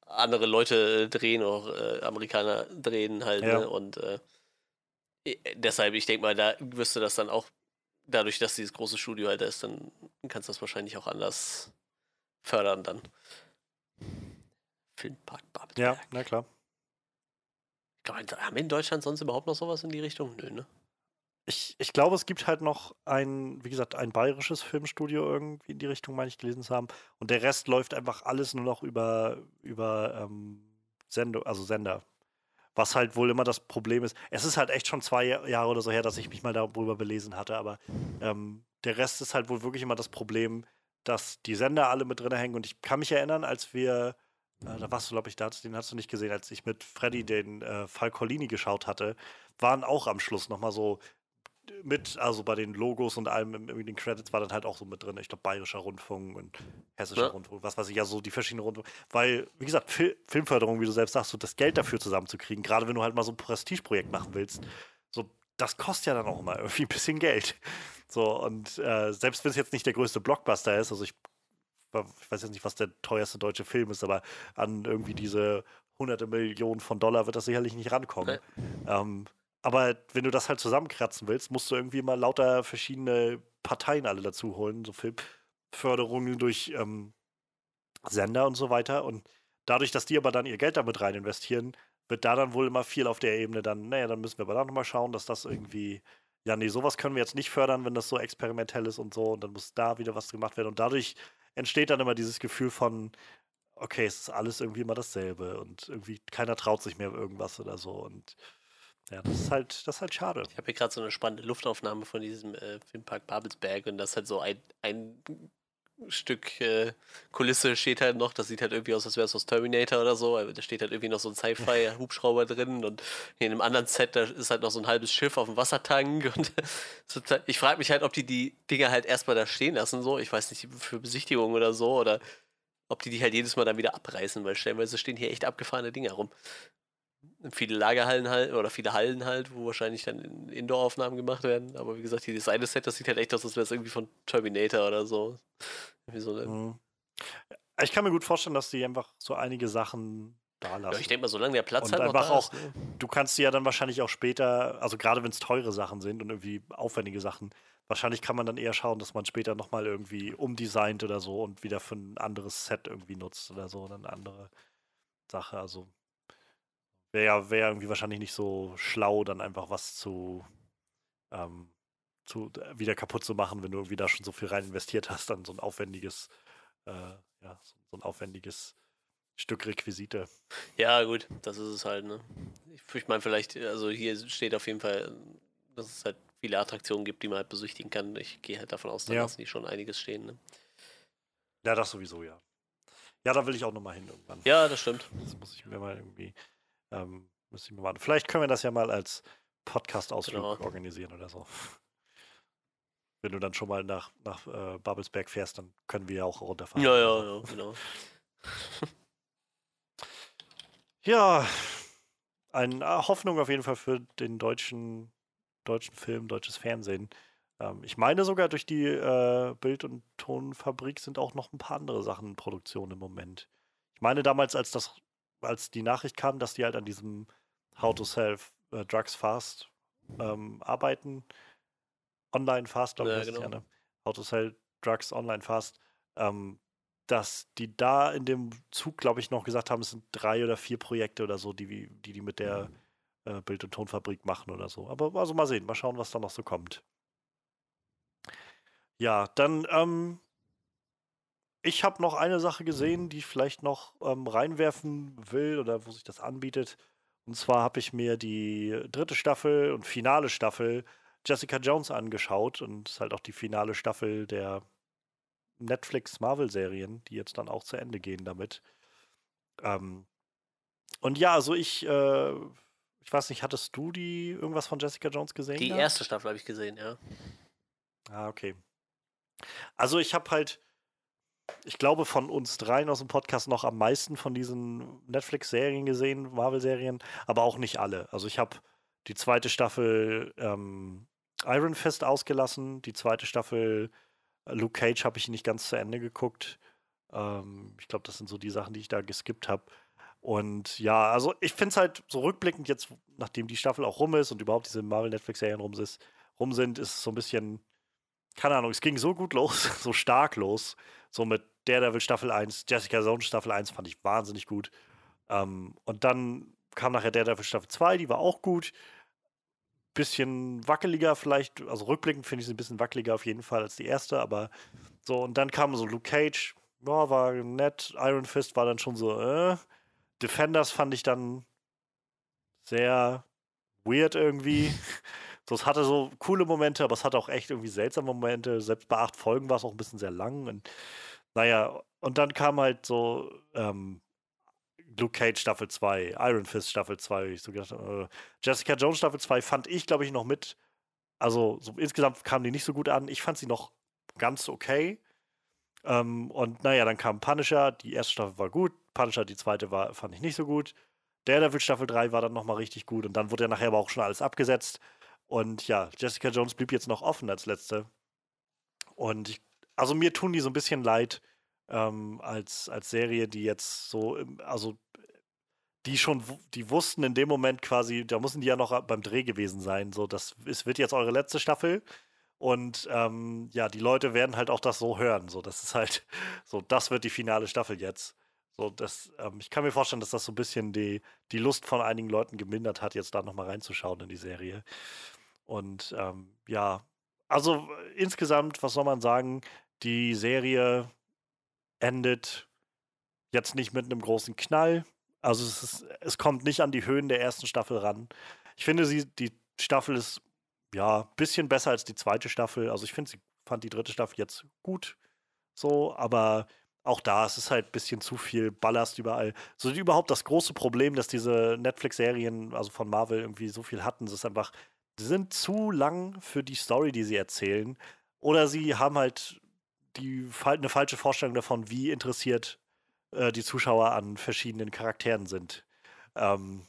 Speaker 2: andere Leute drehen, auch Amerikaner drehen halt,
Speaker 1: Ja.
Speaker 2: ne? Und deshalb, ich denke mal, da wirst du das dann auch, dadurch, dass dieses große Studio halt da ist, dann kannst du das wahrscheinlich auch anders fördern dann. Filmpark
Speaker 1: Ja,
Speaker 2: Babelsberg.
Speaker 1: na klar.
Speaker 2: Ich glaube, haben wir in Deutschland sonst überhaupt noch sowas in die Richtung? Nö, ne?
Speaker 1: Ich glaube, es gibt halt noch wie gesagt, ein bayerisches Filmstudio irgendwie in die Richtung, meine ich, gelesen zu haben. Und der Rest läuft einfach alles nur noch über Sender. Was halt wohl immer das Problem ist. Es ist halt echt schon 2 Jahre oder so her, dass ich mich mal darüber belesen hatte, aber der Rest ist halt wohl wirklich immer das Problem, dass die Sender alle mit drin hängen. Und ich kann mich erinnern, als wir, da warst du, glaube ich, den hast du nicht gesehen, als ich mit Freddy den Fall Collini geschaut hatte, waren auch am Schluss nochmal so also bei den Logos und allem, in den Credits war dann halt auch so mit drin. Ich glaube, Bayerischer Rundfunk und Hessischer
Speaker 2: Ja.
Speaker 1: Rundfunk, was weiß ich, ja, so die verschiedenen Rundfunk. Weil, wie gesagt, Filmförderung, wie du selbst sagst, so das Geld dafür zusammenzukriegen, gerade wenn du halt mal so ein Prestigeprojekt machen willst, so, das kostet ja dann auch immer irgendwie ein bisschen Geld. So, und selbst wenn es jetzt nicht der größte Blockbuster ist, also ich weiß jetzt nicht, was der teuerste deutsche Film ist, aber an irgendwie diese hunderte Millionen von Dollar wird das sicherlich nicht rankommen. Aber wenn du das halt zusammenkratzen willst, musst du irgendwie mal lauter verschiedene Parteien alle dazu holen, so Filmförderungen durch Sender und so weiter. Und dadurch, dass die aber dann ihr Geld damit rein investieren, wird da dann wohl immer viel auf der Ebene dann, naja, dann müssen wir aber da nochmal schauen, dass das irgendwie, ja, nee, sowas können wir jetzt nicht fördern, wenn das so experimentell ist und so. Und dann muss da wieder was gemacht werden. Und dadurch entsteht dann immer dieses Gefühl von, okay, es ist alles irgendwie immer dasselbe und irgendwie keiner traut sich mehr irgendwas oder so. Und ja, das ist halt schade.
Speaker 2: Ich habe hier gerade so eine spannende Luftaufnahme von diesem Filmpark Babelsberg und das ist halt so ein Stück Kulisse steht halt noch. Das sieht halt irgendwie aus, als wäre es aus Terminator oder so. Da steht halt irgendwie noch so ein Sci-Fi-Hubschrauber drin und in einem anderen Set, da ist halt noch so ein halbes Schiff auf dem Wassertank. Und ich frage mich halt, ob die Dinger halt erstmal da stehen lassen, so. Ich weiß nicht, für Besichtigung oder so, oder ob die halt jedes Mal dann wieder abreißen, weil stellenweise stehen hier echt abgefahrene Dinger rum. Viele Lagerhallen halt, oder viele Hallen halt, wo wahrscheinlich dann Indoor-Aufnahmen gemacht werden. Aber wie gesagt, hier das eine Set, das sieht halt echt aus, als wäre es irgendwie von Terminator oder so. Irgendwie so eine.
Speaker 1: Ich kann mir gut vorstellen, dass die einfach so einige Sachen da
Speaker 2: Ja,
Speaker 1: lassen.
Speaker 2: ich denke mal, solange der Platz
Speaker 1: Und
Speaker 2: halt noch
Speaker 1: einfach
Speaker 2: da
Speaker 1: auch,
Speaker 2: ist. Ne?
Speaker 1: du kannst die ja dann wahrscheinlich auch später, also gerade wenn es teure Sachen sind und irgendwie aufwendige Sachen, wahrscheinlich kann man dann eher schauen, dass man später nochmal irgendwie umdesignt oder so und wieder für ein anderes Set irgendwie nutzt oder so, oder eine andere Sache. Also wäre irgendwie wahrscheinlich nicht so schlau, dann einfach was ähm, wieder kaputt zu machen, wenn du irgendwie da schon so viel rein investiert hast, dann so ein aufwendiges, so ein aufwendiges Stück Requisite.
Speaker 2: Ja, gut, das ist es halt, ne? Ich meine, vielleicht, also hier steht auf jeden Fall, dass es halt viele Attraktionen gibt, die man halt besichtigen kann. Ich gehe halt davon aus, da
Speaker 1: Ja.
Speaker 2: lassen die schon einiges stehen, ne?
Speaker 1: Ja, das sowieso, ja. Ja, da will ich auch nochmal hin irgendwann.
Speaker 2: Ja, das stimmt.
Speaker 1: Das muss ich mir mal irgendwie, vielleicht können wir das ja mal als Podcast-Ausflug organisieren oder so. Wenn du dann schon mal nach Babelsberg fährst, dann können wir ja auch runterfahren.
Speaker 2: Ja, genau.
Speaker 1: Ja, eine Hoffnung auf jeden Fall für den deutschen Film, deutsches Fernsehen. Ich meine sogar, durch die Bild- und Tonfabrik sind auch noch ein paar andere Sachen in Produktion im Moment. Ich meine damals, als die Nachricht kam, dass die halt an diesem How to Sell Drugs Fast arbeiten, online fast, glaube ich,
Speaker 2: Ja,
Speaker 1: heißt es
Speaker 2: genau.
Speaker 1: ja, ne? How to Sell Drugs Online Fast, dass die da in dem Zug, glaube ich, noch gesagt haben, es sind 3 oder 4 Projekte oder so, die mit der Bild- und Tonfabrik machen oder so. Aber also mal sehen, mal schauen, was da noch so kommt. Ja, dann, ich habe noch eine Sache gesehen, die ich vielleicht noch reinwerfen will oder wo sich das anbietet. Und zwar habe ich mir die 3. Staffel und finale Staffel Jessica Jones angeschaut und es ist halt auch die finale Staffel der Netflix-Marvel-Serien, die jetzt dann auch zu Ende gehen damit. Und ja, also ich weiß nicht, hattest du irgendwas von Jessica Jones gesehen?
Speaker 2: Die erste Staffel habe ich gesehen, ja.
Speaker 1: Ah, okay. Also ich habe halt, ich glaube, von uns dreien aus dem Podcast noch am meisten von diesen Netflix-Serien gesehen, Marvel-Serien, aber auch nicht alle. Also ich habe die 2. Staffel Iron Fist ausgelassen, die 2. Staffel Luke Cage habe ich nicht ganz zu Ende geguckt. Ich glaube, das sind so die Sachen, die ich da geskippt habe. Und ja, also ich finde es halt so rückblickend jetzt, nachdem die Staffel auch rum ist und überhaupt diese Marvel-Netflix-Serien rum sind, ist es so ein bisschen, keine Ahnung, es ging so gut los, so stark los. So mit Daredevil Staffel 1, Jessica Jones Staffel 1 fand ich wahnsinnig gut. Und dann kam nachher Daredevil Staffel 2, die war auch gut. Bisschen wackeliger vielleicht, also rückblickend finde ich sie ein bisschen wackeliger auf jeden Fall als die erste, aber so, und dann kam so Luke Cage, ja, war nett, Iron Fist war dann schon so, Defenders fand ich dann sehr weird irgendwie. So, es hatte so coole Momente, aber es hatte auch echt irgendwie seltsame Momente. Selbst bei 8 Folgen war es auch ein bisschen sehr lang. Und naja, und dann kam halt so Luke Cage Staffel 2, Iron Fist Staffel 2. Ich so gedacht, Jessica Jones Staffel 2 fand ich, glaube ich, noch mit. Also so insgesamt kam die nicht so gut an. Ich fand sie noch ganz okay. Und naja, dann kam Punisher. Die erste Staffel war gut. Punisher, die zweite fand ich nicht so gut. Daredevil Staffel 3 war dann nochmal richtig gut. Und dann wurde ja nachher aber auch schon alles abgesetzt. Und ja, Jessica Jones blieb jetzt noch offen als letzte. Und also mir tun die so ein bisschen leid als Serie, die jetzt so, also die wussten in dem Moment quasi, da mussten die ja noch beim Dreh gewesen sein. So, es wird jetzt eure letzte Staffel. Und ja, die Leute werden halt auch das so hören. So, das ist halt, so, das wird die finale Staffel jetzt. So, ich kann mir vorstellen, dass das so ein bisschen die Lust von einigen Leuten gemindert hat, jetzt da nochmal reinzuschauen in die Serie. Und ja, also insgesamt, was soll man sagen, die Serie endet jetzt nicht mit einem großen Knall. Also es kommt nicht an die Höhen der ersten Staffel ran. Ich finde, die Staffel ist ja ein bisschen besser als die zweite Staffel. Also fand die dritte Staffel jetzt gut so, aber auch da, es ist halt ein bisschen zu viel Ballast überall. So überhaupt das große Problem, dass diese Netflix-Serien, also von Marvel, irgendwie so viel hatten, es ist einfach, die sind zu lang für die Story, die sie erzählen. Oder sie haben halt eine falsche Vorstellung davon, wie interessiert die Zuschauer an verschiedenen Charakteren sind. Ähm,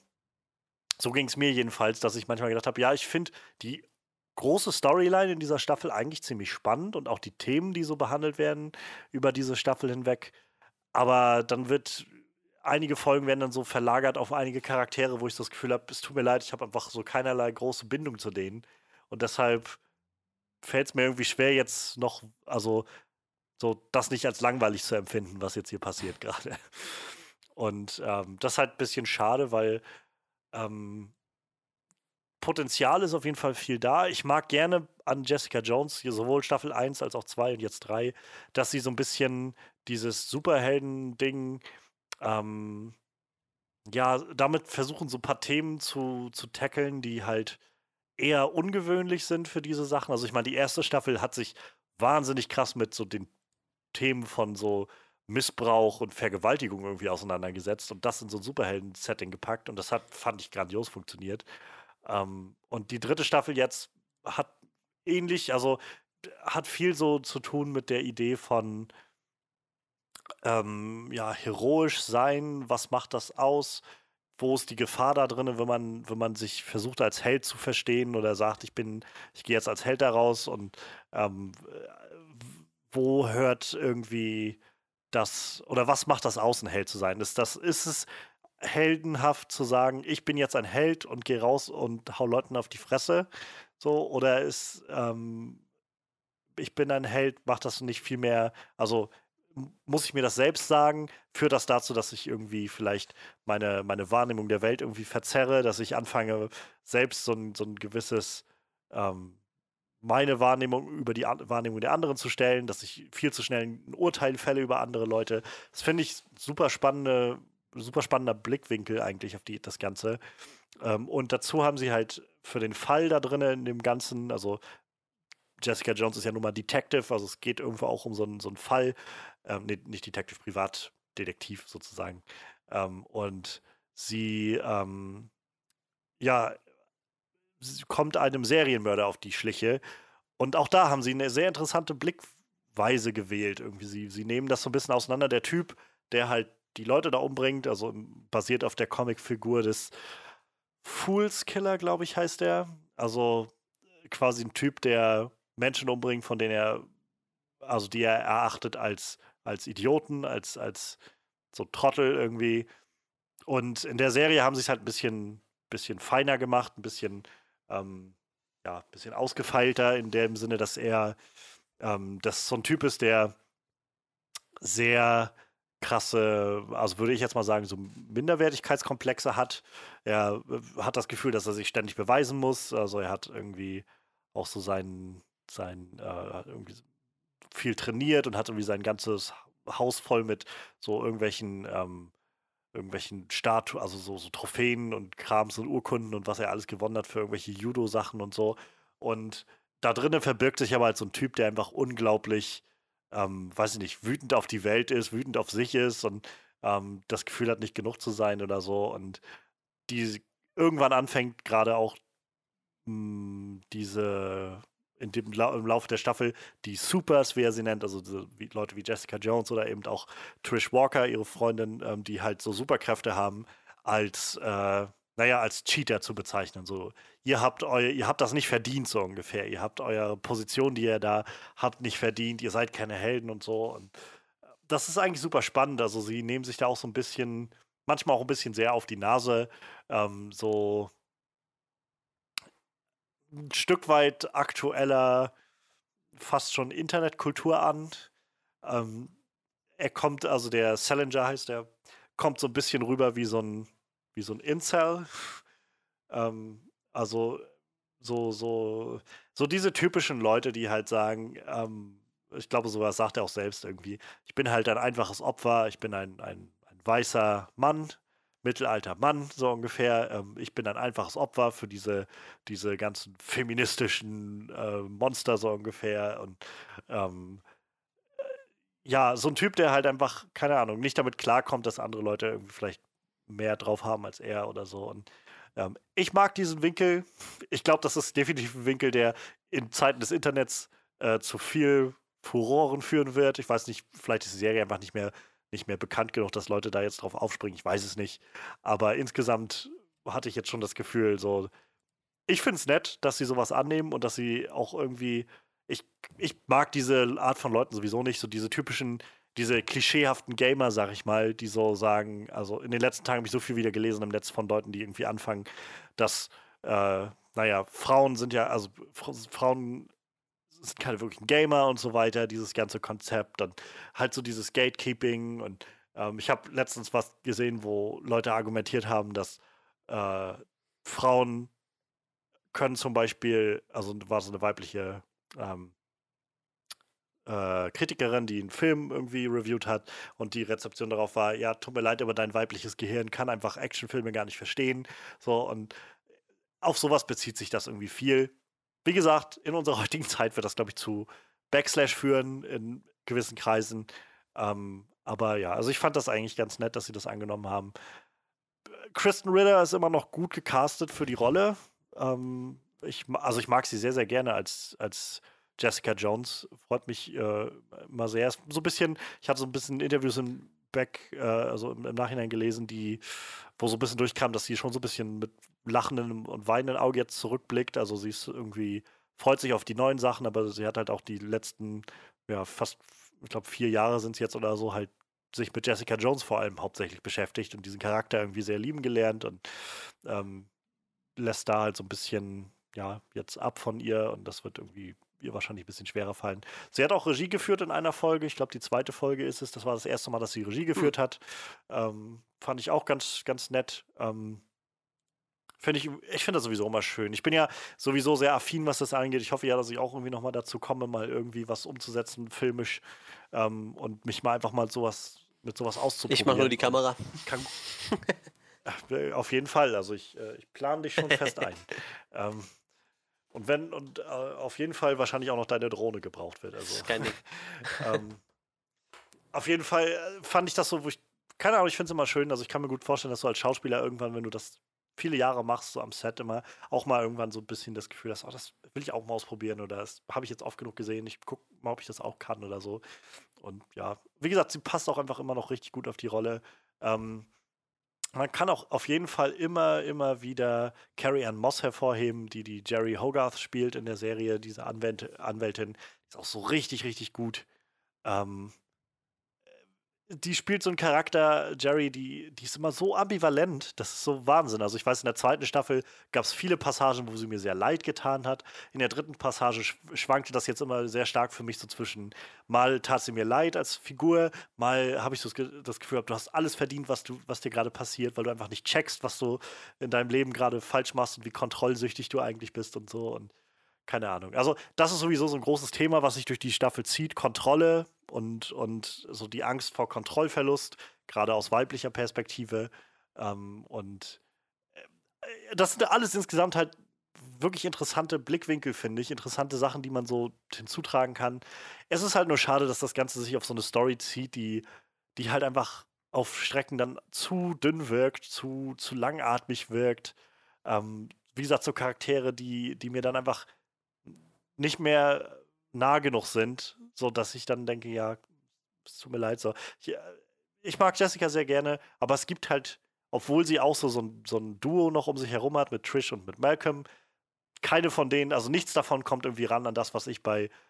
Speaker 1: so ging es mir jedenfalls, dass ich manchmal gedacht habe, ja, ich finde die große Storyline in dieser Staffel eigentlich ziemlich spannend und auch die Themen, die so behandelt werden über diese Staffel hinweg. Aber dann einige Folgen werden dann so verlagert auf einige Charaktere, wo ich so das Gefühl habe, es tut mir leid, ich habe einfach so keinerlei große Bindung zu denen. Und deshalb fällt es mir irgendwie schwer, jetzt noch, also so das nicht als langweilig zu empfinden, was jetzt hier passiert gerade. Und das ist halt ein bisschen schade, weil ähm, Potenzial ist auf jeden Fall viel da. Ich mag gerne an Jessica Jones, hier sowohl Staffel 1 als auch 2 und jetzt 3, dass sie so ein bisschen dieses Superhelden-Ding, ähm, ja, damit versuchen, so ein paar Themen zu tackeln, die halt eher ungewöhnlich sind für diese Sachen. Also ich meine, die erste Staffel hat sich wahnsinnig krass mit so den Themen von so Missbrauch und Vergewaltigung irgendwie auseinandergesetzt und das in so ein Superhelden-Setting gepackt und das fand ich, grandios funktioniert. Und die dritte Staffel jetzt hat also hat viel so zu tun mit der Idee von ja, heroisch sein, was macht das aus? Wo ist die Gefahr da drin, wenn man sich versucht als Held zu verstehen oder sagt, ich gehe jetzt als Held da raus und wo hört irgendwie oder was macht das aus, ein Held zu sein? Ist es heldenhaft zu sagen, ich bin jetzt ein Held und gehe raus und hau Leuten auf die Fresse? So, oder ich bin ein Held, macht das nicht viel mehr, also muss ich mir das selbst sagen? Führt das dazu, dass ich irgendwie vielleicht meine Wahrnehmung der Welt irgendwie verzerre, dass ich anfange, selbst so ein gewisses, ähm, meine Wahrnehmung über die Wahrnehmung der anderen zu stellen, dass ich viel zu schnell ein Urteil fälle über andere Leute. Das finde ich super spannender Blickwinkel eigentlich auf das Ganze. Und dazu haben sie halt für den Fall da drin in dem Ganzen, also Jessica Jones ist ja nun mal Detective, also es geht irgendwo auch um so einen Fall. Nee, nicht Detective, Privatdetektiv sozusagen. Und sie, ja, sie kommt einem Serienmörder auf die Schliche. Und auch da haben sie eine sehr interessante Blickweise gewählt. Irgendwie sie nehmen das so ein bisschen auseinander. Der Typ, der halt die Leute da umbringt, also basiert auf der Comicfigur des Fools Killer, glaube ich, heißt der. Also quasi ein Typ, der Menschen umbringt, von denen also die er erachtet als Idioten, als so Trottel irgendwie. Und in der Serie haben sie es halt ein bisschen feiner gemacht, bisschen ausgefeilter in dem Sinne, dass das so ein Typ ist, der sehr krasse, also würde ich jetzt mal sagen, so Minderwertigkeitskomplexe hat. Er hat das Gefühl, dass er sich ständig beweisen muss. Also er hat irgendwie auch so irgendwie viel trainiert und hat irgendwie sein ganzes Haus voll mit so irgendwelchen Statuen, also so Trophäen und Krams und Urkunden und was er alles gewonnen hat für irgendwelche Judo-Sachen und so. Und da drinnen verbirgt sich aber halt so ein Typ, der einfach unglaublich, weiß ich nicht, wütend auf die Welt ist, wütend auf sich ist und das Gefühl hat, nicht genug zu sein oder so. Und die irgendwann anfängt gerade auch diese im Laufe der Staffel die Supers, wie er sie nennt, also Leute wie Jessica Jones oder eben auch Trish Walker, ihre Freundin, die halt so Superkräfte haben, als Cheater zu bezeichnen. So, ihr habt das nicht verdient, so ungefähr. Ihr habt eure Position, die ihr da habt, nicht verdient. Ihr seid keine Helden und so. Und das ist eigentlich super spannend. Also sie nehmen sich da auch so ein bisschen, manchmal auch ein bisschen sehr auf die Nase. So ein Stück weit aktueller, fast schon Internetkultur an. Ähm, also der Salinger heißt, der kommt so ein bisschen rüber wie so ein Incel. Also so diese typischen Leute, die halt sagen, ich glaube, sowas sagt er auch selbst irgendwie, ich bin halt ein einfaches Opfer, ich bin ein weißer Mann, mittelalter Mann, so ungefähr. Ich bin ein einfaches Opfer für diese ganzen feministischen Monster, so ungefähr. Und ähm, ja, so ein Typ, der halt einfach, keine Ahnung, nicht damit klarkommt, dass andere Leute irgendwie vielleicht mehr drauf haben als er oder so. Und ich mag diesen Winkel. Ich glaube, das ist definitiv ein Winkel, der in Zeiten des Internets zu viel Furoren führen wird. Ich weiß nicht, vielleicht ist die Serie einfach nicht mehr bekannt genug, dass Leute da jetzt drauf aufspringen. Ich weiß es nicht. Aber insgesamt hatte ich jetzt schon das Gefühl, so, ich finde es nett, dass sie sowas annehmen und dass sie auch irgendwie. Ich, ich mag diese Art von Leuten sowieso nicht, so diese klischeehaften Gamer, sag ich mal, die so sagen, also in den letzten Tagen habe ich so viel wieder gelesen im Netz von Leuten, die irgendwie anfangen, dass, Frauen sind ja, also Frauen sind keine wirklichen Gamer und so weiter, dieses ganze Konzept und halt so dieses Gatekeeping und ich habe letztens was gesehen, wo Leute argumentiert haben, dass äh, Frauen können zum Beispiel, also war so eine weibliche ähm, Kritikerin, die einen Film irgendwie reviewt hat und die Rezeption darauf war, ja, tut mir leid, aber dein weibliches Gehirn kann einfach Actionfilme gar nicht verstehen. So, und auf sowas bezieht sich das irgendwie viel. Wie gesagt, in unserer heutigen Zeit wird das, glaube ich, zu Backslash führen in gewissen Kreisen. Aber ja, also ich fand das eigentlich ganz nett, dass sie das angenommen haben. Kristen Ritter ist immer noch gut gecastet für die Rolle. Also ich mag sie sehr, sehr gerne als Jessica Jones. Freut mich immer sehr. Ich hatte so ein bisschen Interviews also im Nachhinein gelesen, wo so ein bisschen durchkam, dass sie schon so ein bisschen mit lachendem und weinendem Auge jetzt zurückblickt. Also sie ist irgendwie, freut sich auf die neuen Sachen, aber sie hat halt auch die letzten, ja, fast, ich glaube, 4 Jahre sind es jetzt oder so, halt sich mit Jessica Jones vor allem hauptsächlich beschäftigt und diesen Charakter irgendwie sehr lieben gelernt und ähm, lässt da halt so ein bisschen, ja, jetzt ab von ihr und das wird irgendwie ihr wahrscheinlich ein bisschen schwerer fallen. Sie hat auch Regie geführt in einer Folge. Ich glaube, die zweite Folge ist es. Das war das erste Mal, dass sie Regie geführt hat. Fand ich auch ganz, ganz nett. Ich finde das sowieso immer schön. Ich bin ja sowieso sehr affin, was das angeht. Ich hoffe ja, dass ich auch irgendwie nochmal dazu komme, mal irgendwie was umzusetzen, filmisch, und mich mal einfach mal mit sowas auszuprobieren.
Speaker 2: Ich mache nur die Kamera.
Speaker 1: Kann, auf jeden Fall. Also ich plane dich schon fest ein. Und auf jeden Fall wahrscheinlich auch noch deine Drohne gebraucht wird. Also,
Speaker 2: Kein Ding.
Speaker 1: auf jeden Fall fand ich das so, keine Ahnung, ich finde es immer schön. Also ich kann mir gut vorstellen, dass du als Schauspieler irgendwann, wenn du das viele Jahre machst, so am Set immer, auch mal irgendwann so ein bisschen das Gefühl hast, oh, das will ich auch mal ausprobieren oder das habe ich jetzt oft genug gesehen, ich gucke mal, ob ich das auch kann oder so. Und ja, wie gesagt, sie passt auch einfach immer noch richtig gut auf die Rolle. Man kann auch auf jeden Fall immer wieder Carrie Ann Moss hervorheben, die Jerry Hogarth spielt in der Serie, diese Anwältin. Die ist auch so richtig, richtig gut. Ähm, die spielt so einen Charakter, Jerry, die ist immer so ambivalent, das ist so Wahnsinn. Also ich weiß, in der zweiten Staffel gab es viele Passagen, wo sie mir sehr leid getan hat. In der dritten Passage schwankte das jetzt immer sehr stark für mich so zwischen, mal tat sie mir leid als Figur, mal habe ich so das Gefühl, du hast alles verdient, was dir gerade passiert, weil du einfach nicht checkst, was du in deinem Leben gerade falsch machst und wie kontrollsüchtig du eigentlich bist und so. Und keine Ahnung. Also, das ist sowieso so ein großes Thema, was sich durch die Staffel zieht. Kontrolle und so die Angst vor Kontrollverlust, gerade aus weiblicher Perspektive. Und das sind alles insgesamt halt wirklich interessante Blickwinkel, finde ich. Interessante Sachen, die man so hinzutragen kann. Es ist halt nur schade, dass das Ganze sich auf so eine Story zieht, die halt einfach auf Strecken dann zu dünn wirkt, zu langatmig wirkt. Wie gesagt, so Charaktere, die mir dann einfach nicht mehr nah genug sind, so dass ich dann denke, ja, es tut mir leid. So. Ich mag Jessica sehr gerne, aber es gibt halt, obwohl sie auch so ein Duo noch um sich herum hat mit Trish und mit Malcolm, keine von denen, also nichts davon kommt irgendwie ran an das, was ich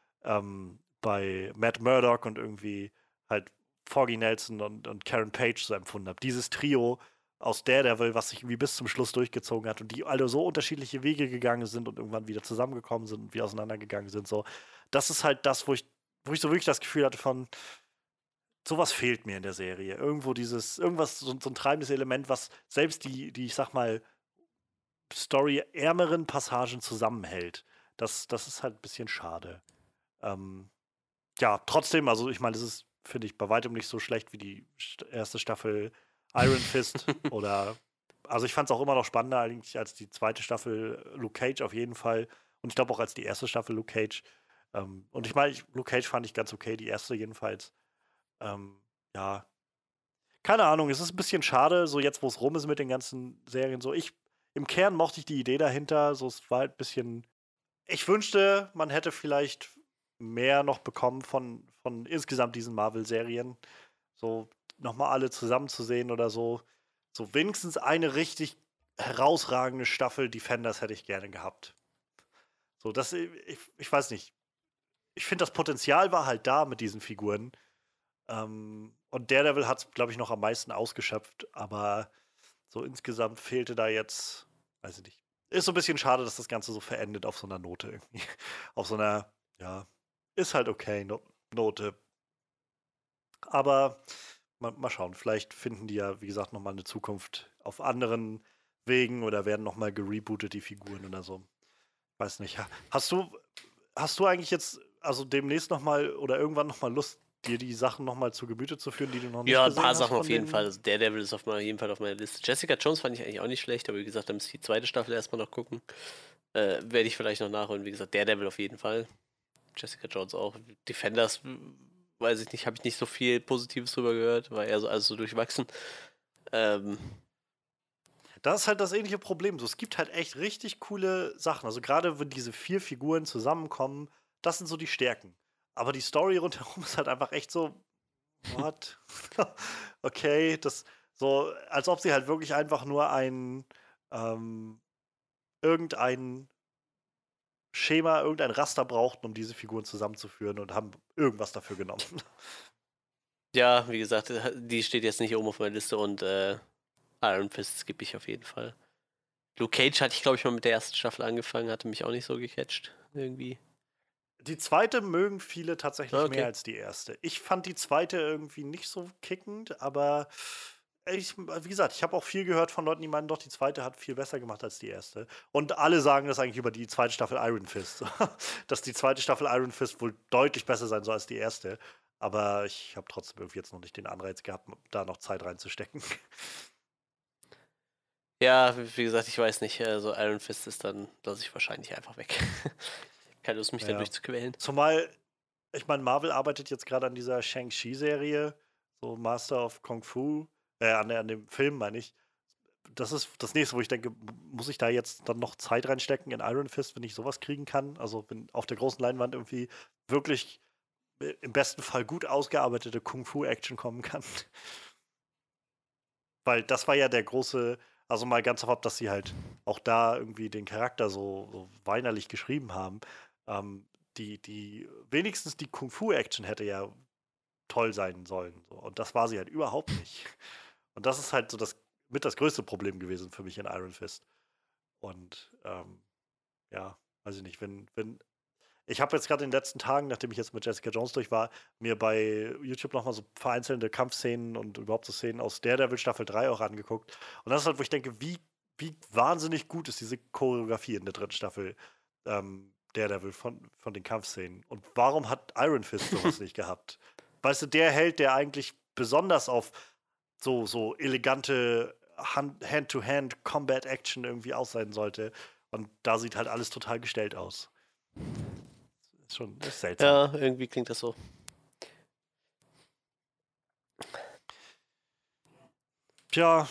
Speaker 1: bei Matt Murdock und irgendwie halt Foggy Nelson und Karen Page so empfunden habe. Dieses Trio aus Daredevil, was sich irgendwie bis zum Schluss durchgezogen hat und die alle so unterschiedliche Wege gegangen sind und irgendwann wieder zusammengekommen sind und wie auseinandergegangen sind. So, das ist halt das, wo ich so wirklich das Gefühl hatte von, sowas fehlt mir in der Serie. Irgendwo irgendwas, so ein treibendes Element, was selbst die, ich sag mal, storyärmeren Passagen zusammenhält. Das ist halt ein bisschen schade. Ähm, ja, trotzdem, also ich meine, es ist, finde ich, bei weitem nicht so schlecht wie die erste Staffel Iron Fist oder also ich fand es auch immer noch spannender eigentlich als die zweite Staffel Luke Cage auf jeden Fall und ich glaube auch als die erste Staffel Luke Cage. Und ich meine, Luke Cage fand ich ganz okay, die erste jedenfalls. Ja, keine Ahnung, es ist ein bisschen schade, so jetzt, wo es rum ist mit den ganzen Serien, so im Kern mochte ich die Idee dahinter, so es war halt ein bisschen ich wünschte, man hätte vielleicht mehr noch bekommen von insgesamt diesen Marvel-Serien. So nochmal alle zusammenzusehen oder so. So wenigstens eine richtig herausragende Staffel Defenders hätte ich gerne gehabt. So, ich weiß nicht. Ich finde, das Potenzial war halt da mit diesen Figuren. Und Daredevil hat es, glaube ich, noch am meisten ausgeschöpft. Aber so insgesamt fehlte da jetzt, weiß ich nicht. Ist so ein bisschen schade, dass das Ganze so verendet auf so einer Note irgendwie. Auf so einer, ja, ist halt okay, Note. Aber mal schauen, vielleicht finden die ja, wie gesagt, nochmal eine Zukunft auf anderen Wegen oder werden nochmal gerebootet, die Figuren oder so. Weiß nicht. Hast du eigentlich jetzt, also demnächst nochmal oder irgendwann nochmal Lust, dir die Sachen nochmal zu Gemüte zu führen, die du noch nicht
Speaker 2: Ja, ein
Speaker 1: gesehen
Speaker 2: paar
Speaker 1: hast
Speaker 2: Sachen
Speaker 1: von
Speaker 2: auf jeden
Speaker 1: den
Speaker 2: Fall. Also Daredevil ist auf jeden Fall auf meiner Liste. Jessica Jones fand ich eigentlich auch nicht schlecht, aber wie gesagt, da muss ich die zweite Staffel erstmal noch gucken. Werde ich vielleicht noch nachholen. Wie gesagt, Daredevil auf jeden Fall. Jessica Jones auch. Defenders, weiß ich nicht, habe ich nicht so viel Positives drüber gehört. War eher so alles so durchwachsen. Ähm,
Speaker 1: Das ist halt das ähnliche Problem. So, es gibt halt echt richtig coole Sachen. Also gerade wenn diese 4 Figuren zusammenkommen, das sind so die Stärken. Aber die Story rundherum ist halt einfach echt so, what? Okay, das so, als ob sie halt wirklich einfach nur ähm, irgendein Schema, irgendein Raster brauchten, um diese Figuren zusammenzuführen und haben irgendwas dafür genommen.
Speaker 2: ja, wie gesagt, die steht jetzt nicht oben auf meiner Liste und Iron Fist skippe ich auf jeden Fall. Luke Cage hatte ich, glaube ich, mal mit der ersten Staffel angefangen, hatte mich auch nicht so gecatcht. Irgendwie.
Speaker 1: Die zweite mögen viele tatsächlich mehr
Speaker 2: Okay.
Speaker 1: als die erste. Ich fand die zweite irgendwie nicht so kickend, aber wie gesagt, ich habe auch viel gehört von Leuten, die meinen, doch, die zweite hat viel besser gemacht als die erste. Und alle sagen das eigentlich über die zweite Staffel Iron Fist. Dass die zweite Staffel Iron Fist wohl deutlich besser sein soll als die erste. Aber ich habe trotzdem irgendwie jetzt noch nicht den Anreiz gehabt, da noch Zeit reinzustecken.
Speaker 2: Ja, wie gesagt, ich weiß nicht. Also Iron Fist ist dann, lasse ich wahrscheinlich einfach weg. Keine Lust, mich da
Speaker 1: Ja.
Speaker 2: durchzuquälen.
Speaker 1: Zumal, ich meine, Marvel arbeitet jetzt gerade an dieser Shang-Chi-Serie, so Master of Kung Fu, an dem Film, meine ich. Das ist das nächste, wo ich denke, muss ich da jetzt dann noch Zeit reinstecken in Iron Fist, wenn ich sowas kriegen kann? Also, wenn auf der großen Leinwand irgendwie wirklich im besten Fall gut ausgearbeitete Kung-Fu-Action kommen kann. Weil das war ja der große, also mal ganz davon ab, dass sie halt auch da irgendwie den Charakter so weinerlich geschrieben haben. Ähm, wenigstens die Kung-Fu-Action hätte ja toll sein sollen. So. Und das war sie halt überhaupt nicht. Und das ist halt so das größte Problem gewesen für mich in Iron Fist. Und ja, weiß ich nicht, wenn ich habe jetzt gerade in den letzten Tagen, nachdem ich jetzt mit Jessica Jones durch war, mir bei YouTube nochmal so vereinzelte Kampfszenen und überhaupt so Szenen aus Daredevil Staffel 3 auch angeguckt. Und das ist halt, wo ich denke, wie wahnsinnig gut ist diese Choreografie in der dritten Staffel Daredevil von den Kampfszenen. Und warum hat Iron Fist sowas nicht gehabt? Weißt du, der Held, der eigentlich besonders auf so elegante Hand-to-Hand-Combat-Action irgendwie aus sein sollte. Und da sieht halt alles total gestellt aus. Ist seltsam.
Speaker 2: Ja, irgendwie klingt das so.
Speaker 1: Tja,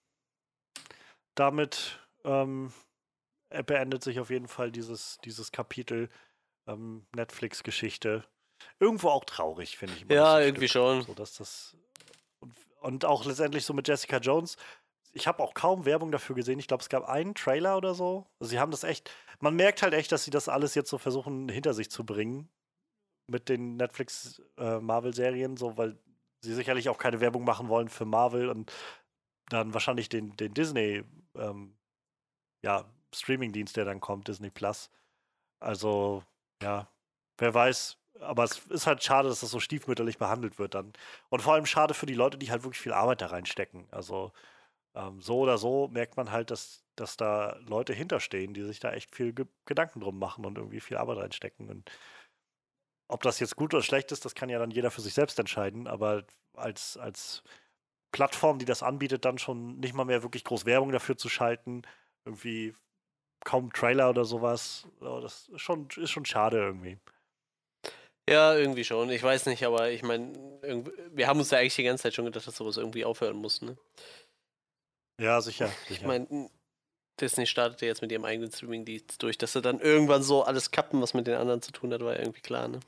Speaker 1: damit beendet sich auf jeden Fall dieses Kapitel Netflix-Geschichte. Irgendwo auch traurig, finde ich.
Speaker 2: Ja, irgendwie schon.
Speaker 1: So, dass das und auch letztendlich so mit Jessica Jones. Ich habe auch kaum Werbung dafür gesehen. Ich glaube, es gab einen Trailer oder so. Also sie haben das echt. Man merkt halt echt, dass sie das alles jetzt so versuchen hinter sich zu bringen mit den Netflix Marvel-Serien, so weil sie sicherlich auch keine Werbung machen wollen für Marvel und dann wahrscheinlich den Disney ja, Streaming-Dienst, der dann kommt, Disney Plus. Also, ja, wer weiß. Aber es ist halt schade, dass das so stiefmütterlich behandelt wird dann. Und vor allem schade für die Leute, die halt wirklich viel Arbeit da reinstecken. Also, so oder so merkt man halt, dass da Leute hinterstehen, die sich da echt viel Gedanken drum machen und irgendwie viel Arbeit reinstecken. Und ob das jetzt gut oder schlecht ist, das kann ja dann jeder für sich selbst entscheiden. Aber als Plattform, die das anbietet, dann schon nicht mal mehr wirklich groß Werbung dafür zu schalten, irgendwie kaum Trailer oder sowas. Oh, das ist schon schade irgendwie.
Speaker 2: Ja, irgendwie schon. Ich weiß nicht, aber ich meine, wir haben uns ja eigentlich die ganze Zeit schon gedacht, dass sowas irgendwie aufhören muss, ne?
Speaker 1: Ja, sicher.
Speaker 2: Ich meine, Disney startete jetzt mit ihrem eigenen Streaming-Dienst durch, dass sie dann irgendwann so alles kappen, was mit den anderen zu tun hat, war ja irgendwie klar, ne?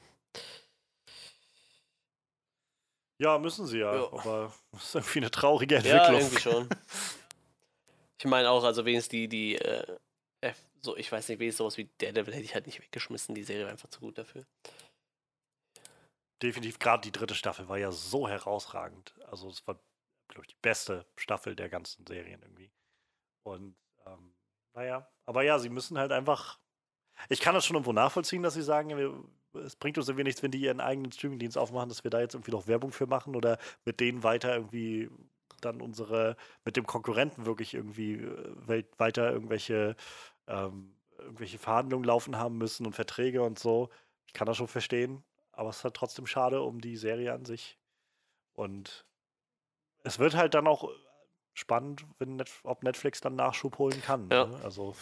Speaker 1: Ja, müssen sie ja,
Speaker 2: Ja.
Speaker 1: aber das ist irgendwie eine traurige
Speaker 2: Ja,
Speaker 1: Entwicklung.
Speaker 2: irgendwie schon. Ich meine auch, also wenigstens so, ich weiß nicht, wenigstens sowas wie Daredevil hätte ich halt nicht weggeschmissen, die Serie war einfach zu gut dafür.
Speaker 1: Definitiv, gerade die dritte Staffel war ja so herausragend. Also es war, glaube ich, die beste Staffel der ganzen Serien irgendwie. Und naja, aber ja, sie müssen halt einfach. Ich kann das schon irgendwo nachvollziehen, dass sie sagen, es bringt uns irgendwie nichts, wenn die ihren eigenen Streamingdienst aufmachen, dass wir da jetzt irgendwie noch Werbung für machen oder mit denen weiter irgendwie dann mit dem Konkurrenten wirklich irgendwie weiter irgendwelche Verhandlungen laufen haben müssen und Verträge und so. Ich kann das schon verstehen, aber es ist halt trotzdem schade um die Serie an sich. Und es wird halt dann auch spannend, ob Netflix dann Nachschub holen kann.
Speaker 2: Ja.
Speaker 1: Ne? Also,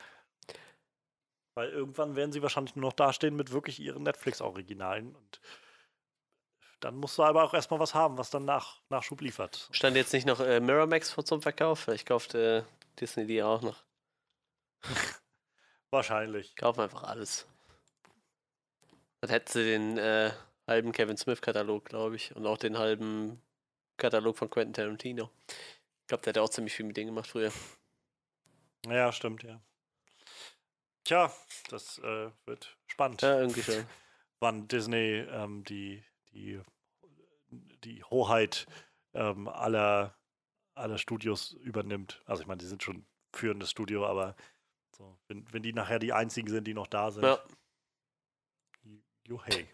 Speaker 1: weil irgendwann werden sie wahrscheinlich nur noch dastehen mit wirklich ihren Netflix-Originalen. Und dann musst du aber auch erstmal was haben, was dann Nachschub liefert.
Speaker 2: Stand jetzt nicht noch Miramax zum Verkauf? Vielleicht kauft Disney die auch noch.
Speaker 1: Wahrscheinlich.
Speaker 2: Kaufen einfach alles. Dann hätten sie den halben Kevin Smith-Katalog, glaube ich. Und auch den halben Katalog von Quentin Tarantino. Ich glaube, der hat auch ziemlich viel mit denen gemacht früher.
Speaker 1: Ja, stimmt, ja. Tja, das wird spannend.
Speaker 2: Ja, irgendwie schon.
Speaker 1: Wann Disney die Hoheit aller Studios übernimmt. Also ich meine, die sind schon führendes Studio, aber so, wenn die nachher die einzigen sind, die noch da sind.
Speaker 2: Ja.
Speaker 1: Juhey.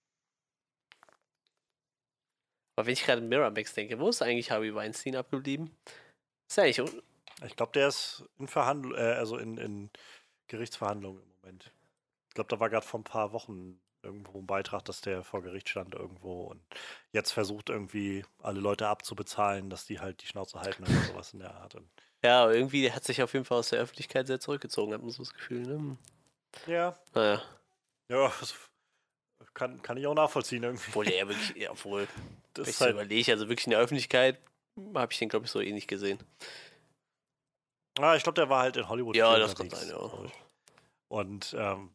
Speaker 2: Aber wenn ich gerade an Miramax denke, wo ist eigentlich Harvey Weinstein abgeblieben? Ist ja eigentlich.
Speaker 1: Ich glaube, der ist in Gerichtsverhandlungen im Moment. Ich glaube, da war gerade vor ein paar Wochen irgendwo ein Beitrag, dass der vor Gericht stand irgendwo und jetzt versucht irgendwie alle Leute abzubezahlen, dass die halt die Schnauze halten oder sowas in der Art. Und
Speaker 2: Ja, aber irgendwie hat sich auf jeden Fall aus der Öffentlichkeit sehr zurückgezogen, hat man so das Gefühl, ne?
Speaker 1: ja.
Speaker 2: Naja.
Speaker 1: Ja, das kann ich auch nachvollziehen irgendwie.
Speaker 2: Obwohl der ja wirklich, ja, obwohl,
Speaker 1: Das
Speaker 2: wenn ich
Speaker 1: ist
Speaker 2: so
Speaker 1: halt,
Speaker 2: überlege, also wirklich in der Öffentlichkeit habe ich den, glaube ich, so ähnlich gesehen.
Speaker 1: ich glaube, der war halt in Hollywood.
Speaker 2: Ja,
Speaker 1: viel
Speaker 2: das kann
Speaker 1: unterwegs,
Speaker 2: sein, ja.
Speaker 1: glaub ich. Und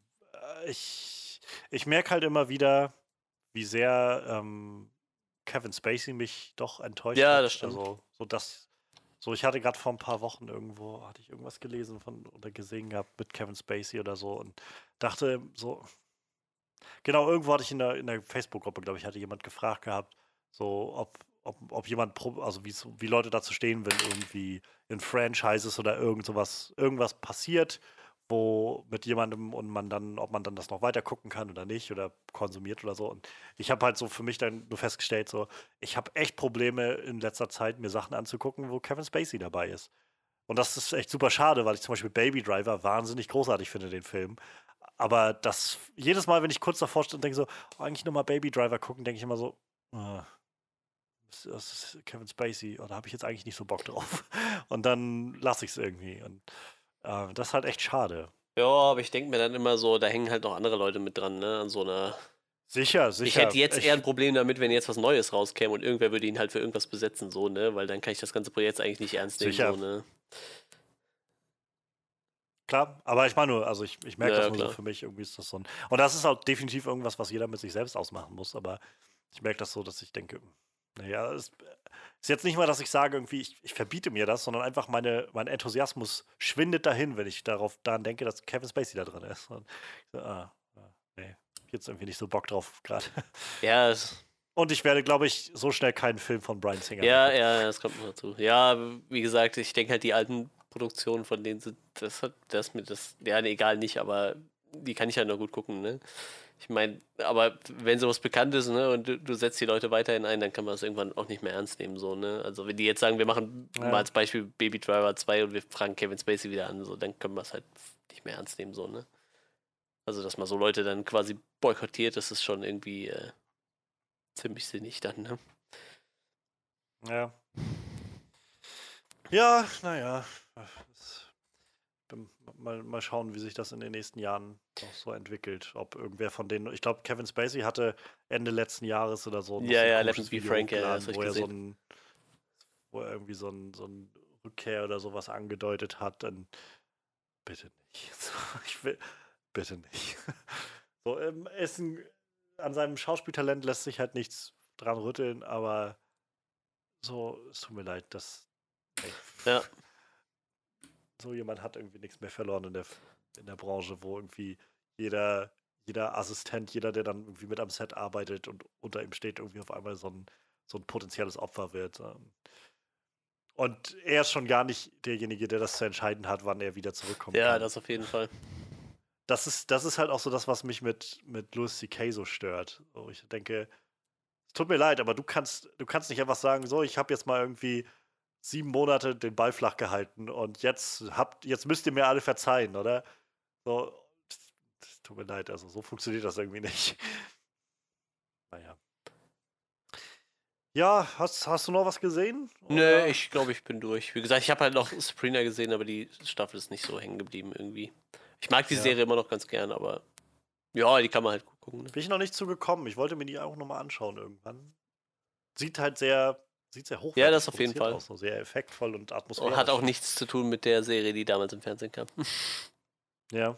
Speaker 1: ich merke halt immer wieder, wie sehr Kevin Spacey mich doch enttäuscht
Speaker 2: Ja,
Speaker 1: hat.
Speaker 2: das stimmt.
Speaker 1: Also, ich hatte gerade vor ein paar Wochen hatte ich irgendwas gelesen oder gesehen gehabt mit Kevin Spacey oder so und dachte so, Genau, irgendwo hatte ich in der Facebook-Gruppe, glaube ich, hatte jemand gefragt gehabt, so ob jemand, also wie Leute dazu stehen, wenn irgendwie in Franchises oder irgendwas passiert, wo mit jemandem und ob man dann das noch weiter gucken kann oder nicht oder konsumiert oder so. Und ich habe halt so für mich dann nur festgestellt, so, ich habe echt Probleme in letzter Zeit, mir Sachen anzugucken, wo Kevin Spacey dabei ist. Und das ist echt super schade, weil ich zum Beispiel Baby Driver wahnsinnig großartig finde, den Film. Aber das jedes Mal, wenn ich kurz davor stehe und denke so, oh, eigentlich nur mal Baby Driver gucken, denke ich immer so, das ist Kevin Spacey, oder habe ich jetzt eigentlich nicht so Bock drauf? Und dann lasse ich es irgendwie. Und das ist halt echt schade.
Speaker 2: Ja, aber ich denke mir dann immer so, da hängen halt noch andere Leute mit dran, ne? An so einer.
Speaker 1: Sicher,
Speaker 2: Ich hätte
Speaker 1: sicher.
Speaker 2: jetzt eher ein Problem damit, wenn jetzt was Neues rauskäme und irgendwer würde ihn halt für irgendwas besetzen, so, ne? Weil dann kann ich das ganze Projekt eigentlich nicht ernst nehmen,
Speaker 1: Sicher.
Speaker 2: so, ne?
Speaker 1: Klar, aber ich meine nur, also ich merke
Speaker 2: Ja,
Speaker 1: das nur so
Speaker 2: klar.
Speaker 1: für mich, irgendwie ist das so ein. Und das ist auch definitiv irgendwas, was jeder mit sich selbst ausmachen muss, aber ich merke das so, dass ich denke, naja, es ist jetzt nicht mal, dass ich sage, irgendwie, ich verbiete mir das, sondern einfach mein Enthusiasmus schwindet dahin, wenn ich daran denke, dass Kevin Spacey da drin ist. Und ich so, nee, hab jetzt irgendwie nicht so Bock drauf gerade.
Speaker 2: Ja,
Speaker 1: Und ich werde, glaube ich, so schnell keinen Film von Bryan Singer mehr
Speaker 2: ja,
Speaker 1: gucken.
Speaker 2: ja, das kommt noch dazu. Ja, wie gesagt, ich denke halt, die alten Produktionen von denen sind, ja, nee, egal nicht, aber die kann ich halt noch gut gucken, ne? Ich meine, aber wenn sowas bekannt ist, ne, und du setzt die Leute weiterhin ein, dann kann man das irgendwann auch nicht mehr ernst nehmen, so, ne? Also wenn die jetzt sagen, wir machen mal
Speaker 1: Ja,
Speaker 2: als Beispiel Baby Driver 2 und wir fragen Kevin Spacey wieder an, so, dann können wir es halt nicht mehr ernst nehmen, so, ne? Also, dass man so Leute dann quasi boykottiert, das ist schon irgendwie ziemlich sinnig dann, ne?
Speaker 1: ja. Ja, naja. Mal schauen, wie sich das in den nächsten Jahren noch so entwickelt. Ob irgendwer von denen. Ich glaube, Kevin Spacey hatte Ende letzten Jahres oder so noch
Speaker 2: Ja,
Speaker 1: so ein
Speaker 2: ja, Let Me
Speaker 1: komisches
Speaker 2: Be
Speaker 1: Video
Speaker 2: Frank, ja, das
Speaker 1: hochgeladen,
Speaker 2: habe ich gesehen.
Speaker 1: wo er irgendwie so ein Rückkehr oder sowas angedeutet hat. Dann bitte nicht. So, bitte nicht. So, an seinem Schauspieltalent lässt sich halt nichts dran rütteln, aber so, es tut mir leid, nee.
Speaker 2: Ja.
Speaker 1: So jemand hat irgendwie nichts mehr verloren in der Branche, wo irgendwie jeder, jeder Assistent, jeder, der dann irgendwie mit am Set arbeitet und unter ihm steht, irgendwie auf einmal so ein potenzielles Opfer wird. Und er ist schon gar nicht derjenige, der das zu entscheiden hat, wann er wieder zurückkommen
Speaker 2: Ja,
Speaker 1: kann.
Speaker 2: das auf jeden Fall.
Speaker 1: Das ist halt auch so das, was mich mit Louis C.K. so stört. So, ich denke, es tut mir leid, aber du kannst nicht einfach sagen, so, ich habe jetzt mal irgendwie 7 Monate den Ball flach gehalten und jetzt müsst ihr mir alle verzeihen, oder? So, tut mir leid, also so funktioniert das irgendwie nicht. Naja. Ja, hast du noch was gesehen?
Speaker 2: Nö,
Speaker 1: Oder?
Speaker 2: ich glaube, ich bin durch. Wie gesagt, ich habe halt noch Sabrina gesehen, aber die Staffel ist nicht so hängen geblieben irgendwie. Ich mag die
Speaker 1: Ja.
Speaker 2: Serie immer noch ganz gern, aber ja, die kann man halt gut gucken. Ne?
Speaker 1: Bin ich noch nicht zugekommen. Ich wollte mir die auch nochmal anschauen irgendwann. Sieht sieht sehr
Speaker 2: Ja,
Speaker 1: hochwertig
Speaker 2: das auf jeden
Speaker 1: produziert
Speaker 2: Fall.
Speaker 1: aus, so sehr effektvoll und
Speaker 2: Und hat auch
Speaker 1: atmosphärisch.
Speaker 2: nichts zu tun mit der Serie, die damals im Fernsehen kam.
Speaker 1: Ja.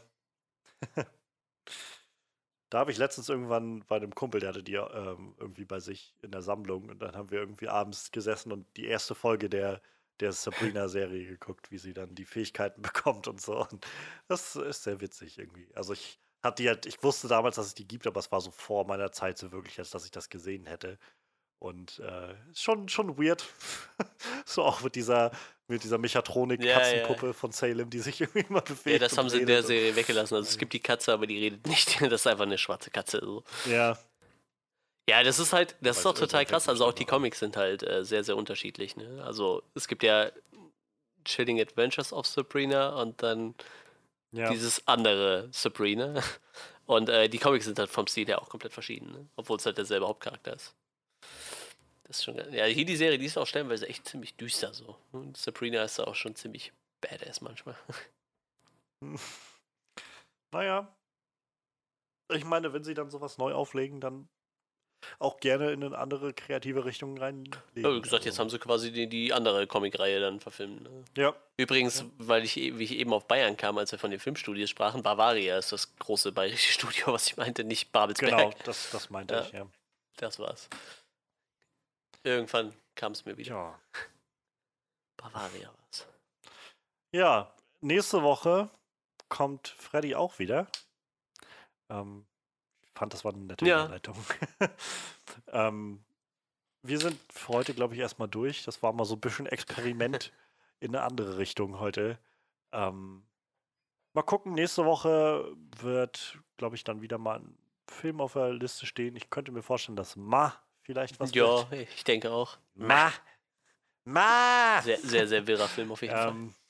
Speaker 1: Da habe ich letztens irgendwann bei einem Kumpel, der hatte die irgendwie bei sich in der Sammlung und dann haben wir irgendwie abends gesessen und die erste Folge der Sabrina-Serie geguckt, wie sie dann die Fähigkeiten bekommt und so. Und das ist sehr witzig irgendwie. Also ich wusste damals, dass es die gibt, aber es war so vor meiner Zeit so wirklich, als dass ich das gesehen hätte. Und ist schon weird. So auch mit dieser
Speaker 2: Ja, ja.
Speaker 1: Mechatronik-Katzenpuppe von Salem, die sich irgendwie mal
Speaker 2: Ja,
Speaker 1: bewegt
Speaker 2: das haben
Speaker 1: und
Speaker 2: sie in der
Speaker 1: redet. Und,
Speaker 2: Serie weggelassen. Also es gibt die Katze, aber die redet nicht. Das ist einfach eine schwarze Katze. So.
Speaker 1: ja,
Speaker 2: Ja, das ist
Speaker 1: weiß,
Speaker 2: auch total
Speaker 1: irgendwann fängt
Speaker 2: krass.
Speaker 1: sie
Speaker 2: Also auch
Speaker 1: bestimmt
Speaker 2: die
Speaker 1: noch an.
Speaker 2: Comics sind halt sehr, sehr unterschiedlich. Ne? Also es gibt ja Chilling Adventures of Sabrina und dann
Speaker 1: Ja,
Speaker 2: dieses andere Sabrina. Und die Comics sind halt vom Stil her auch komplett verschieden, ne? Obwohl es halt derselbe Hauptcharakter ist. Das ist schon. Ja, hier die Serie, die ist auch stellenweise echt ziemlich düster so. Und Sabrina ist da auch schon ziemlich badass manchmal.
Speaker 1: naja, ich meine, wenn sie dann sowas neu auflegen, dann auch gerne in eine andere kreative Richtung
Speaker 2: Ja, wie
Speaker 1: reinlegen.
Speaker 2: gesagt, jetzt
Speaker 1: Also,
Speaker 2: haben sie quasi die andere Comicreihe dann verfilmt. Ne?
Speaker 1: ja,
Speaker 2: Übrigens,
Speaker 1: ja,
Speaker 2: wie ich eben auf Bayern kam, als wir von den Filmstudios sprachen, Bavaria ist das große bayerische Studio, was ich meinte, nicht Babelsberg.
Speaker 1: genau, das meinte
Speaker 2: Ja,
Speaker 1: ich, ja.
Speaker 2: das war's. Irgendwann kam es mir wieder.
Speaker 1: Ja.
Speaker 2: Bavaria war's.
Speaker 1: Ja, nächste Woche kommt Freddy auch wieder. Ähm, fand, das war eine nette
Speaker 2: Ja.
Speaker 1: Überleitung. Wir sind für heute, glaube ich, erstmal durch. Das war mal so ein bisschen Experiment in eine andere Richtung heute. Mal gucken, nächste Woche wird, glaube ich, dann wieder mal ein Film auf der Liste stehen. Ich könnte mir vorstellen, dass Ma vielleicht was
Speaker 2: Ja,
Speaker 1: wird.
Speaker 2: ich denke auch.
Speaker 1: Ma!
Speaker 2: Sehr, sehr, sehr wirrer Film auf jeden Fall.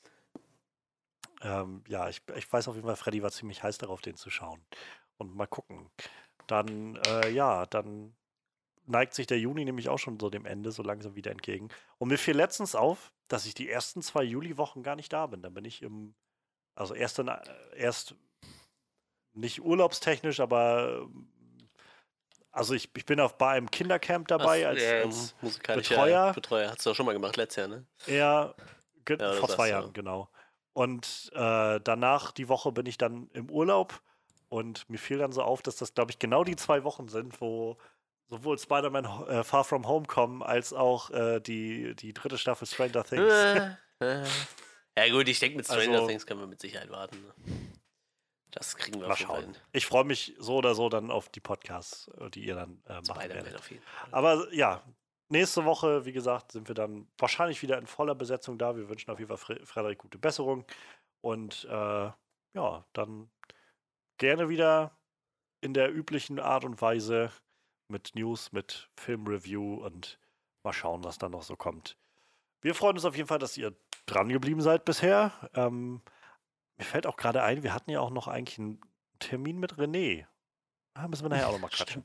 Speaker 1: Ja, ich weiß auf jeden Fall, Freddy war ziemlich heiß darauf, den zu schauen. Und mal gucken. Dann, dann neigt sich der Juni nämlich auch schon so dem Ende so langsam wieder entgegen. Und mir fiel letztens auf, dass ich die ersten 2 Juliwochen gar nicht da bin. Dann bin ich also erst nicht urlaubstechnisch, aber also ich bin bei einem Kindercamp dabei als
Speaker 2: musikalischer Betreuer. Hast du auch schon mal gemacht, letztes Jahr, ne?
Speaker 1: Ja,
Speaker 2: Ja,
Speaker 1: vor 2
Speaker 2: sagst du.
Speaker 1: Jahren, genau. Und danach die Woche bin ich dann im Urlaub und mir fiel dann so auf, dass das, glaube ich, genau die 2 Wochen sind, wo sowohl Spider-Man Far From Home kommen, als auch die 3. Staffel Stranger Things.
Speaker 2: Ja gut, ich denke, mit Stranger Things können wir mit Sicherheit warten. Ne? Das kriegen wir
Speaker 1: Mal
Speaker 2: auf jeden Fall
Speaker 1: schauen.
Speaker 2: hin.
Speaker 1: Ich freue mich so oder so dann auf die Podcasts, die ihr dann machen werdet.
Speaker 2: Auf jeden Fall.
Speaker 1: Aber ja, nächste Woche, wie gesagt, sind wir dann wahrscheinlich wieder in voller Besetzung da. Wir wünschen auf jeden Fall Frederik gute Besserung. Und ja, dann gerne wieder in der üblichen Art und Weise mit News, mit Filmreview und mal schauen, was dann noch so kommt. Wir freuen uns auf jeden Fall, dass ihr dran geblieben seid bisher. Mir fällt auch gerade ein, wir hatten ja auch noch eigentlich einen Termin mit René. Da müssen wir nachher auch noch mal quatschen.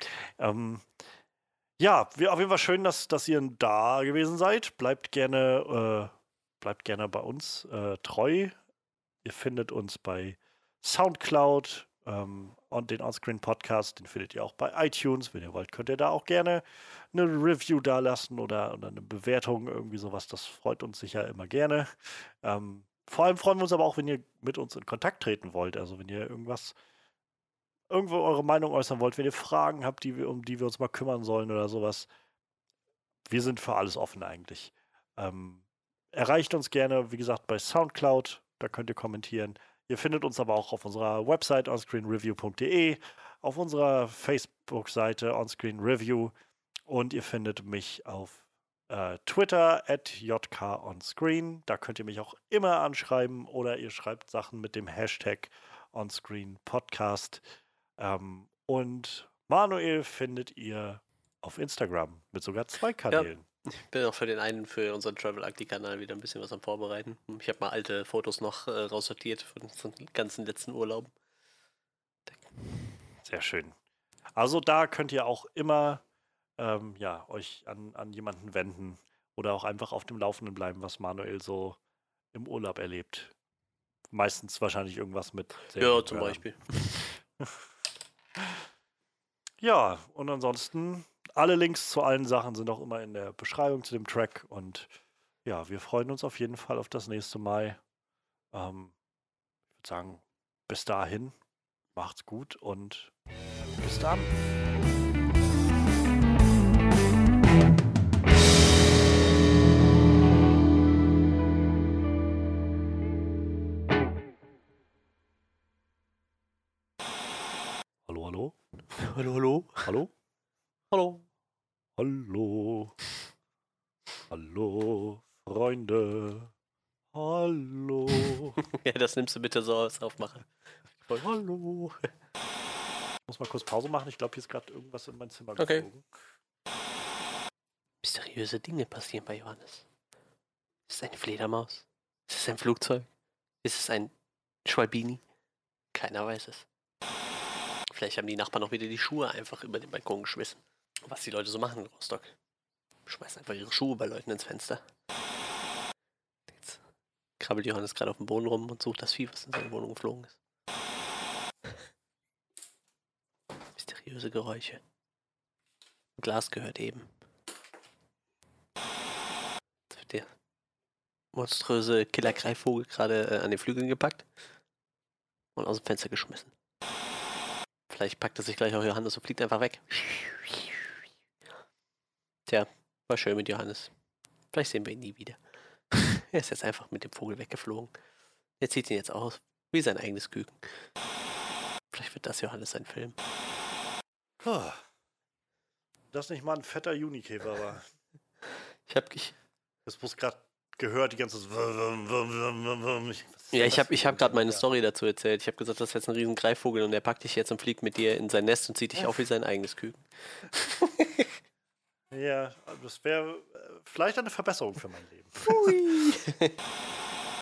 Speaker 1: Ja, auf jeden Fall schön, dass ihr da gewesen seid. Bleibt gerne bei uns treu. Ihr findet uns bei Soundcloud und den Onscreen-Podcast, den findet ihr auch bei iTunes. Wenn ihr wollt, könnt ihr da auch gerne eine Review dalassen oder eine Bewertung, irgendwie sowas. Das freut uns sicher immer gerne. Vor allem freuen wir uns aber auch, wenn ihr mit uns in Kontakt treten wollt. Also wenn ihr irgendwo eure Meinung äußern wollt, wenn ihr Fragen habt, um die wir uns mal kümmern sollen oder sowas. Wir sind für alles offen eigentlich. Erreicht uns gerne, wie gesagt, bei Soundcloud. Da könnt ihr kommentieren. Ihr findet uns aber auch auf unserer Website onscreenreview.de, auf unserer Facebook-Seite onscreenreview und ihr findet mich auf Twitter @jkonscreen. Da könnt ihr mich auch immer anschreiben oder ihr schreibt Sachen mit dem Hashtag onscreenpodcast. Und Manuel findet ihr auf Instagram mit sogar 2 Kanälen.
Speaker 2: Ja. Ich bin auch für unseren Travel Ugly-Kanal wieder ein bisschen was am Vorbereiten. Ich habe mal alte Fotos noch raussortiert von den ganzen letzten Urlauben.
Speaker 1: Sehr schön. Also da könnt ihr auch immer euch an jemanden wenden oder auch einfach auf dem Laufenden bleiben, was Manuel so im Urlaub erlebt. Meistens wahrscheinlich irgendwas mit Serien.
Speaker 2: Ja, zum Beispiel.
Speaker 1: Ja, und ansonsten alle Links zu allen Sachen sind auch immer in der Beschreibung zu dem Track. Und ja, wir freuen uns auf jeden Fall auf das nächste Mal. Ich würde sagen, bis dahin, macht's gut und bis dann. Hallo, hallo?
Speaker 2: Hallo, hallo?
Speaker 1: Hallo?
Speaker 2: Hallo?
Speaker 1: Hallo? Hallo, Freunde? Hallo?
Speaker 2: Ja, das nimmst du bitte so als Aufmacher. Hallo?
Speaker 1: Ich muss mal kurz Pause machen. Ich glaube, hier ist gerade irgendwas in mein Zimmer
Speaker 2: Okay.
Speaker 1: geflogen.
Speaker 2: Mysteriöse Dinge passieren bei Johannes. Ist es eine Fledermaus? Ist es ein Flugzeug? Ist es ein Schwalbini? Keiner weiß es. Vielleicht haben die Nachbarn auch wieder die Schuhe einfach über den Balkon geschmissen. Was die Leute so machen in Rostock. Schmeißen einfach ihre Schuhe bei Leuten ins Fenster. Jetzt krabbelt Johannes gerade auf dem Boden rum und sucht das Vieh, was in seine Wohnung geflogen ist. Mysteriöse Geräusche. Ein Glas gehört eben. Jetzt wird der monströse Killergreifvogel gerade an den Flügeln gepackt und aus dem Fenster geschmissen. Vielleicht packt er sich gleich auch Johannes und fliegt einfach weg. Tja, war schön mit Johannes. Vielleicht sehen wir ihn nie wieder. Er ist jetzt einfach mit dem Vogel weggeflogen. Er zieht ihn jetzt aus, wie sein eigenes Küken. Vielleicht wird das Johannes sein Film.
Speaker 1: Oh. Das nicht mal ein fetter Junikäfer war.
Speaker 2: Ich
Speaker 1: Das bloß gerade gehört, die ganze.
Speaker 2: ich hab gerade meine Story dazu erzählt. Ich habe gesagt, das ist jetzt ein riesen Greifvogel und der packt dich jetzt und fliegt mit dir in sein Nest und zieht dich auf wie sein eigenes Küken.
Speaker 1: Ja, das wäre vielleicht eine Verbesserung für mein Leben.
Speaker 2: Hui.